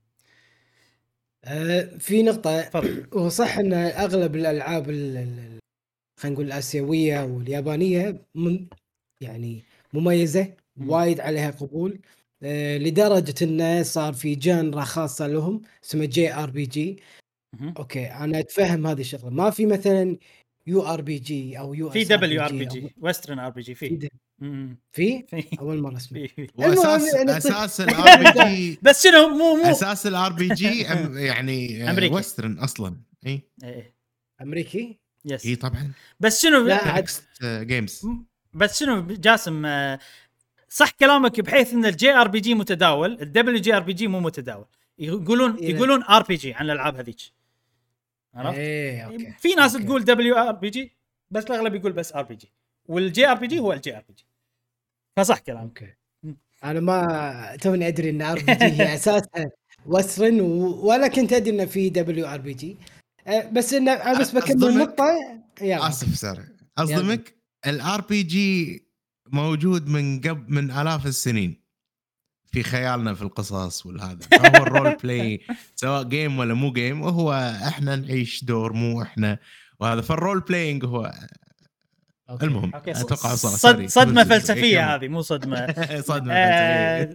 في نقطه وصح ان اغلب الالعاب خلينا نقول الاسيويه واليابانيه يعني مميزه، وايد عليها قبول، لدرجه انه صار في جانرا خاصه لهم اسمه جي ار بي جي. اوكي انا اتفهم هذه الشغله، ما في مثلا يو ار بي جي او يو في دبليو ار بي جي، ويسترن ار بي جي في اول مره اسمع. اساس الار بي جي بس شنو مو اساس الار بي جي يعني أمريكي. ويسترن اصلا اي امريكي يس اي طبعا. بس شنو جيمز، بس شنو جاسم، صح كلامك بحيث ان الجي ار بي جي متداول، الدبليو جي ار بي جي مو متداول. يقولون ار بي جي عن الالعاب هذيك، عرفت؟ أوكي. في ناس تقول دبليو ار بي جي، بس الاغلب يقول بس ار بي جي، والجي ار بي جي هو الجي ار بي جي. فصح كلامك. اوكي انا ما توني ادري ان ار بي جي هي اساسها وسترن ولا كنت ادري ان في دبليو ار بي جي، بس انا بس بكمل النقطه. اسف سارة اصدمك، الار بي جي موجود من آلاف السنين في خيالنا في القصص والهذا، فهو الرول بلاي سواء جيم ولا مو جيم، وهو احنا نعيش دور مو احنا، وهذا فالرول بلاينج هو المهم. اتوقع صدمه فلسفيه هذه، مو صدمه صدمه فلسفيه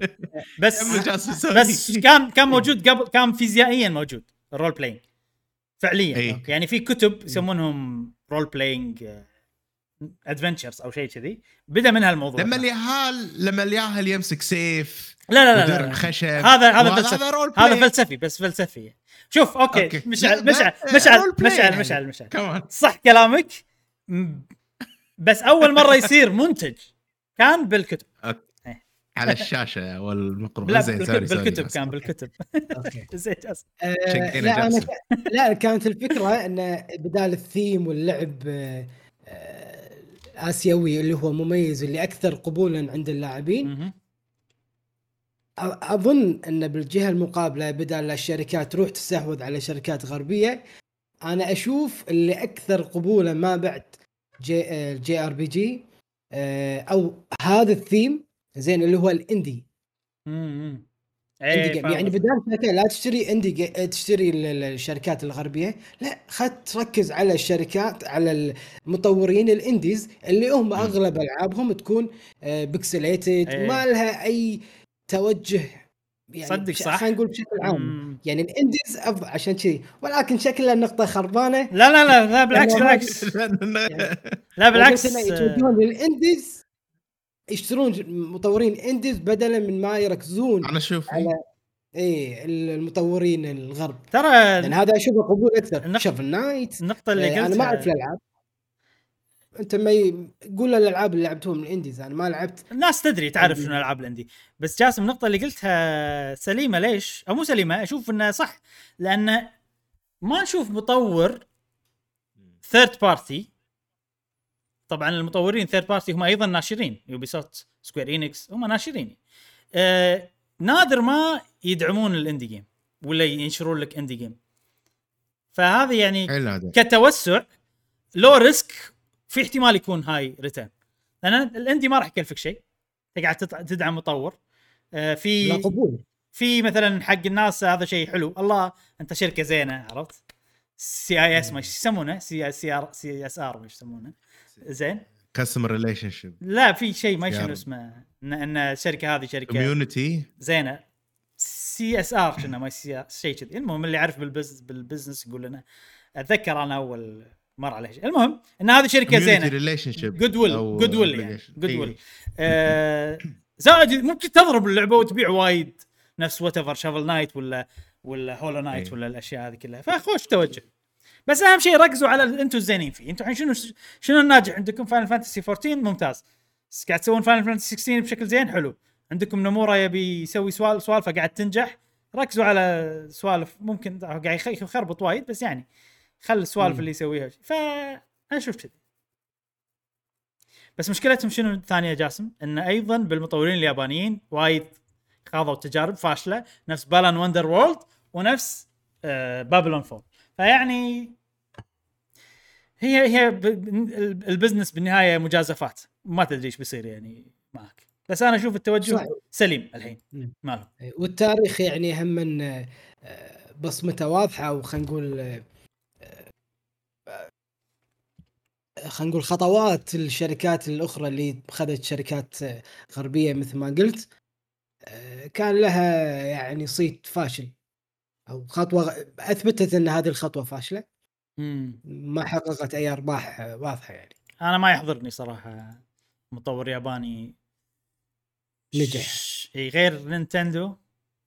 بس كان موجود قبل، كان فيزيائيا موجود الرول بلاينج فعليا. يعني في كتب يسمونهم رول بلاينج ادفنتشرز او شيء كذي، بدا من هالموضوع. لما الياهل يمسك سيف لا خشب، هذا فلسفي، هذا فلسفي بس فلسفي. شوف اوكي مشعل صح كلامك، بس اول مره يصير منتج كان بالكتب على الشاشه والمقروء. زين بالكتب كان بالكتب. زين لا كانت الفكره ان بدال الثيم واللعب آسيوي اللي هو مميز اللي أكثر قبولاً عند اللاعبين، أظن أن بالجهة المقابلة بدل الشركات تروح تستحوذ على شركات غربية. أنا أشوف اللي أكثر قبولاً ما بعد جي آر بي جي او هذا الثيم زين اللي هو الاندي. اندي جيم يعني بدال شركه لا تشتري تشتري الشركات الغربيه، لا تركز على الشركات، على المطورين الانديز اللي هم اغلب العابهم تكون بيكسليتد، ما لها اي توجه يعني صدق صح، خلينا نقول بشكل عام. يعني الانديز افضل عشان كذي، ولكن شكلها النقطه خربانه. لا بالعكس لا بالعكس يتوجهون للانديز، يشترون مطورين انديز بدلا من ما يركزون انا اشوف على المطورين الغرب. ترى لان هذا اشوفه قبول اكثر. شوف النايت النقطه اللي قلتها، انا ما اعرف الالعاب، انت ما قول الالعاب اللي لعبتهم الانديز، انا ما لعبت. الناس تدري تعرف شنو العاب الاندي. بس جاسم النقطه اللي قلتها سليمه، ليش او مو سليمه؟ اشوف انها صح، لان ما نشوف مطور ثيرد بارتي. طبعا المطورين ثيرد بارتي هم ايضا ناشرين، يوبيسوفت، سكوير إنكس هم ناشرين. نادر ما يدعمون الاندي جيم ولا ينشرون لك اندي جيم. فهذا يعني كتوسع لو ريسك، في احتمال يكون هاي ريتيرن، لان الاندي ما راح يكلفك شيء، تقعد تدعم مطور. في مثلا حق الناس هذا شيء حلو. الله انت شركه زينه، عرفت؟ سي اي اس ما يسمونه، سي اس ار ما يسمونه، زين كاستمر ريليشن شيب. لا في شيء ما شنو اسمه، ان الشركه هذه شركه كوميونتي زينه، سي اس ار كنا ما شيء كذي. المهم اللي يعرف بالبزنس يقول لنا، اتذكر انا اول مر عليه شيء. المهم ان هذه شركه زينه، جود ويل يعني جود ويل. زائد ممكن تضرب اللعبه وتبيع وايد، نفس وات ايفر شافل نايت ولا هولو نايت ولا الاشياء هذه كلها. فخوش توجه، بس اهم شيء ركزوا على انتم الزينين فيه. انتم الحين شنو الناجح عندكم؟ فاينل فانتسي 14 ممتاز، قاعد تسوون فاينل فانتسي 16 بشكل زين حلو. عندكم نمورا يبي يسوي سوالفه قاعد تنجح، ركزوا على سوالف ممكن قاعد يخربط وايد، بس يعني خل السوالف اللي يسويها. فانا شفت كذي. بس مشكلتهم شنو ثانيه جاسم؟ ان ايضا بالمطورين اليابانيين وايد خاضوا تجارب فاشله، نفس بالان وندر وورلد ونفس بابلون فول. فيعني هي البزنس بالنهايه مجازفات، ما تدري ايش بيصير يعني معك. بس انا اشوف التوجه صحيح. سليم الحين ماله. والتاريخ يعني هم من بصمته واضحه، وخلينا نقول خطوات الشركات الاخرى اللي اخذت شركات غربيه مثل ما قلت كان لها يعني صيت فاشل، او خطوه اثبتت ان هذه الخطوه فاشله، ما حققت اي ارباح واضحه. يعني انا ما يحضرني صراحه مطور ياباني نجح غير نينتندو،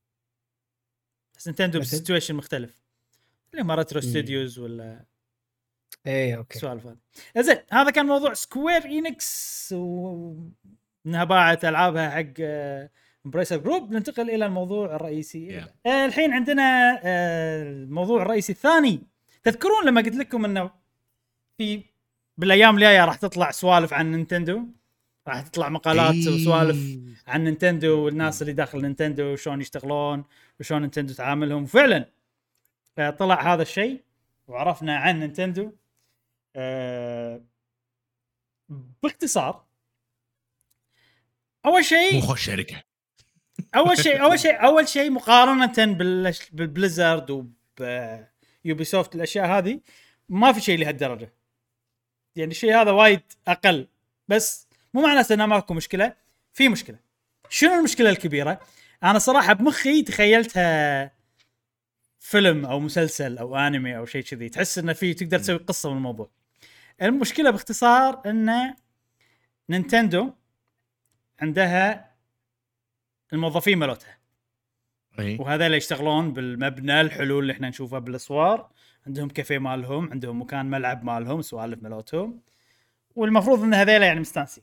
بس نينتندو بسيتويشن مختلف، اللي ما ريترو ستوديوز ولا اوكي سوالف هذه. زين هذا كان موضوع سكوير إينكس وانها باعت العابها حق امبريسر جروب. ننتقل الى الموضوع الرئيسي. الحين عندنا الموضوع الرئيسي الثاني. تذكرون لما قلت لكم انه في بالايام الجايه راح تطلع سوالف عن نينتندو، راح تطلع مقالات وسوالف عن نينتندو والناس اللي داخل نينتندو وشون يشتغلون وشون نينتندو تعاملهم. فعلا طلع هذا الشيء وعرفنا عن نينتندو. باختصار اول شيء مخ الشركه اول شيء مقارنه بالبليزرد وبيوبيسوفت الاشياء هذه ما في شيء لهالدرجه، يعني الشيء هذا وايد اقل. بس مو معنى انه ماكو مشكله، في مشكله. شنو المشكله الكبيره؟ انا صراحه بمخي تخيلتها فيلم او مسلسل او انمي او شيء كذي، تحس انه في تقدر تسوي قصه من الموضوع. المشكله باختصار ان نينتندو عندها الموظفين مالتها، وهذا اللي يشتغلون بالمبنى الحلو اللي احنا نشوفه بالاسوار، عندهم كافيه مالهم، عندهم مكان ملعب مالهم، سوالف مالتهم، والمفروض ان هذول يعني مستانسين.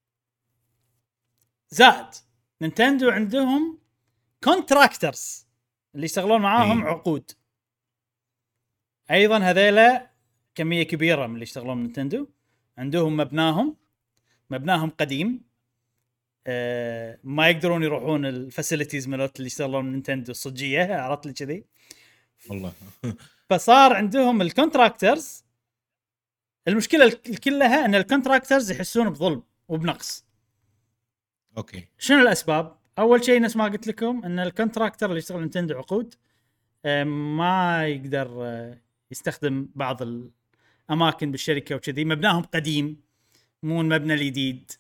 زائد نينتندو عندهم كونتراكترز اللي يشتغلون معاهم عقود، ايضا هذول كميه كبيره من اللي يشتغلون من نينتندو. عندهم مبناهم قديم، ما يقدرون يروحون الفاسيلتيز مالت اللي يشتغلون من نينتندو الصجيه، عرفت لي كذي والله. فصار عندهم الكونتراكترز. المشكله كلها ان الكونتراكترز يحسون بظلم وبنقص. اوكي شنو الاسباب؟ اول شيء نفس ما قلت لكم ان الكونتراكتر اللي يشتغل نينتندو عقود ما يقدر يستخدم بعض الاماكن بالشركه وكذي، مبناهم قديم مو المبنى الجديد.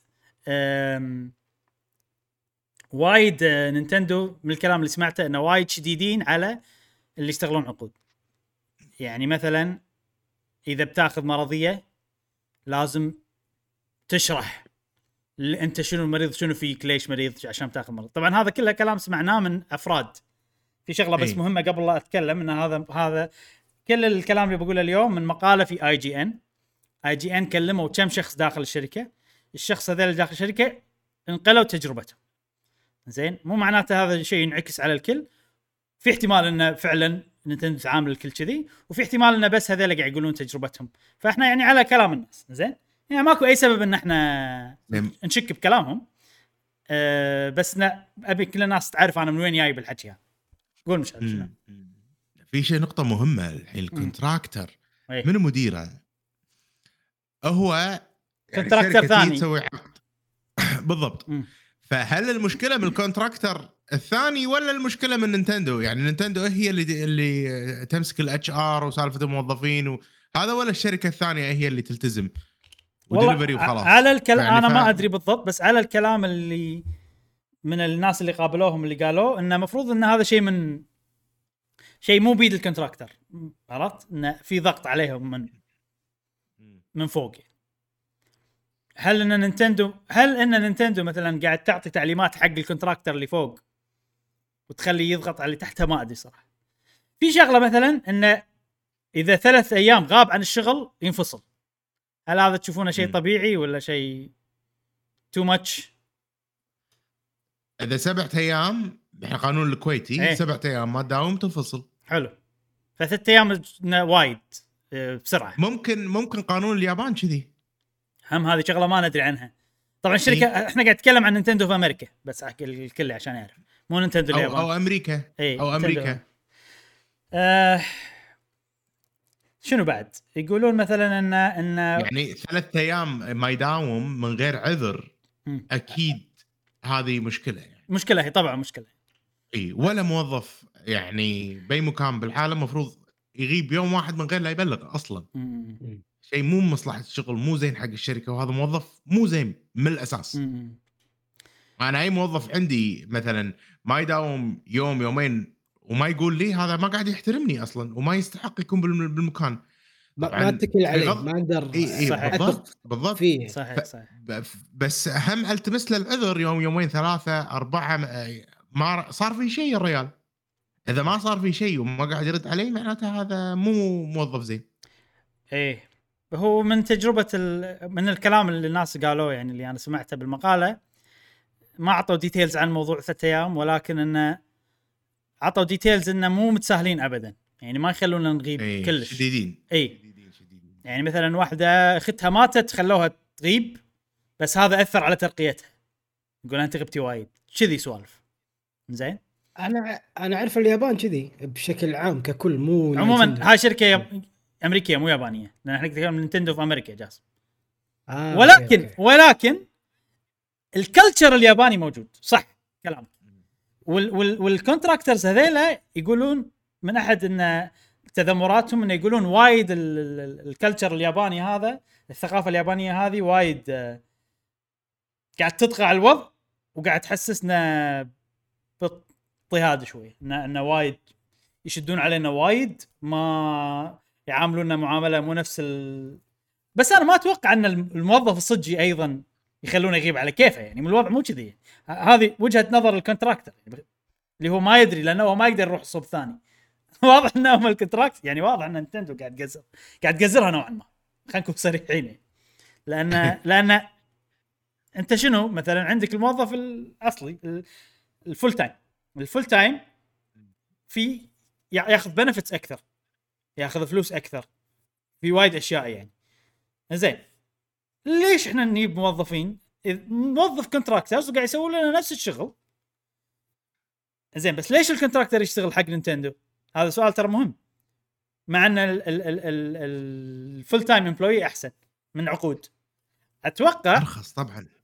وايد نينتندو من الكلام اللي سمعته انه وايد شديدين على اللي يشتغلون عقود. يعني مثلا اذا بتاخذ مرضيه لازم تشرح انت شنو المريض، شنو فيك، ليش مريض عشان تاخذ مرض. طبعا هذا كله كلام سمعناه من افراد. في شغله بس مهمه قبل لا اتكلم، ان هذا كل الكلام اللي بقوله اليوم من مقاله في اي جي ان كلموا كم شخص داخل الشركه. الشخص هذول داخل الشركه انقلوا تجربتهم. زين، مو معناته هذا الشيء ينعكس على الكل. في احتمال انه فعلا نينتندو تعامل الكل كذي، وفي احتمال انه بس هذول قاعد يقولون تجربتهم. فاحنا يعني على كلام الناس. زين، يعني ماكو اي سبب ان احنا نشك بكلامهم. بس ابي كل الناس تعرف انا من وين جاي بالحكي هذا. قول مش شنو. في شيء نقطه مهمه الحين، الكونتراكتر أيه. من مديره هو يعني كونتراكتر ثاني تسوي عقد بالضبط. فهل المشكله من الكونتراكتر الثاني ولا المشكله من نينتندو؟ يعني نينتندو هي اللي تمسك الاتش ار وسالفه الموظفين وهذا، ولا الشركه الثانيه هي اللي تلتزم ودليفري وخلاص؟ على الكلام يعني انا ما ادري بالضبط، بس على الكلام اللي من الناس اللي قابلوهم اللي قالوا انه المفروض ان هذا شيء مو بيد الكونتراكتر. عرفت انه في ضغط عليهم من فوق. هل ان نينتندو مثلا قاعد تعطي تعليمات حق الكونتراكتر اللي فوق وتخليه يضغط على اللي تحته؟ ما ادري صراحه. في شغله مثلا انه اذا 3 ايام غاب عن الشغل ينفصل. هل هذا تشوفونه شيء طبيعي ولا شيء تو ماتش؟ اذا 7 ايام بقانون الكويتي 7 ايام ما تداوم تنفصل. حلو. ف3 ايام وايد بسرعه. ممكن قانون اليابان كذي. هم هذه شغله ما ندري عنها. طبعا الشركه احنا قاعد نتكلم عن نينتندو في امريكا بس الكل عشان يعرف، مو نينتندو اليابان او امريكا. او امريكا. شنو بعد يقولون مثلا ان يعني 3 ايام ما يداوم من غير عذر. اكيد هذه مشكله يعني. مشكله هي طبعا مشكله. اي ولا موظف يعني باي مكان بالعالم مفروض يغيب يوم واحد من غير لا يبلغ اصلا. شيء مو مصلحه الشغل، مو زين حق الشركه، وهذا موظف مو زين من الاساس. انا اي موظف عندي مثلا ما يداوم يوم يومين وما يقول لي، هذا ما قاعد يحترمني اصلا وما يستحق يكون بالمكان. ما اتكل عليه ما اقدر. بالضبط فيه. صحيح. بس اهم التمس له العذر يوم يومين 3 4 ما صار في شيء الرجال. اذا ما صار في شيء وما قاعد يرد عليه معناته هذا مو موظف زين. ايه هو من تجربه من الكلام اللي الناس قالوه يعني اللي انا سمعته بالمقاله، ما عطوا ديتيلز عن موضوع 3 ايام، ولكن انه عطوا ديتيلز انه مو متساهلين ابدا. يعني ما يخلونا نغيب كلش. شديدين. يعني مثلا واحده اختها ماتت خلوها تغيب، بس هذا اثر على ترقيتها. يقول انت غبتي وايد كذي سوالف. زين، انا اعرف اليابان كذي بشكل عام ككل، مو عموما هاي شركه امريكيه مو يابانيه، لان احنا نتكلم عن نينتندو في امريكا جاس. ولكن الكلتشر الياباني موجود. صح كلامك. والكونتراكترز هذيلا يقولون من احد ان تذمراتهم انه يقولون وايد الكلتشر الياباني هذا، الثقافه اليابانيه هذه وايد قاعد تطغى على الوضع، وقاعد تحسسنا باضطهاد شوي. انه وايد يشدون علينا، وايد ما يعاملوننا معامله مو نفس بس انا ما اتوقع ان الموظف الصجي ايضا يخلونه يغيب على كيفه. يعني من الوضع مو كذي. هذه وجهه نظر الكونتراكتر اللي هو ما يدري، لانه هو ما يقدر يروح الصوب ثاني. واضح انهم الكونتراكت يعني واضح ان نينتندو قاعد تقزرها نوعا ما. خلينا نكون صريحين. لان انت شنو مثلا عندك الموظف الاصلي الفول تايم في ياخذ بنفتس اكثر، ياخذ فلوس اكثر في وايد اشياء يعني. زين، ليش احنا نجيب موظفين موظف كونتراكترز وقاعد يسوون لنا نفس الشغل؟ زين، بس ليش الكونتراكتر يشتغل حق نينتندو؟ هذا سؤال ترى مهم. مع ان الفول تايم امبلوي احسن من عقود. اتوقع ارخص طبعا.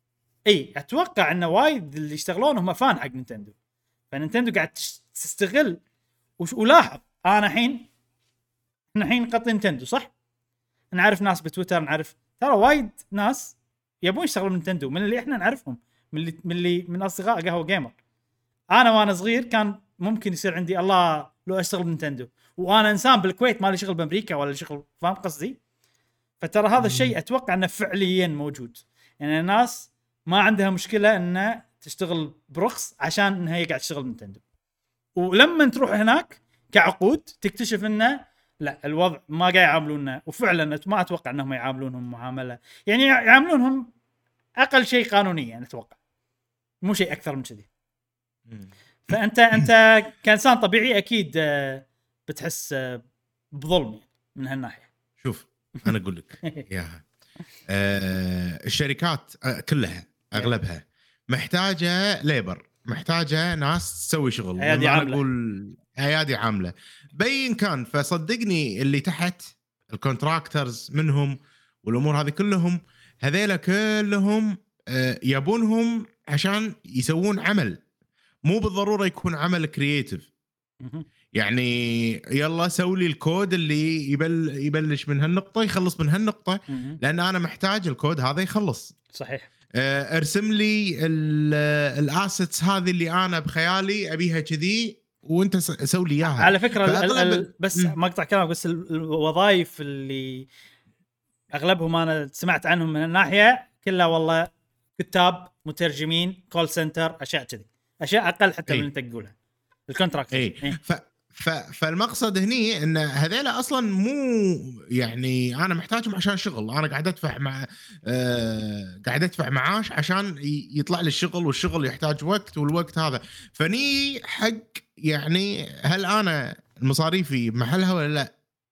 اي اتوقع ان وايد اللي يشتغلون هم فان حق نينتندو، فنينتندو قاعد تستغل ولاحظ انا الحين احنا الحين قط نينتندو صح، نعرف ناس بتويتر، نعرف ترى وايد ناس يبون يشتغلون نينتندو من اللي احنا نعرفهم، من اصدقاء قهوه جيمر. انا وانا صغير كان ممكن يصير عندي الله لو اشتغل بنينتندو، وانا انسان بالكويت ما لي شغل بامريكا ولا شغل، فاهم قصدي؟ فترى هذا الشيء اتوقع انه فعليا موجود، يعني الناس ما عندها مشكله انه تشتغل برخص عشان انها هي قاعد تشتغل بنينتندو، ولما تروح هناك كعقود تكتشف انه لا الوضع ما قاعد يعاملوننا، وفعلا ما اتوقع انهم يعاملونهم معامله، يعني يعاملونهم اقل شيء قانونيا يعني اتوقع، مو شيء اكثر من كذي. فانت كانسان طبيعي اكيد بتحس بظلم من هالناحيه. شوف انا اقول لك اياها، الشركات كلها اغلبها محتاجه ليبر، محتاجه ناس تسوي شغل، ايادي عامله، اقول ايادي عامله بين كان. فصدقني اللي تحت الكونتراكترز منهم والامور هذه كلهم، هذيلا كلهم يبونهم عشان يسوون عمل، مو بالضروره يكون عمل كرييتيف. يعني يلا سوي لي الكود اللي يبلش من هالنقطه يخلص من هالنقطه، لان انا محتاج الكود هذا يخلص. صحيح. ارسم لي الاسيتس هذه اللي انا بخيالي ابيها كذي، وانت سوي لي اياها. على فكره بس ما اقطع كلامك، بس الوظائف اللي اغلبهم انا سمعت عنهم من الناحيه كلها والله كتاب، مترجمين، كول سنتر، اشياء كذي، اشياء اقل حتى من اللي انت تقولها الكونتراكت. فالمقصد هني ان هذيلا اصلا مو يعني انا محتاجهم عشان شغل، انا قاعد ادفع قاعد ادفع معاش عشان يطلع لي الشغل، والشغل يحتاج وقت، والوقت هذا فني حق يعني هل انا مصاريفي بمحلها ولا لا؟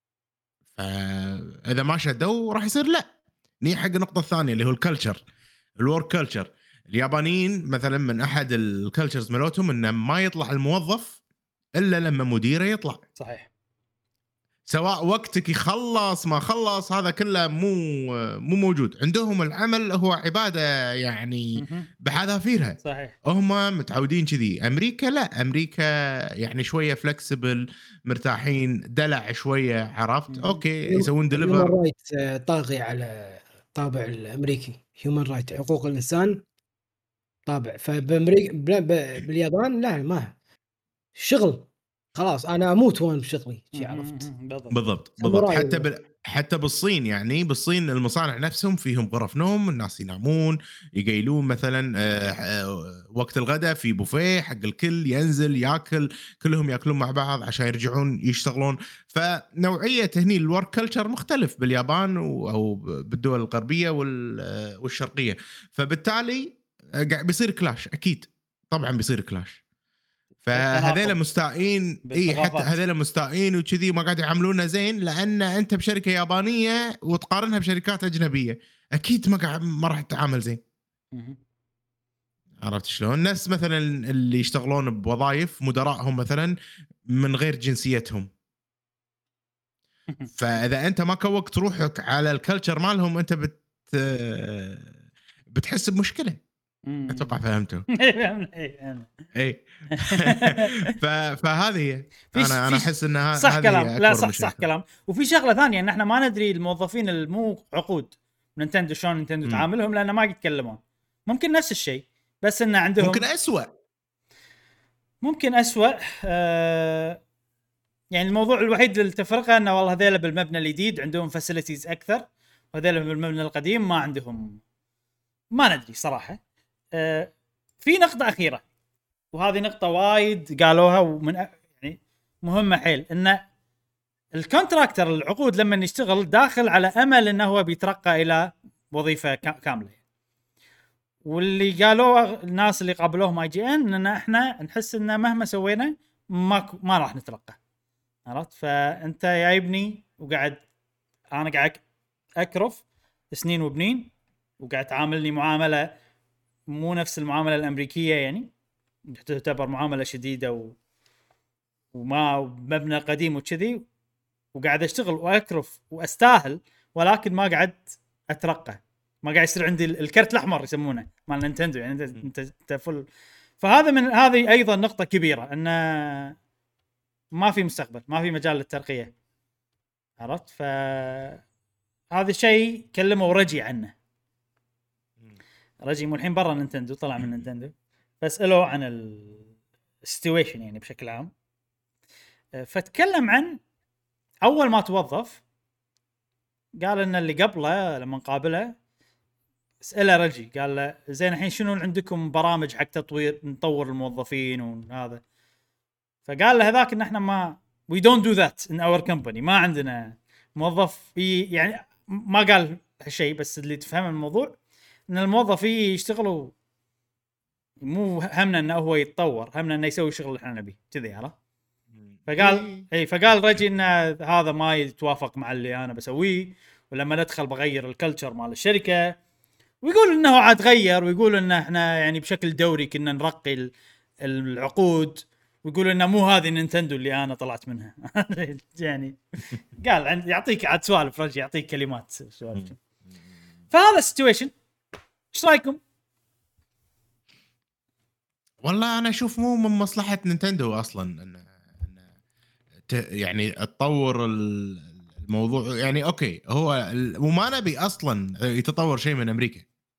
فاذا ما شدوا راح يصير لا. ني حق النقطه الثانيه اللي هو الكلتشر، الورك كلتشر. اليابانيين مثلا من احد الكلتشرز مالتهم انه ما يطلع الموظف الا لما مديره يطلع. صحيح. سواء وقتك يخلص ما خلص هذا كله مو موجود عندهم. العمل هو عباده يعني بحذافيرها. صحيح. هم متعودين كذي. امريكا لا، امريكا يعني شويه فلكسبل، مرتاحين، دلع شويه، عرفت؟ اوكي يسوون ديليفر. هيومن رايت طاغي على طابع الامريكي، هيومن رايت حقوق الانسان طابع. فبامريكا باليابان لا، ما شغل خلاص انا اموت وانا بشغلي، عرفت؟ بالضبط. حتى بالصين، يعني بالصين المصانع نفسهم فيهم غرف نوم، الناس ينامون يقيلون مثلا وقت الغداء في بوفيه حق الكل ينزل ياكل، كلهم ياكلون مع بعض عشان يرجعون يشتغلون. فنوعيه هني الورك كلتشر مختلف باليابان او بالدول الغربيه والشرقيه، فبالتالي قاعد بيصير كلاش. اكيد طبعا بيصير كلاش. فهذول مستائين، حتى هذول مستائين وكذي ما قاعد يعاملونا زين، لان انت بشركه يابانيه وتقارنها بشركات اجنبيه اكيد ما راح تتعامل زين. عرفت شلون؟ ناس مثلا اللي يشتغلون بوظائف مدراءهم مثلا من غير جنسيتهم، فاذا انت ما كوكت روحك على الكلتشر مالهم انت بتحس بمشكله. اتوقع فهمته. اي فهذه هي. انا احس انها صح كلام. لا صح كلام. وفي شغله ثانيه ان احنا ما ندري الموظفين المو عقود نينتندو شلون نينتندو تعاملهم، لان ما يتكلمون. ممكن نفس الشيء بس ان عندهم ممكن اسوأ. يعني الموضوع الوحيد التفرقه انه والله هذول بالمبنى الجديد عندهم فاسيلتيز اكثر، وهذول بالمبنى القديم ما عندهم. ما ندري صراحه. في نقطة أخيرة، وهذه نقطة وايد قالوها ومن يعني مهمة حيل، إن الكونتراكتر العقود لما يشتغل داخل على أمل إنه هو بيترقى إلى وظيفة كاملة. واللي قالوه الناس اللي قابلوهم IGN إن إحنا نحس إن مهما سوينا ما راح نترقى. عرفت؟ فأنت جايبني وقاعد أنا قاعد أكرف سنين وبنين، وقاعد تعاملني معاملة مو نفس المعاملة الأمريكية، يعني تعتبر معاملة شديدة وما مبنى قديم وكذي، وقاعد أشتغل وأكرف وأستاهل، ولكن ما قاعد أترقى ما قاعد يصير عندي الكرت الاحمر يسمونه مال نينتندو، يعني انت فل. فهذا من هذه ايضا نقطه كبيره، ان ما في مستقبل، ما في مجال للترقيه، عرفت؟ ف هذا الشيء كلموا رجي عنه. رجي مو الحين برا نينتندو، طلع من نينتندو، فاسألوه عن السيتويشن يعني بشكل عام. فتكلم عن اول ما توظف، قال ان اللي قبله لما نقابله سأله رجي، قال له زين الحين شنو عندكم برامج حق تطوير نطور الموظفين وهذا؟ فقال له هذاك ان احنا ما we don't do that in our company، ما عندنا موظف يعني ما قال هالشيء، بس اللي تفهم الموضوع ان الموظف يشتغل مو همنا انه هو يتطور، همنا انه يسوي شغل اللي احنا نبيه كذي، عرفت؟ فقال فقال رجي ان هذا ما يتوافق مع اللي انا بسويه، ولما ندخل بغير الكلتشر مال الشركه، ويقول انه عاد غير، ويقول ان احنا يعني بشكل دوري كنا نرقي العقود، ويقول انه مو هذه نينتندو اللي انا طلعت منها. يعني قال يعطيك عاد سوالف رجي، يعطيك كلمات سوالف. فهذا السيتويشن، ايش رايكم؟ والله انا اشوف مو من مصلحه نينتندو اصلا ان يعني تطور الموضوع. يعني اوكي هو وما نبي اصلا يتطور شيء من امريكا.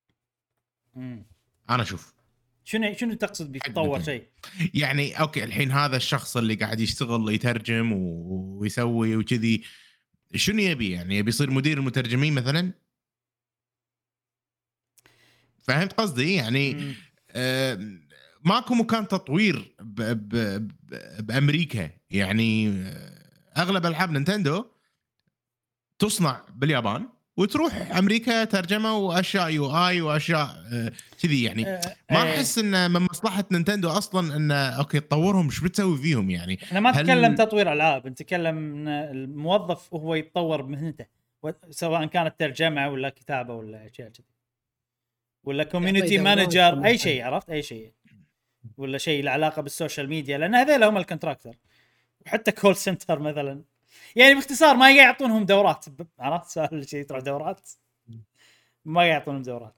انا اشوف شنو تقصد بيتطور شيء؟ يعني اوكي الحين هذا الشخص اللي قاعد يشتغل يترجم ويسوي وكذي، شنو يبي؟ يعني يبي يصير مدير المترجمين مثلا؟ فهمت قصدي؟ يعني ماكو مكان تطوير بامريكا. يعني اغلب العاب نينتندو تصنع باليابان وتروح امريكا ترجمه واشياء يو اي واشياء كذي. يعني ما احس ان من مصلحه نينتندو اصلا ان اوكي تطورهم، ايش بتسوي فيهم يعني؟ احنا ما نتكلم تطوير العاب، نتكلم ان الموظف وهو يتطور بمهنته، سواء كانت ترجمه ولا كتابه ولا اشياء كذي، ولا كوميونتي مانجر، اي شيء، عرفت؟ اي شيء، ولا شيء له علاقه بالسوشيال ميديا، لان هذول هم الكونتراكتور. وحتى كول سنتر مثلا، يعني باختصار ما يعطونهم دورات، عرفت؟ سؤال شيء تروح دورات، ما يعطونهم دورات.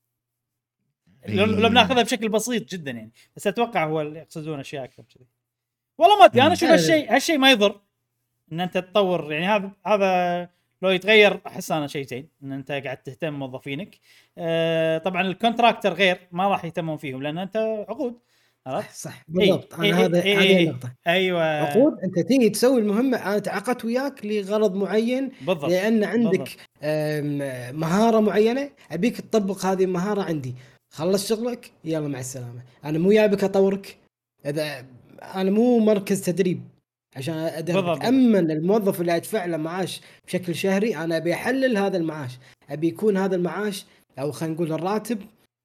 لو بناخذها بشكل بسيط جدا يعني، بس اتوقع هو اللي يقصدون اشياء اكثر كذي. والله ما ادري، انا اشوف هالشيء ما يضر ان انت تطور. يعني هذا لو يتغير احس انا شيء زين، ان انت قاعد تهتم موظفينك. طبعا الكونتراكتر غير، ما راح يهتمون فيهم لان انت عقود، صح بالضبط. انا هذه النقطه. ايوه، عقود، انت تيجي تسوي المهمه، انا تعاقدت وياك لغرض معين، بالضبط. لان عندك مهاره معينه ابيك تطبق هذه المهاره عندي. خلص شغلك يلا مع السلامه. انا مو جايبك اطورك، اذا انا مو مركز تدريب عشان ادربك. اما الموظف اللي ادفع له معاش بشكل شهري، انا ابي احلل هذا المعاش، ابي يكون هذا المعاش او خلينا نقول الراتب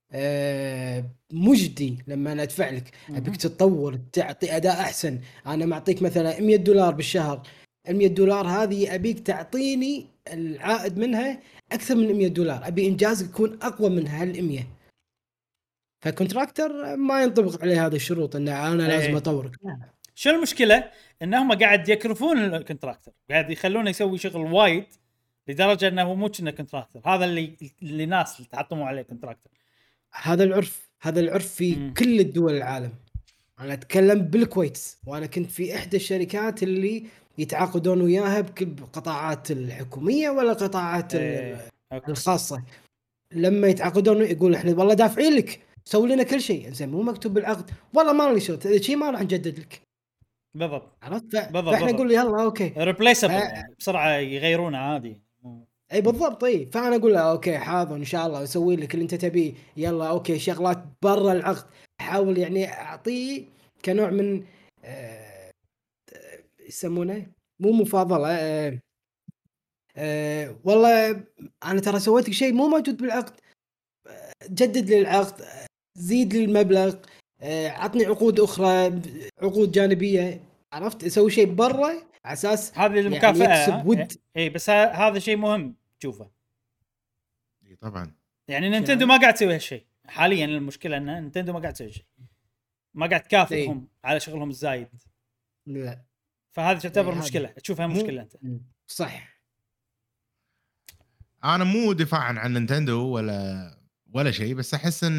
مجدي. لما انا ادفع لك ابيك تتطور، تعطي اداء احسن. انا معطيك مثلا $100 بالشهر، $100 هذه ابيك تعطيني العائد منها اكثر من $100. ابي انجازك يكون اقوى من هال100. فالكونتراكتر ما ينطبق عليه هذه الشروط ان انا لازم اطورك. شو المشكله؟ انهم قاعد يكرفون الكونتراكتر، قاعد يخلونه يسوي شغل وايد لدرجه انه مو كنا كونتراكتر. هذا اللي ناس اللي تحطموا عليه كونتراكتر. هذا العرف في كل الدول العالم. انا اتكلم بالكويت، وانا كنت في احدى الشركات اللي يتعاقدون وياها بقطاعات الحكوميه ولا قطاعات الخاصه. لما يتعاقدون يقول احنا والله دافعين لك، سوي لنا كل شيء زين، مو مكتوب بالعقد والله ما لي شغل، هذا شيء ما راح نجدد لك. بالضبط، عرفت؟ فاحنا نقول يلا اوكي ريبليسبل، يعني بسرعه يغيرونه عادي. اي بالضبط. اي فانا اقول له اوكي حاضر ان شاء الله اسوي لك اللي انت تبيه، يلا اوكي شغلات برا العقد احاول يعني اعطيه كنوع من يسمونه مو مفاضله. والله انا ترى سويت لك شيء مو موجود بالعقد، جدد لي العقد، زيد لي المبلغ، عطني عقود اخرى، عقود جانبيه. عرفت؟ اسوي شيء برا على اساس هذه المكافاه يعني اي بس هذا شيء مهم تشوفه. اي طبعا. يعني نينتندو ما قاعد تسوي هالشيء حاليا. المشكله ان نينتندو ما قاعد تسوي شيء، ما قاعد تكافئهم على شغلهم الزايد. لا فهذه تعتبر مشكله، تشوفها مشكله انت. صح. انا مو دفاعا عن نينتندو ولا شيء، بس احس ان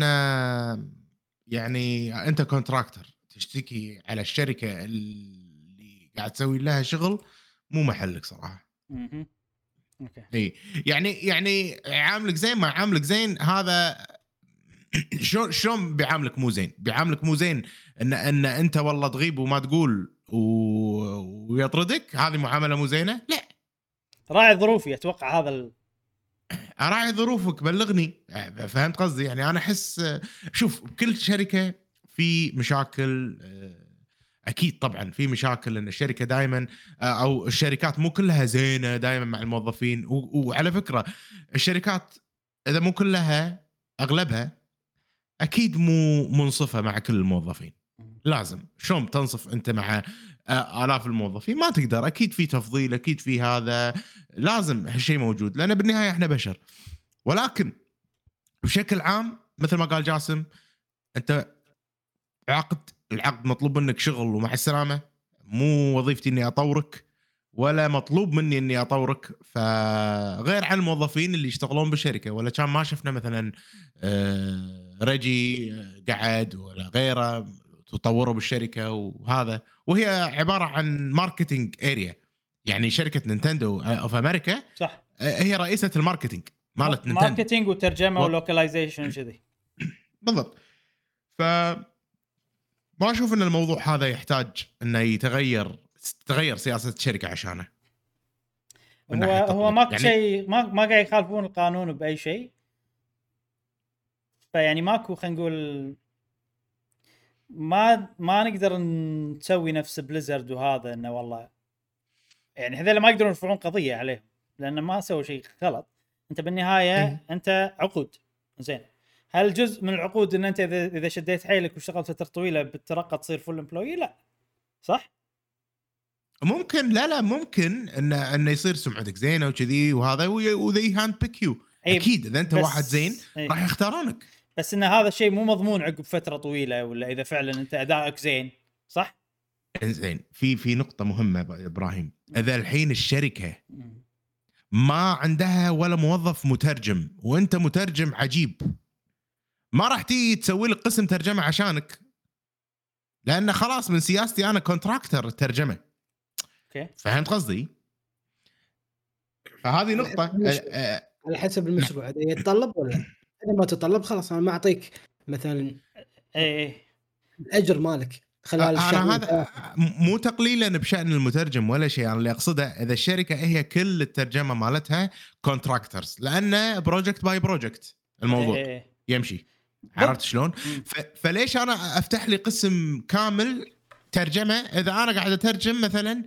يعني انت كونتراكتر تشتكي على الشركه اللي قاعد تسوي لها شغل، مو محلك صراحه. اوكي اي يعني عاملك زين ما عاملك زين، هذا شلون بيعاملك مو زين؟ بيعاملك مو زين ان انت والله تغيب وما تقول ويطردك، هذه معامله مو زينه؟ لا، راعي ظروفي اتوقع هذا اراعي ظروفك، بلغني. فهمت قصدي؟ يعني انا احس شوف، بكل شركه في مشاكل، اكيد طبعا في مشاكل، ان الشركه دائما او الشركات مو كلها زينه دائما مع الموظفين. وعلى فكره الشركات اذا مو كلها اغلبها اكيد مو منصفه مع كل الموظفين. لازم شلون تنصف انت مع آلاف الموظفين؟ ما تقدر، اكيد في تفضيل، اكيد في هذا، لازم هالشيء موجود، لان بالنهايه احنا بشر. ولكن بشكل عام مثل ما قال جاسم، انت العقد مطلوب منك شغل ومع السلامه، مو وظيفتي اني اطورك ولا مطلوب مني اني اطورك. فغير عن الموظفين اللي يشتغلون بالشركه، ولا كان ما شفنا مثلا رجي قعد ولا غيره تطوروا بالشركه وهذا، وهي عباره عن ماركتينج اريا. يعني شركه نينتندو اوف امريكا صح، هي رئيسه الماركتينج مالت نينتندو، ماركتينج وترجمه ولوكاليزيشن كذي بالضبط. ف ما اشوف ان الموضوع هذا يحتاج انه تغير سياسه الشركه عشانه. هو ماكو يعني شيء، ما قاعد يخالفون القانون باي شيء، فيعني ماكو، خلينا نقول ما نقدر نسوي نفس بليزرد وهذا، انه والله يعني هذول ما يقدرون يرفعون قضيه عليهم لانه ما سووا شيء غلط. انت بالنهايه انت عقود زين، هل جزء من العقود ان انت اذا شديت حيلك واشتغلت فتره طويله بتترقى تصير فول امبلوي؟ لا صح، ممكن، لا ممكن انه يصير سمعتك زينه وكذي وهذا، وذي هاند بيك يو. اكيد اذا انت واحد زين راح يختارونك، بس ان هذا الشيء مو مضمون عقب فتره طويله، ولا اذا فعلا انت ادائك زين صح. زين في نقطه مهمه ابراهيم، اذا الحين الشركه ما عندها ولا موظف مترجم وانت مترجم عجيب، ما راح تيجي تسوي لك قسم ترجمه عشانك، لان خلاص من سياستي انا كونتراكتر الترجمه. اوكي فهمت قصدي؟ فهذه نقطه على حسب المشروع، اذا يتطلب ولا اذا ما تطلب خلاص انا ما اعطيك مثلا الاجر مالك خلال الشهر. انا هذا مو تقليلا بشأن المترجم ولا شيء، انا اللي اقصده اذا الشركه هي كل الترجمه مالتها كونتراكترز، لانه بروجكت باي بروجكت الموضوع يمشي. عرفت شلون؟ فليش انا افتح لي قسم كامل ترجمه اذا انا قاعد اترجم مثلا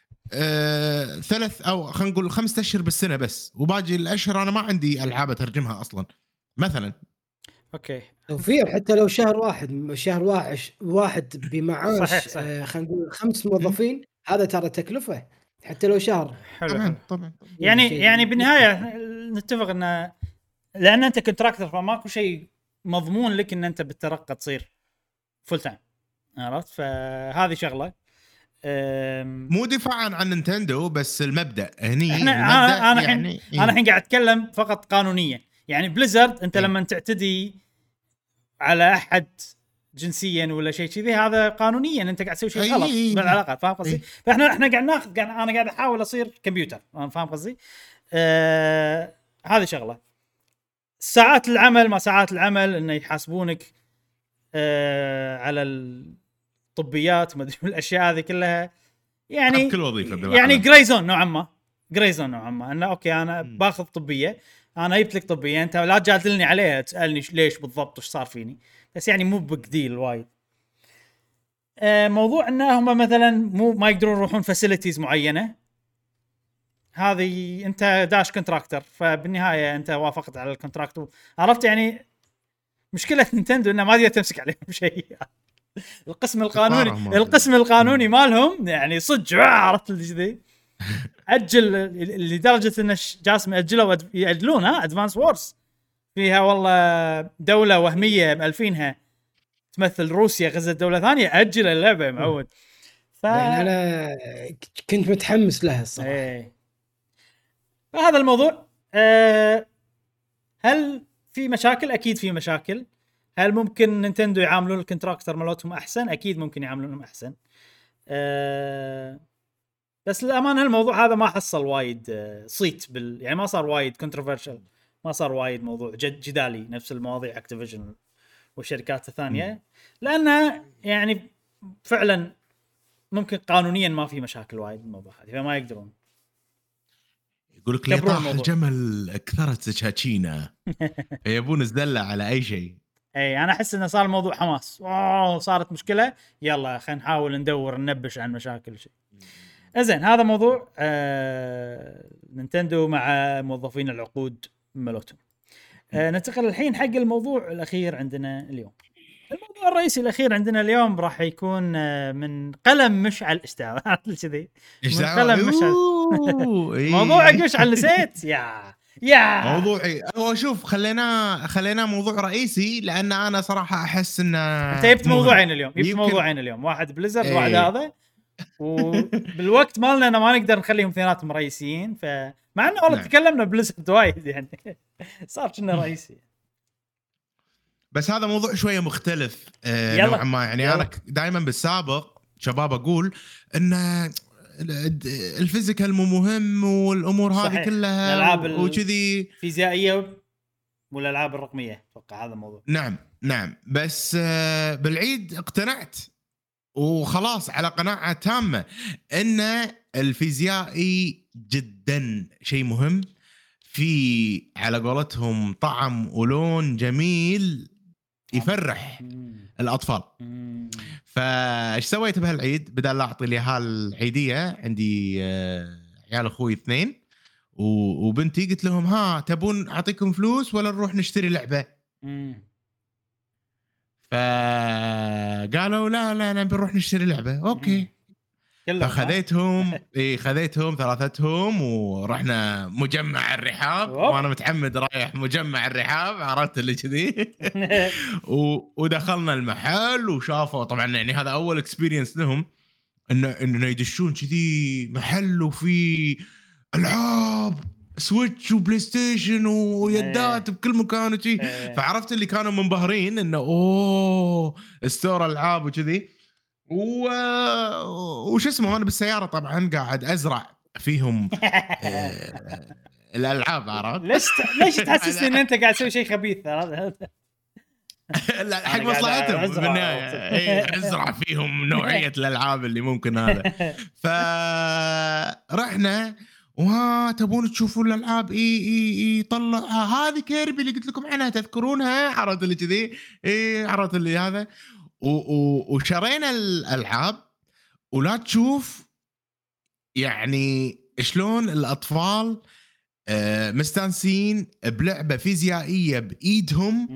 3 أو خلينا نقول 5 أشهر بالسنه بس، وباقي الاشهر انا ما عندي العاب اترجمها اصلا مثلا. اوكي توفير حتى لو شهر واحد بمعاش خلينا نقول 5 موظفين، هذا ترى تكلفه حتى لو شهر. طبعا يعني بالنهايه نتفق ان لان انت كونتراكتر فماكو شيء مضمون لك ان انت بالترقى تصير فول تايم، عرفت؟ فهذه شغله. مو دفاعا عن نينتندو، بس المبدا هني انا يعني انا الحين قاعد اتكلم فقط قانونيا. يعني بليزرد انت لما تعتدي على احد جنسيا ولا شيء كذي، هذا قانونيا انت قاعد تسوي شيء غلط بالعلاقات، فاهم قصدي؟ فاحنا قاعد ناخذ، انا قاعد احاول اصير كمبيوتر، فاهم قصدي؟ هذه شغله. ساعات العمل، ما ساعات العمل انه يحاسبونك على الطبيات، ما ادري الاشياء هذه كلها، يعني كل وظيفه يعني جراي زون نوعا ما انه اوكي انا باخذ طبيه، انا جبت لك طبيه، انت لا تجادلني عليها تسالني ليش بالضبط وش صار فيني، بس يعني مو بجديل وايد. موضوع انهم مثلا ما يقدرون يروحون فاسيلتيز معينه، هذه انت داش كونتراكتر، فبالنهايه انت وافقت على الكونتراكت، عرفت؟ يعني مشكله نينتندو انها ما تقدر تمسك عليهم شيء. القسم القانوني مالهم يعني صدق، عرفت الجديد اجل لدرجه ان جاسم اجلوا ياجلون ادفانس وورز فيها والله دوله وهميه مالفينها تمثل روسيا غزت دوله ثانيه، اجل اللعبه معود. يعني انا كنت متحمس لها الصراحه. فهذا الموضوع هل في مشاكل؟ اكيد في مشاكل. هل ممكن نينتندو يعاملون الكونتراكتر مالتهم احسن؟ اكيد ممكن يعاملونهم احسن. بس للامانه الموضوع هذا ما حصل وايد صيت يعني ما صار وايد كونتروفيرشل، ما صار وايد موضوع جدالي نفس المواضيع اكتيفيجن والشركات الثانيه، لانه يعني فعلا ممكن قانونيا ما في مشاكل وايد بالموضوع هذا، فما يقدرون. يقول لك ليه طاح الجمل اكثرت سكاكينه يبون الزله على اي شيء. اي انا احس انه صار الموضوع حماس، صارت مشكله يلا خلينا نحاول ندور ننبش عن مشاكل شيء. زين هذا موضوع نينتندو مع موظفين العقود مالتهم. ننتقل الحين حق الموضوع الاخير عندنا اليوم. الموضوع الرئيسي الاخير عندنا اليوم راح يكون من قلم مشعل اشتعال كذي، من قلم مشعل. موضوعك مشعل نسيت يا موضوعي هو شوف خلينا موضوع رئيسي، لان انا صراحه احس ان انت جبت موضوعين اليوم، موضوعين اليوم، واحد بليزرد واحد هذا، وبالوقت مالنا أنا ما نقدر نخليهم اثنيناتهم رئيسيين، فمع انه والله تكلمنا بليزرد وايد يعني صار كنا رئيسي. بس هذا موضوع شويه مختلف نوعا ما يعني. انا دائما بالسابق شباب اقول ان الفيزيكال مو مهم والامور هذه كلها وكذي فيزيائيه والالعاب الرقميه، اتوقع هذا الموضوع. نعم بس بالعيد اقتنعت وخلاص على قناعه تامه ان الفيزيائي جدا شيء مهم، في على قولتهم طعم ولون جميل يفرح الاطفال. فايش سويت بهالعيد؟ بدل لا اعطي لي هالعيديه، عندي عيال اخوي 2 وبنتي، قلت لهم ها تبون اعطيكم فلوس ولا نروح نشتري لعبه؟ فقالوا لا نبي نروح نشتري لعبه. اوكي فخذيتهم خذيتهم ثلاثتهم ورحنا مجمع الرحاب، وانا متعمد رايح مجمع الرحاب، عرفت اللي كذي. ودخلنا المحل وشافوا طبعا يعني هذا اول اكسبيرينس لهم انه يدشون كذي محل وفي العاب سويتش وبلاي ستيشن ويدات بكل مكان وشي. فعرفت اللي كانوا منبهرين انه اوه ستور العاب وكذي. وش اسمه، انا بالسياره طبعا قاعد ازرع فيهم الالعاب، عرفت؟ ليش تحسسني ان انت قاعد تسوي شيء خبيث؟ هذا لا حق مصلحتهم بالنهايه، ازرع فيهم نوعيه الالعاب اللي ممكن هذا. فرحنا وها تبون تشوفوا الالعاب طلع هذه كيربي اللي قلت لكم عنها تذكرونها، عرفت اللي كذي عرفت اللي هذا. وشرينا الالعاب، ولا تشوف يعني شلون الاطفال مستانسين بلعبه فيزيائيه بايدهم،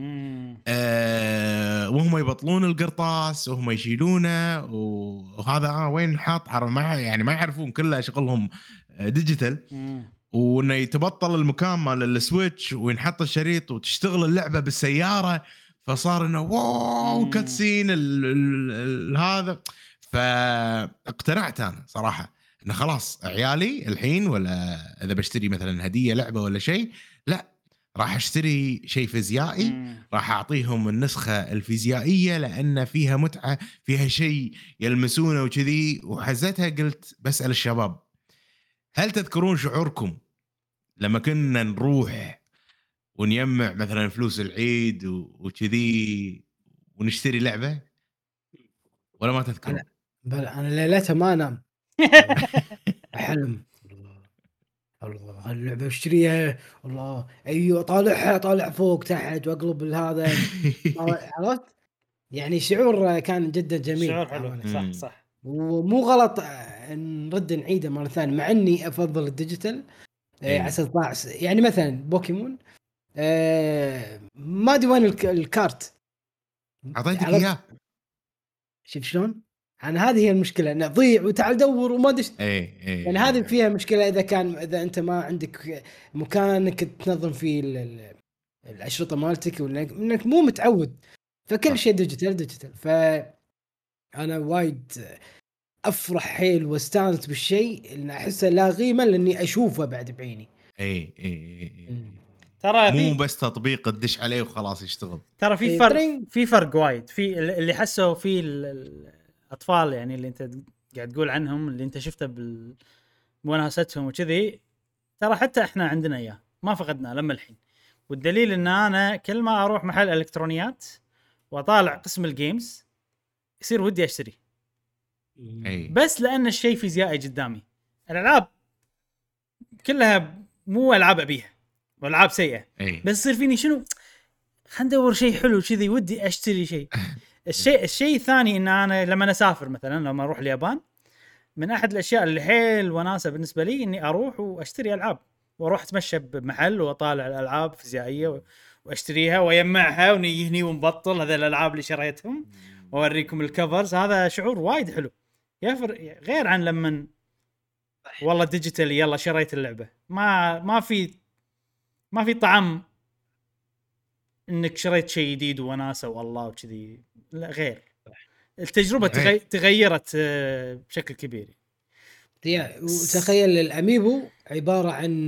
وهم يبطلون القرطاس وهم يشيلونه، وهذا وين حاط يعني ما يعرفون، كله شغلهم ديجيتال. وانه يتبطل المكان مال السويتش وينحط الشريط وتشتغل اللعبه بالسياره، فصار انه واو كاتسين هذا. فاقتنعت انا صراحه انه خلاص عيالي الحين، ولا اذا بشتري مثلا هديه لعبه ولا شيء، لا راح اشتري شيء فيزيائي، راح اعطيهم النسخه الفيزيائيه لان فيها متعه، فيها شيء يلمسونه وكذي. وحزتها قلت بسأل الشباب، هل تذكرون شعوركم لما كنا نروح ونجمع مثلا فلوس العيد وكذي ونشتري لعبه، ولا ما تذكرون؟ انا ليلتها ما انام احلم الله اللعبه اشتريها، والله ايوه طالع فوق تحت واقلب هذا عرفت يعني. شعور كان جدا جميل، شعور حلو. صح ومو غلط نرد نعيده مره ثانيه، مع اني افضل الديجيتال عسى طلع يعني مثلا بوكيمون ما ادري وين الكارت اعطيتك اياه. شوف شلون انا، هذه هي المشكله، انه ضيع وتعال دور وما دشت. يعني هذه فيها مشكله اذا انت ما عندك مكانك تنظم فيه الاشرطه مالتك، ولا انك مو متعود، فكل شيء ديجيتال. فانا وايد افرح حيل واستانس بالشيء اللي احسه لا قيمه لاني اشوفه بعد بعيني. اي ترى مو في بس تطبيق تدش عليه وخلاص يشتغل. ترى في إيه، فرق ترينج. في فرق وايد في اللي حسوا في الاطفال يعني اللي انت قاعد تقول عنهم اللي انت شفته بمناستهم وكذي. ترى حتى احنا عندنا اياه ما فقدناه لما الحين. والدليل ان انا كل ما اروح محل الكترونيات واطالع قسم الجيمز يصير ودي اشتري اي بس لان الشيء فيزيائي قدامي. الالعاب كلها مو العاب ابيها والعاب سيئه اي بس يصير فيني شنو خلينا ندور شيء حلو كذي ودي اشتري شيء. الشيء الثاني ان انا لما اسافر مثلا لما اروح اليابان من احد الاشياء اللي حيل وناسه بالنسبه لي اني اروح واشتري العاب واروح اتمشى بمحل واطالع الالعاب فيزيائيه واشتريها ويجمعها ونيهني ونبطل هذه الالعاب اللي شريتهم واوريكم الكفرز. هذا شعور وايد حلو يفرق غير عن لما والله ديجيتال يلا شريت اللعبه. ما في طعم انك شريت شيء جديد وناسه والله وكذي. لا غير التجربه تغيرت بشكل كبير. وتخيل الاميبو عباره عن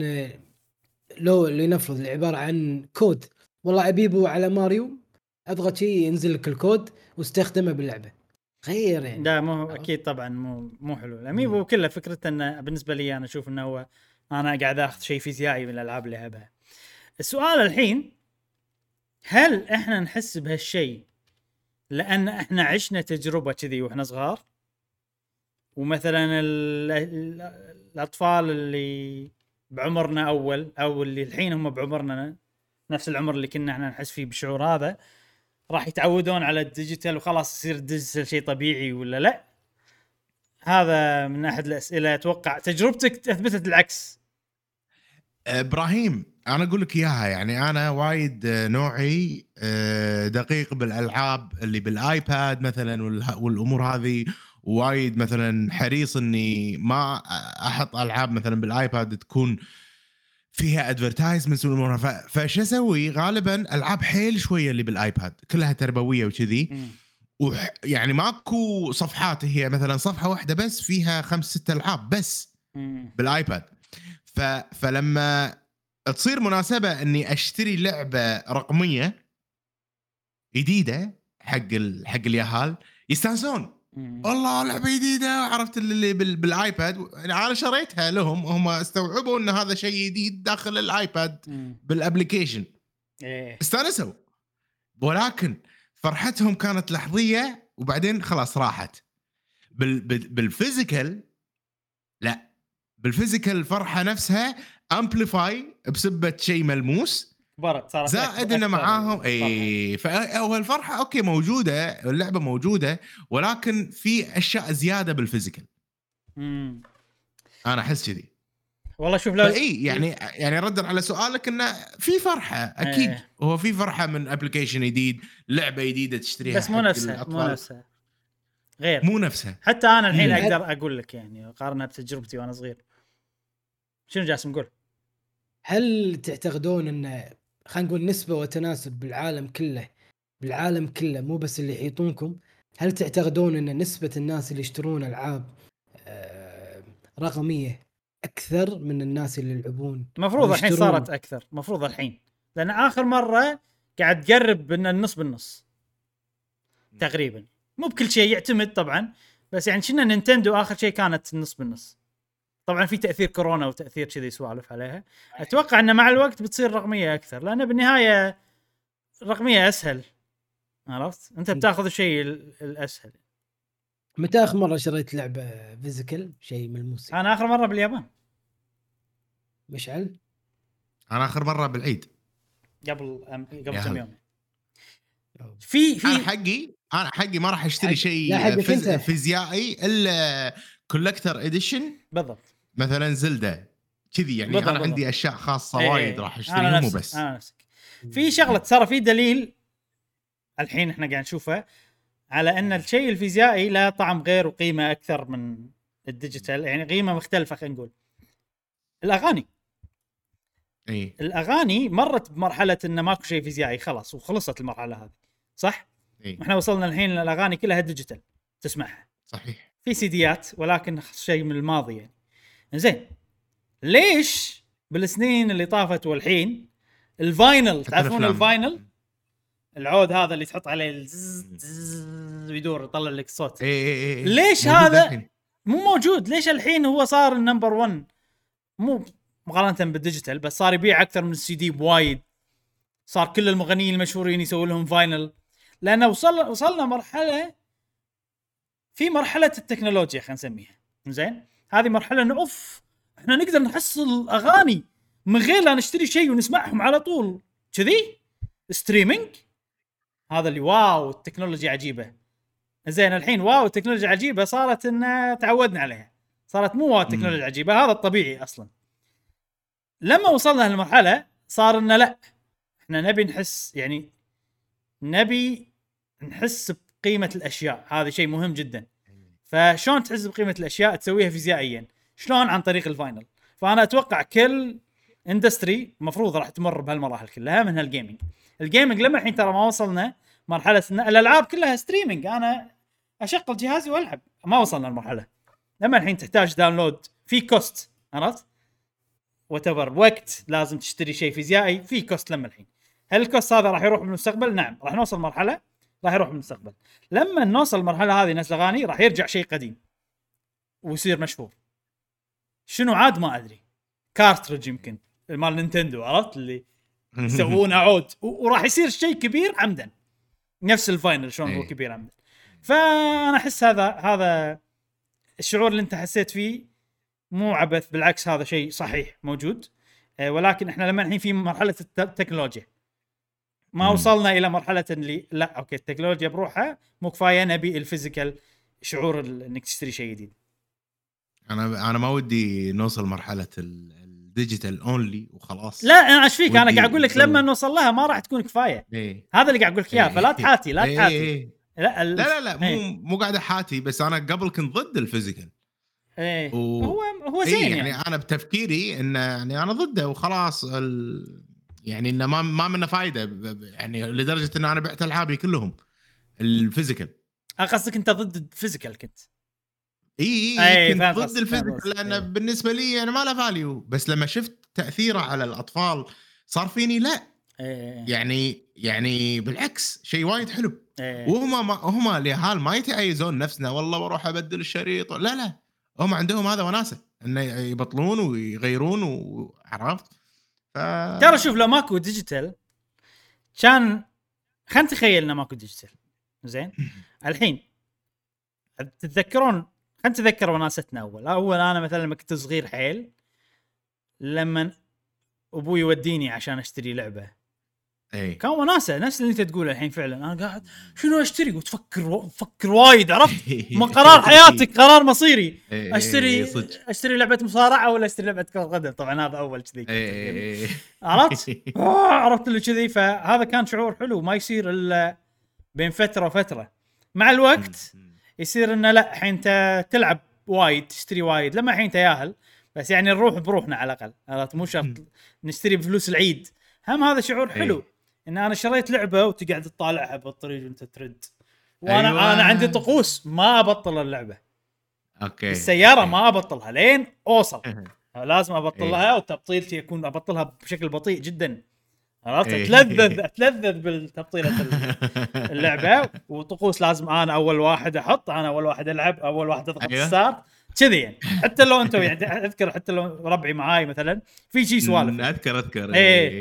لو اللي نفرض عباره عن كود والله اميبو على ماريو اضغط شيء ينزل لك الكود واستخدمه باللعبه غير يعني. لا مو اكيد طبعا مو حلو الاميبو كله. فكرته انه بالنسبه لي انا اشوف انه هو انا قاعد اخذ شيء فيزيائي من الالعاب اللي العبها. السؤال الحين هل احنا نحس بهالشيء لان احنا عشنا تجربه كذي واحنا صغار ومثلا الاطفال اللي بعمرنا اول او اللي الحين هم بعمرنا نفس العمر اللي كنا احنا نحس فيه بالشعور هذا راح يتعودون على الديجيتال وخلاص يصير الديجيتال شيء طبيعي ولا لا؟ هذا من احد الاسئله. اتوقع تجربتك اثبتت العكس. ابراهيم انا اقول لك اياها يعني انا وايد نوعي دقيق بالالعاب اللي بالايباد مثلا والامور هذه وايد مثلا حريص اني ما احط العاب مثلا بالايباد تكون فيها ادفرتايزمنتس والامور. فايش اسوي غالبا العاب حيل شويه اللي بالايباد كلها تربويه وكذي يعني ماكو صفحات هي مثلا صفحه واحده بس فيها 5-6 العاب بس بالايباد. فلما تصير مناسبة اني اشتري لعبة رقمية جديدة حق اليهال يستانسون والله لعبة جديدة عرفت اللي بالايباد انا شريتها لهم هم استوعبوا ان هذا شيء جديد داخل الايباد بالابليكيشن استانسوا ولكن فرحتهم كانت لحظية وبعدين خلاص راحت. بالفيزيكال لا بالفيزيكال الفرحة نفسها امبليفاي بسبة شيء ملموس صارت زائد انه معاهم اي فاول الفرحة اوكي موجودة اللعبة موجودة ولكن في اشياء زيادة بالفيزيكال. انا احس كذي والله. شوف لو يعني ردا على سؤالك انه في فرحة اكيد هو في فرحة من ابلكيشن جديد لعبة جديدة تشتريها بس مو نفسها غير مو نفسها. حتى انا الحين اقدر اقول لك يعني قارنها بتجربتي وانا صغير. شنو جاسم قول؟ هل تعتقدون ان خلينا نقول نسبة وتناسب بالعالم كله مو بس اللي يحيطونكم، هل تعتقدون ان نسبة الناس اللي يشترون العاب رقمية اكثر من الناس اللي يلعبون؟ مفروض الحين صارت اكثر مفروض الحين لان اخر مرة قاعد تقرب ان النص بالنص تقريبا. مو بكل شيء يعتمد طبعا بس يعني شنا نينتندو اخر شيء كانت النص بالنص. طبعا في تاثير كورونا وتاثير كذي سوالف عليها. اتوقع ان مع الوقت بتصير رقميه اكثر لان بالنهايه الرقميه اسهل. عرفت انت بتاخذ الشيء الاسهل. متى اخر مره شريت لعبه فيزيكال شيء ملموس؟ انا اخر مره باليابان. مشعل انا اخر مره بالعيد قبل كم يوم. في انا حقي ما راح اشتري شيء فيزيائي الا كولكتر اديشن بالضبط مثلا زلدة كذي يعني بالضبط. انا عندي اشياء خاصه وايد راح اشتريهم وبس. انا نفسك في شغله ترى في دليل الحين احنا قاعد نشوفه على ان الشيء الفيزيائي له طعم غير وقيمه اكثر من الديجيتال يعني قيمه مختلفه. خلينا نقول الاغاني الاغاني مرت بمرحله ان ماكو شيء فيزيائي خلاص وخلصت المرحله هذه صح. احنا وصلنا الحين الاغاني كلها ديجيتال تسمعها صحيح في سيديات ولكن شيء من الماضي يعني. زين ليش بالسنين اللي طافت والحين الفاينل، تعرفون الأفلام. الفاينل العود هذا اللي تحط عليه الزز ويدور يطلع لك صوت. إيه. ليش موجود هذا الحين. مو موجود؟ ليش الحين هو صار النمبر 1 مو مقارنة بالديجيتال، بس صار يبيع أكثر من السي دي بوايد، صار كل المغنيين المشهورين يسوي لهم فاينل، لأنه وصلنا مرحلة، في مرحلة التكنولوجيا خلينا نسميها زين. هذه مرحلة إنه أوف إحنا نقدر نحصل أغاني من غير لا نشتري شيء ونسمعهم على طول كذي ستريمينج. هذا اللي واو التكنولوجيا عجيبة. زين الحين واو التكنولوجيا عجيبة صارت إن تعودنا عليها، صارت مو واو التكنولوجيا عجيبة، هذا الطبيعي أصلا. لما وصلنا هالمرحلة صار إنه لا إحنا نبي نحس، يعني نبي نحس بقيمة الأشياء، هذا شيء مهم جدا. فشلون تحس بقيمة الأشياء؟ تسويها فيزيائيا. شلون؟ عن طريق الفاينل. فأنا أتوقع كل اندستري مفروض راح تمر بهالمراحل كلها من هالجيمينج. الجيمينج لما الحين ترى ما وصلنا مرحلة إن الألعاب كلها ستريمينج، أنا أشغل جهازي وألعب، ما وصلنا المرحلة. لما الحين تحتاج داونلود في كوست، عرفت؟ وتبر وقت لازم تشتري شيء فيزيائي في كوست. لما الحين هل الكوست هذا راح يروح بالمستقبل؟ نعم راح نوصل مرحلة راح يروح بالمستقبل. لما نوصل المرحلة هذه نزل أغاني راح يرجع شيء قديم ويصير مشهور. شنو عاد ما أدري، كارترج يمكن مال نينتندو، عرفت اللي يسوونه عود وراح يصير شيء كبير عمدا، نفس الفاينل شلون هو كبير عمدا. فأنا أحس هذا الشعور اللي أنت حسيت فيه مو عبث، بالعكس هذا شيء صحيح موجود. ولكن احنا لما الحين في مرحلة التكنولوجيا ما وصلنا الى مرحله اللي لا اوكي التكنولوجيا بروحها مو كفايه، نبي الفيزيكال شعور انك تشتري شيء جديد. انا ما ودي نوصل مرحله الديجيتال اونلي وخلاص. لا انا ايش فيك، انا قاعد اقول لك لما نوصل لها ما راح تكون كفايه. هذا اللي قاعد اقول لك اياه. فلا تحاتي لا تحاتي. لا مو قاعد احاتي، بس انا قبل كنت ضد الفيزيكال. هو زين يعني انا بتفكيري انه يعني انا ضده وخلاص. يعني انه ما منه فايده، يعني لدرجه ان انا بعت العابي كلهم الفيزيكال. قصدك انت ضد الفيزيكال كنت؟ اي كنت ضد الفيزيكال لانه بالنسبه لي يعني ما له فاليو، بس لما شفت تاثيره على الاطفال صار فيني لا يعني بالعكس شيء وايد حلو. وهم اليهال ما يتعايزون نفسنا والله بروح ابدل الشريط، لا هم عندهم هذا وناسه انه يبطلون ويغيرون وعرفت. ترى شوف لو ماكو ديجيتال كان خلينا نتخيل انه ماكو ديجيتال زين. الحين تتذكرون، خلينا نتذكر وناستنا اول انا مثلا لما كنت صغير حيل، لما ابوي يوديني عشان اشتري لعبه كان وناسه نفس اللي انت تقوله الحين. فعلا انا قاعد شنو اشتري وتفكر وايد، عرفت؟ ما قرار حياتك، قرار مصيري. اشتري لعبه مصارعه ولا اشتري لعبه كره قدم؟ طبعا هذا اول كذي عرفت عرفت اللي كذي. فهذا كان شعور حلو ما يصير الا بين فتره وفتره. مع الوقت يصير انه لا الحين انت تلعب وايد تشتري وايد، لما الحين تياهل بس يعني نروح بروحنا على الاقل، عرفت؟ مو شرط نشتري بفلوس العيد. هم هذا شعور حلو ان انا شريت لعبه وتقعد تطالعها بالطريق وانت ترد. وانا انا عندي طقوس ما ابطل اللعبه. اوكي السياره ما ابطلها لين اوصل، لازم ابطلها. وتبطيلتي يكون ابطلها بشكل بطيء جدا، عرفت؟ اتلذذ بالتبطيله اللعبه. وطقوس لازم انا اول واحد احط، انا اول واحد العب، اول واحد اضغط ستارت كذي يعني. حتى لو انتم يعني اذكر حتى لو ربعي معاي مثلا في شيء سوالف اذكر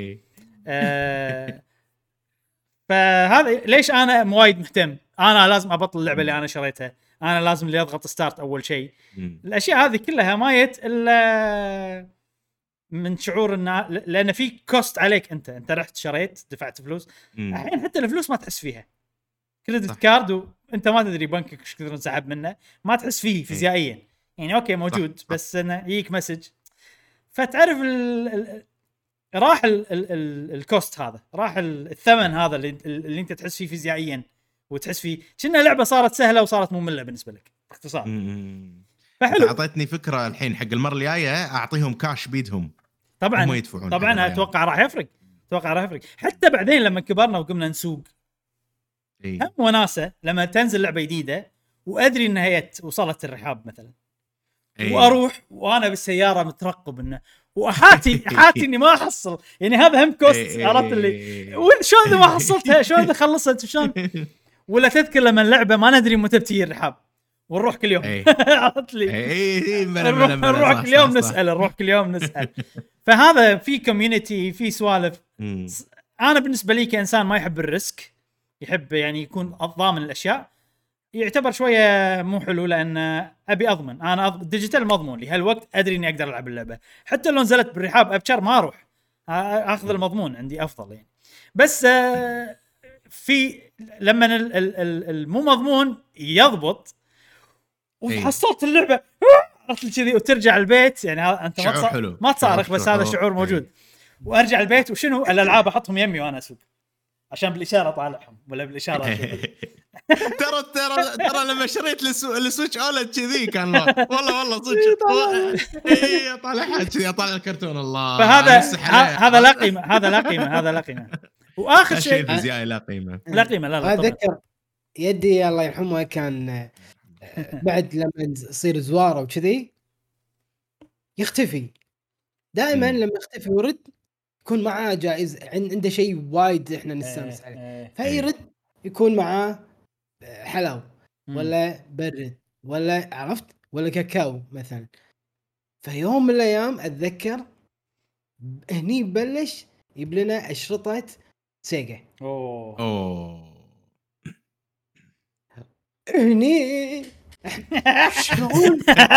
فهذا ليش انا وايد مهتم. انا لازم ابطل اللعبه اللي انا شريتها، انا لازم اللي اضغط ستارت اول شيء. الاشياء هذه كلها ما جت الا من شعور ان لان في كوست عليك. انت رحت شريت دفعت فلوس، الحين حتى الفلوس ما تحس فيها. كريدت كارد وانت ما تدري بنكك ايش كثر انسحب منه، ما تحس فيه فيزيائيا يعني. اوكي موجود صح. بس انه يجيك مسج فتعرف راح الكوست هذا، راح الثمن هذا اللي انت تحس فيه فيزيائيا وتحس فيه كأنها لعبه صارت سهله وصارت ممله بالنسبه لك باختصار. فحلو اعطيتني فكره الحين حق المره الجايه اعطيهم كاش بيدهم طبعا هم يدفعون. طبعا اتوقع راح يفرق، حتى بعدين لما كبرنا وقمنا نسوق هم وناسه لما تنزل لعبه جديده وادري ان هي وصلت الرحاب مثلا واروح وانا بالسياره مترقب انه واحاتي اني ما احصل، يعني هذا هم كوست، عرفت اللي شلون اذا ما حصلتها، شلون اذا خلصت، شلون. ولا تذكر لما اللعبه ما ندري متى بتجي الرحاب ونروح كل يوم عرفت لي نروح كل يوم نسال فهذا في كوميونتي، في سوالف. انا بالنسبه لي كانسان ما يحب الريسك، يحب يعني يكون ضامن الاشياء، يعتبر شويه مو حلو، لان ابي اضمن. انا ديجيتال مضمون لي هالوقت، ادري اني اقدر العب اللعبه حتى لو نزلت بالرحاب ابشر ما اروح، اخذ المضمون عندي افضل يعني. بس في لما المو مضمون يضبط وحصلت اللعبه عرفت كذي وترجع البيت، يعني انت ما تصارخ بس هذا شعور موجود. وارجع البيت وشنو الالعاب احطهم يمي وانا اسوق عشان بالاشاره طالعهم ولا بالاشاره ترى لما شريت السويتش اولد كذي كان والله صدق طالعها كذي، اطالع الكرتون الله. فهذا لا قيمه، هذا لا قيمه. واخر شيء فيزيائي لا قيمه لا اتذكر يدي الله يرحمه كان بعد لما يصير زواره وكذي يختفي دائما. لما يختفي ورد يكون معاه جائزة، عنده شيء وايد احنا نستانس عليه، فيرد يكون معاه حلاوة ولا برد ولا عرفت ولا كاكاو مثلا. فيوم من الايام اتذكر هني بلش يجيب لنا اشرطة سيجا. هني شلون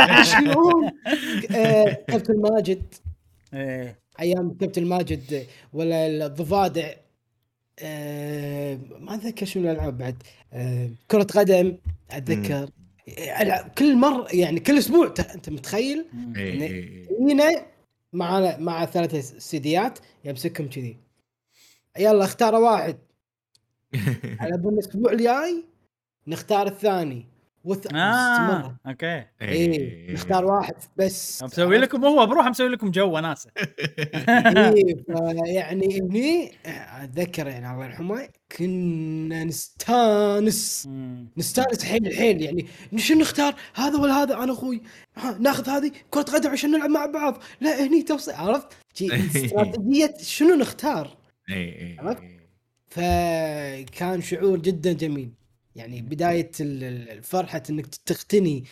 كابتن ماجد ايام كابتن ماجد ولا الضفادع، ما اتذكر شنو الالعاب بعد، كرة قدم اتذكر. كل مرة يعني كل اسبوع انت متخيل هنا مع 3 سيديات يمسكهم كذي، يلا اختار واحد على بالاسبوع الجاي نختار الثاني اوكي نختار واحد بس مسوي لكم، هو بروح مسوي لكم جو وناسه. يعني هني اتذكر يعني الله يرحمه كنا نستانس حيل يعني شنو نختار هذا ولا هذا، انا اخوي ناخذ هذه كرة قدم عشان نلعب مع بعض، لا هني توصل عرفت استراتيجية شنو نختار. فكان شعور جدا جميل يعني، بداية الفرحة انك تقتني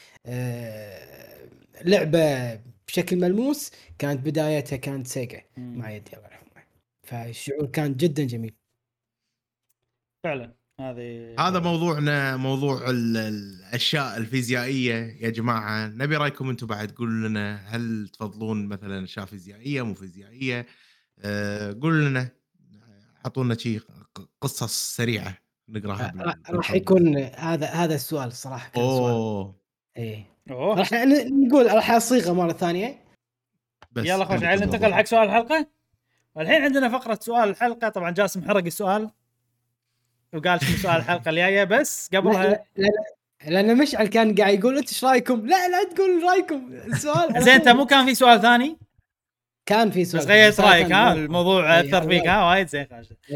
لعبة بشكل ملموس كانت بدايتها كانت سيجا مع يدي الله يرحمه. فالشعور كان جدا جميل فعلا. هذا موضوعنا، موضوع الاشياء الفيزيائيه يا جماعه. نبي رايكم انتم بعد، قولوا لنا هل تفضلون مثلا اشياء فيزيائيه مو فيزيائيه؟ قولوا لنا، حطوا شيء قصص سريعه نقراها. راح يكون هذا السؤال الصراحه كان سؤال راح نقول راح اصيغه مره ثانيه بس. يلا خوش عيل ننتقل حق سؤال الحلقه. والحين عندنا فقره سؤال الحلقه. طبعا جاسم حرق السؤال وقال شنو سؤال الحلقه الجايه، بس قبلها لأن مشعل كان قاعد يقول انت ايش رايكم، لا تقول رايكم السؤال. زين انت مو كان في سؤال ثاني؟ كان في سؤال بس غيرت رايك الموضوع اثر فيك وايد زين.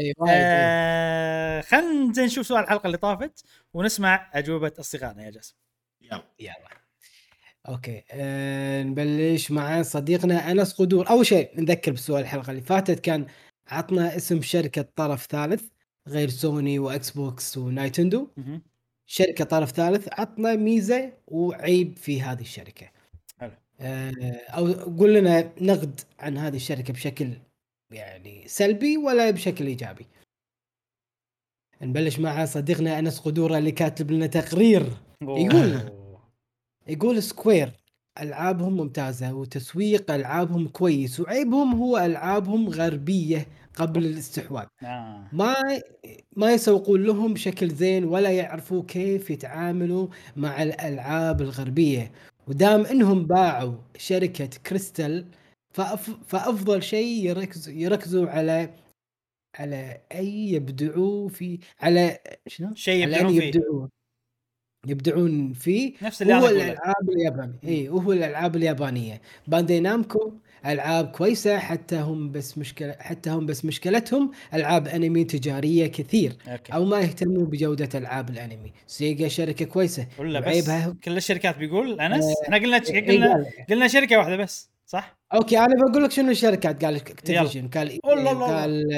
خلينا نشوف سؤال الحلقه اللي طافت ونسمع اجوبه اصدقائنا يا جاسم. يلا اوكي. نبلش مع صديقنا انس قدور. اول شيء نذكر بسؤال الحلقه اللي فاتت كان عطنا اسم شركه طرف ثالث غير سوني واكس بوكس ونايتندو. شركه طرف ثالث عطنا ميزه وعيب في هذه الشركه. او قول لنا نقد عن هذه الشركه بشكل يعني سلبي ولا بشكل ايجابي. نبلش مع صديقنا انس قدوره اللي كاتب لنا تقرير. يقول سكوير العابهم ممتازه وتسويق العابهم كويس، وعيبهم هو العابهم غربيه قبل الاستحواذ. ما يسوقون لهم بشكل زين ولا يعرفوا كيف يتعاملوا مع الالعاب الغربيه، ودام انهم باعوا شركه كريستال فافضل شيء يركزوا على اي يبدعوا في على شنو شيء يبدعون فيه نفس اللي هو الالعاب اليابانيه. وهو الالعاب اليابانيه. بانداي نامكو العاب كويسه، حتى هم بس مشكلتهم العاب انمي تجاريه كثير. او ما يهتموا بجوده العاب الانمي. سيجا شركه كويسه، عيبها كل الشركات بيقول انس. احنا قلنا شركه واحده بس صح؟ اوكي انا بقول لك شنو الشركات. قال اكتيفيجن، قال الله الله الله. قال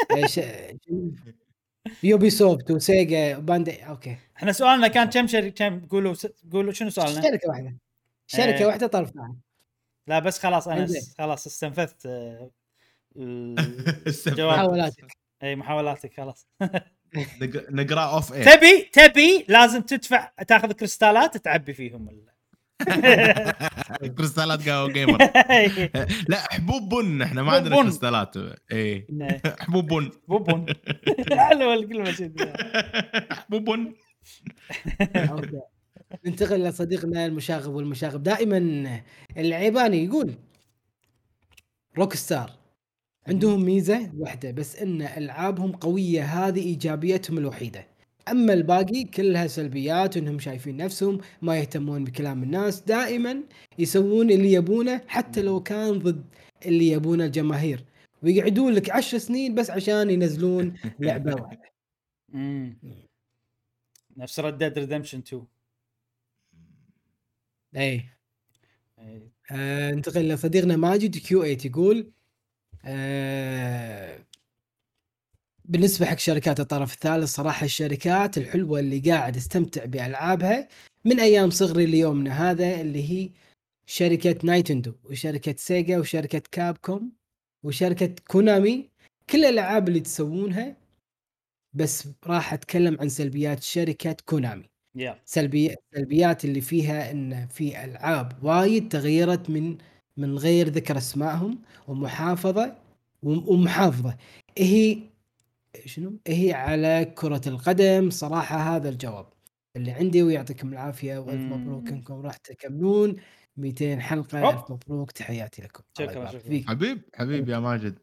يوبي سوفت وسيجا وباندي. اوكي احنا سؤالنا كان كم شركه؟ كم قولوا شنو سؤالنا؟ شركه واحده، شركه واحده طرف ثاني. لا بس خلاص انا إنزين. خلاص استنفذت الجواب. محاولاتك. اي محاولاتك خلاص. نقرا اوف اير. تبي لازم تدفع، تاخذ كريستالات تعبي فيهم كريستالات قهوه جيمر. لا حبوب بن، احنا ما عندنا كريستالات. اي حبوب بن. حبوب بن. حلوه الكلمه كذي. حبوب بن. أوكي. ننتقل لصديقنا المشاغب والمشاغب دائما العيباني. يقول روك ستار عندهم ميزة واحدة بس، إن ألعابهم قوية، هذه إيجابيتهم الوحيدة. أما الباقي كلها سلبيات، إنهم شايفين نفسهم ما يهتمون بكلام الناس، دائما يسوون اللي يبونه حتى لو كان ضد اللي يبونه الجماهير، ويقعدون لك 10 سنين بس عشان ينزلون لعبة واحدة. نفس Red Dead Redemption 2. أي. انتقل لصديقنا ماجد كيو 8 يقول بالنسبة حق شركات الطرف الثالث، صراحة الشركات الحلوة اللي قاعد استمتع بألعابها من أيام صغري ليومنا هذا، اللي هي شركة نايتندو وشركة سيجا وشركة كابكوم وشركة كونامي. كل الألعاب اللي تسوونها، بس راح أتكلم عن سلبيات شركة كونامي. سلبيات اللي فيها إن في ألعاب وايد تغيرت من غير ذكر اسمائهم، ومحافظة هي شنو هي على كرة القدم. صراحة هذا الجواب اللي عندي، ويعطيكم العافية والف مبروك انكم راح تكملون 200 حلقة. الف مبروك، تحياتي لكم. شكرا حبيب يا ماجد.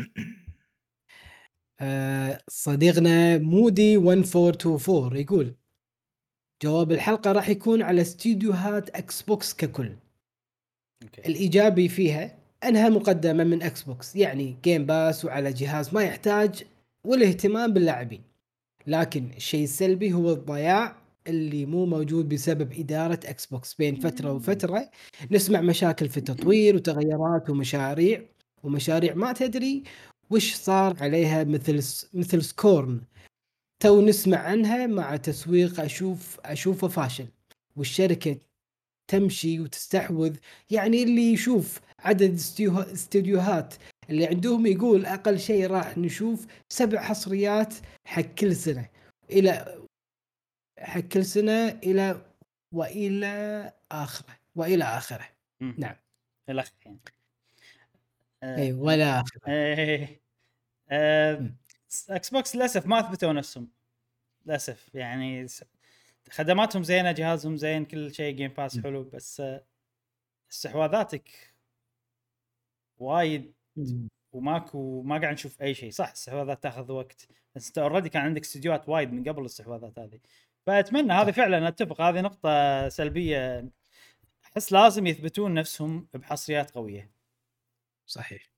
صديقنا مودي 1424 يقول جواب الحلقة راح يكون على استديوهات اكس بوكس ككل. الإيجابي فيها أنها مقدمة من اكس بوكس، يعني جيم باس وعلى جهاز ما يحتاج والاهتمام باللاعبين. لكن الشيء السلبي هو الضياع اللي مو موجود بسبب إدارة اكس بوكس. بين فترة وفترة نسمع مشاكل في التطوير وتغيرات ومشاريع ما تدري وش صار عليها، مثل سكورن تو نسمع عنها مع تسويق أشوفه فاشل، والشركة تمشي وتستحوذ. يعني اللي يشوف عدد استديوهات اللي عندهم يقول أقل شيء راح نشوف 7 حصريات حق كل سنة إلى وإلى آخره. نعم إلى آخره. أي ولا آخره. اكس بوكس للاسف ما اثبتوا نفسهم للاسف. يعني خدماتهم زينه، جهازهم زين، كل شيء، جيم باس حلو، بس استحواذاتك وايد ما قاعد نشوف اي شيء. صح استحواذات تاخذ وقت، بس انت اوريدي كان عندك استديوهات وايد من قبل الاستحواذات هذه. فاتمنى هذه فعلا اتفق، هذه نقطه سلبيه. احس لازم يثبتون نفسهم بحصريات قويه. صحيح.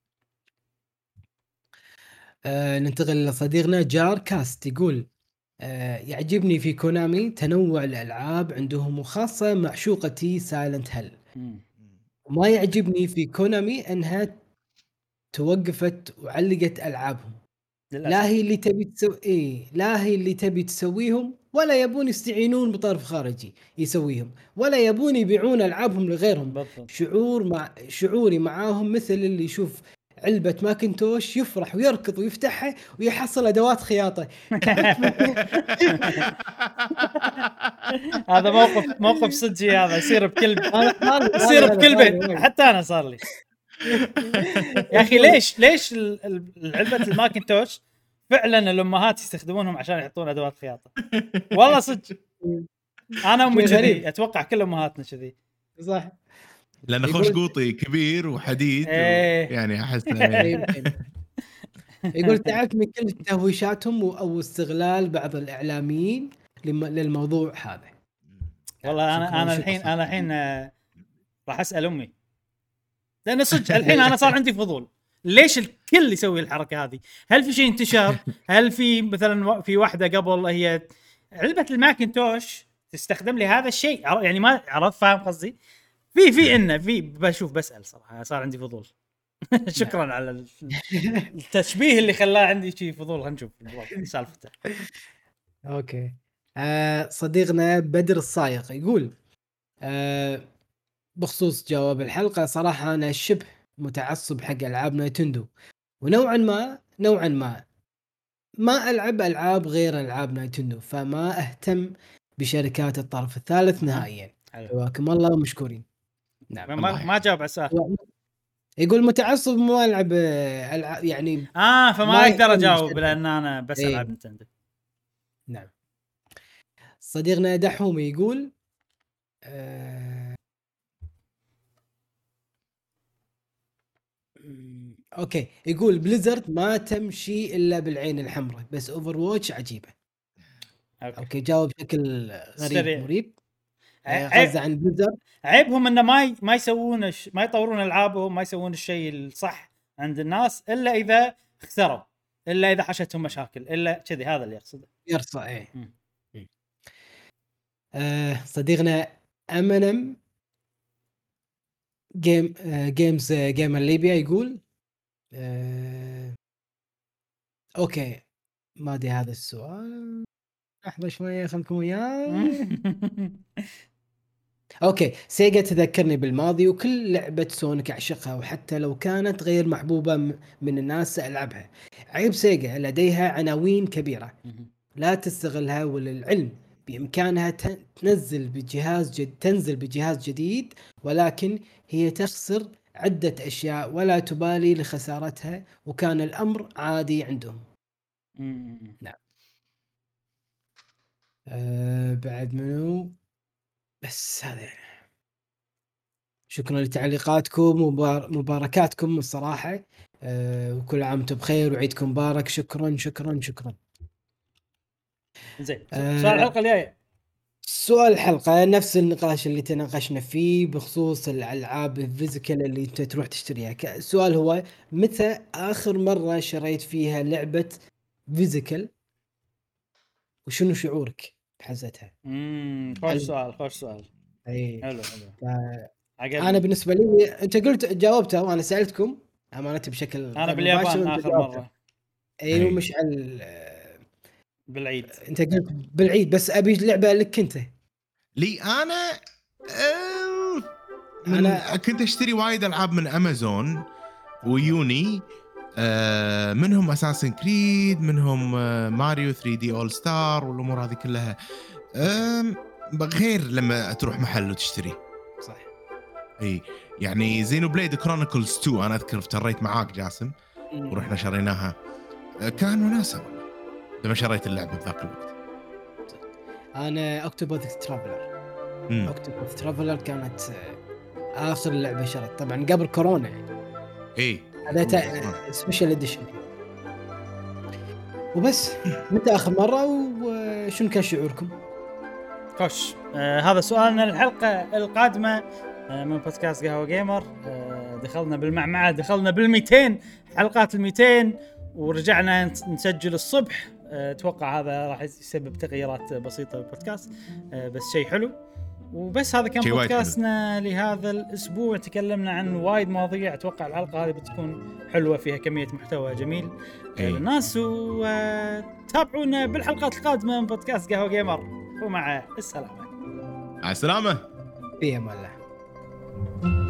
ننتقل لصديقنا جار كاست يقول يعجبني في كونامي تنوع الألعاب عندهم، وخاصة معشوقتي سايلنت هيل. وما يعجبني في كونامي أنها توقفت وعلقت ألعابهم. لا هي اللي تبي تسويهم، ولا يبون يستعينون بطرف خارجي يسويهم، ولا يبون يبيعون ألعابهم لغيرهم. شعوري معاهم مثل اللي يشوف علبة ماكنتوش يفرح ويركض ويفتحها ويحصل أدوات خياطة. هذا موقف صدقي، هذا يصير بكل بيت. حتى أنا صار لي يا أخي. ليش العلبة الماكنتوش فعلا الأمهات يستخدمونهم عشان يحطون أدوات خياطة؟ والله صدق أنا أمي كذي، أتوقع كل أمهاتنا كذي. صح، لأنه خوش قوطي كبير وحديد يعني أحس يقول تعبت من كل تهويشاتهم أو استغلال بعض الإعلاميين للموضوع هذا. والله أنا الحين راح أسأل أمي، لأن صدق الحين أنا صار عندي فضول. ليش الكل يسوي الحركة هذه؟ هل في شيء انتشر؟ هل في مثلا في واحدة قبل هي علبة الماكنتوش تستخدم لهذا الشيء؟ يعني ما عرفت، فاهم قصدي؟ في بشوف بسأل صراحة صار عندي فضول. شكرا على التشبيه اللي خلاه عندي شيء فضول. خلينا نشوف سالفته. اوكي. صديقنا بدر الصايغ يقول بخصوص جواب الحلقة، صراحة أنا شبه متعصب حق ألعاب نايتندو، ونوعا ما ألعب ألعاب غير ألعاب نايتندو، فما أهتم بشركات الطرف الثالث نهائيا. حياكم الله ومشكورين. نعم ما جاوب على السؤال. يقول متعصب ما ألعب يعني فما أقدر أجاوب لأن أنا بس ألعب نينتندو. نعم. صديقنا دحوم يقول اوكي، يقول بليزرد ما تمشي الا بالعين الحمراء، بس اوفر واتش عجيبه. اوكي جاوب بشكل غريب مريب. غزة عن بليزرد عيبهم انه ما يسوون ما يطورون العابهم، ما يسوون الشيء الصح عند الناس الا اذا خسروا، الا اذا حشتهم مشاكل، الا كذي. هذا اللي يقصده يرصع. ايه صديقنا امنم جيمز جيمر ليبيا يقول اوكي ما ادري هذا السؤال، لحظه شويه خلكم وياي. اوكي، سيجا تذكرني بالماضي وكل لعبه سونيك اعشقها، وحتى لو كانت غير محبوبه من الناس العبها. عيب سيجا لديها عناوين كبيره لا تستغلها، وللعلم بامكانها تنزل بجهاز جديد، ولكن هي تخسر عده اشياء ولا تبالي لخسارتها، وكان الامر عادي عندهم. نعم. بعد منو؟ بس هذا شكرا لتعليقاتكم ومباركاتكم الصراحة. وكل عام وانتم بخير وعيدكم مبارك. شكرا. زين. سؤال الحلقة الجاية. سؤال الحلقة نفس النقاش اللي تناقشنا فيه بخصوص الألعاب الفيزيكال اللي انت تروح تشتريها. السؤال هو متى آخر مرة شريت فيها لعبة فيزيكال، وشنو شعورك بحزتها؟ خوش سؤال. حلو. انا بالنسبه لي انت قلت جاوبته وانا سالتكم امانه بشكل انا باليابان اخر مره. ايوه مشعل بالعيد. انت قلت بالعيد، بس ابي لعبه لك انت. لي انا كنت اشتري وايد العاب من امازون ويوني، منهم اساسن كريد، منهم ماريو 3 دي اول ستار والامور هذه كلها، غير لما تروح محل وتشتري. صح. اي يعني زينو بليد كرونيكلز 2 انا اذكر افتريت معاك جاسم ورحنا شريناها، كان وناسه لما شريت اللعبه بذاك الوقت. انا اوكتوباث ترافلر كانت اخر لعبه شريت، طبعا قبل كورونا يعني. اي هذا سبيشال اديشن. وبس متى اخر مره وشنو كان شعوركم؟ خوش. هذا سؤالنا الحلقه القادمه من بودكاست قهوة جيمر. دخلنا بالمعمعة، دخلنا بال200 حلقات ال200 ورجعنا نسجل الصبح. اتوقع هذا راح يسبب تغييرات بسيطة بالبودكاست، بس شيء حلو. وبس هذا كان بودكاستنا لهذا الاسبوع. تكلمنا عن وايد مواضيع، اتوقع الحلقة هذه بتكون حلوة، فيها كمية محتوى جميل للناس. وتابعونا بالحلقات القادمة من بودكاست قهوة جيمر، ومع السلامة. مع السلامة. في امان الله.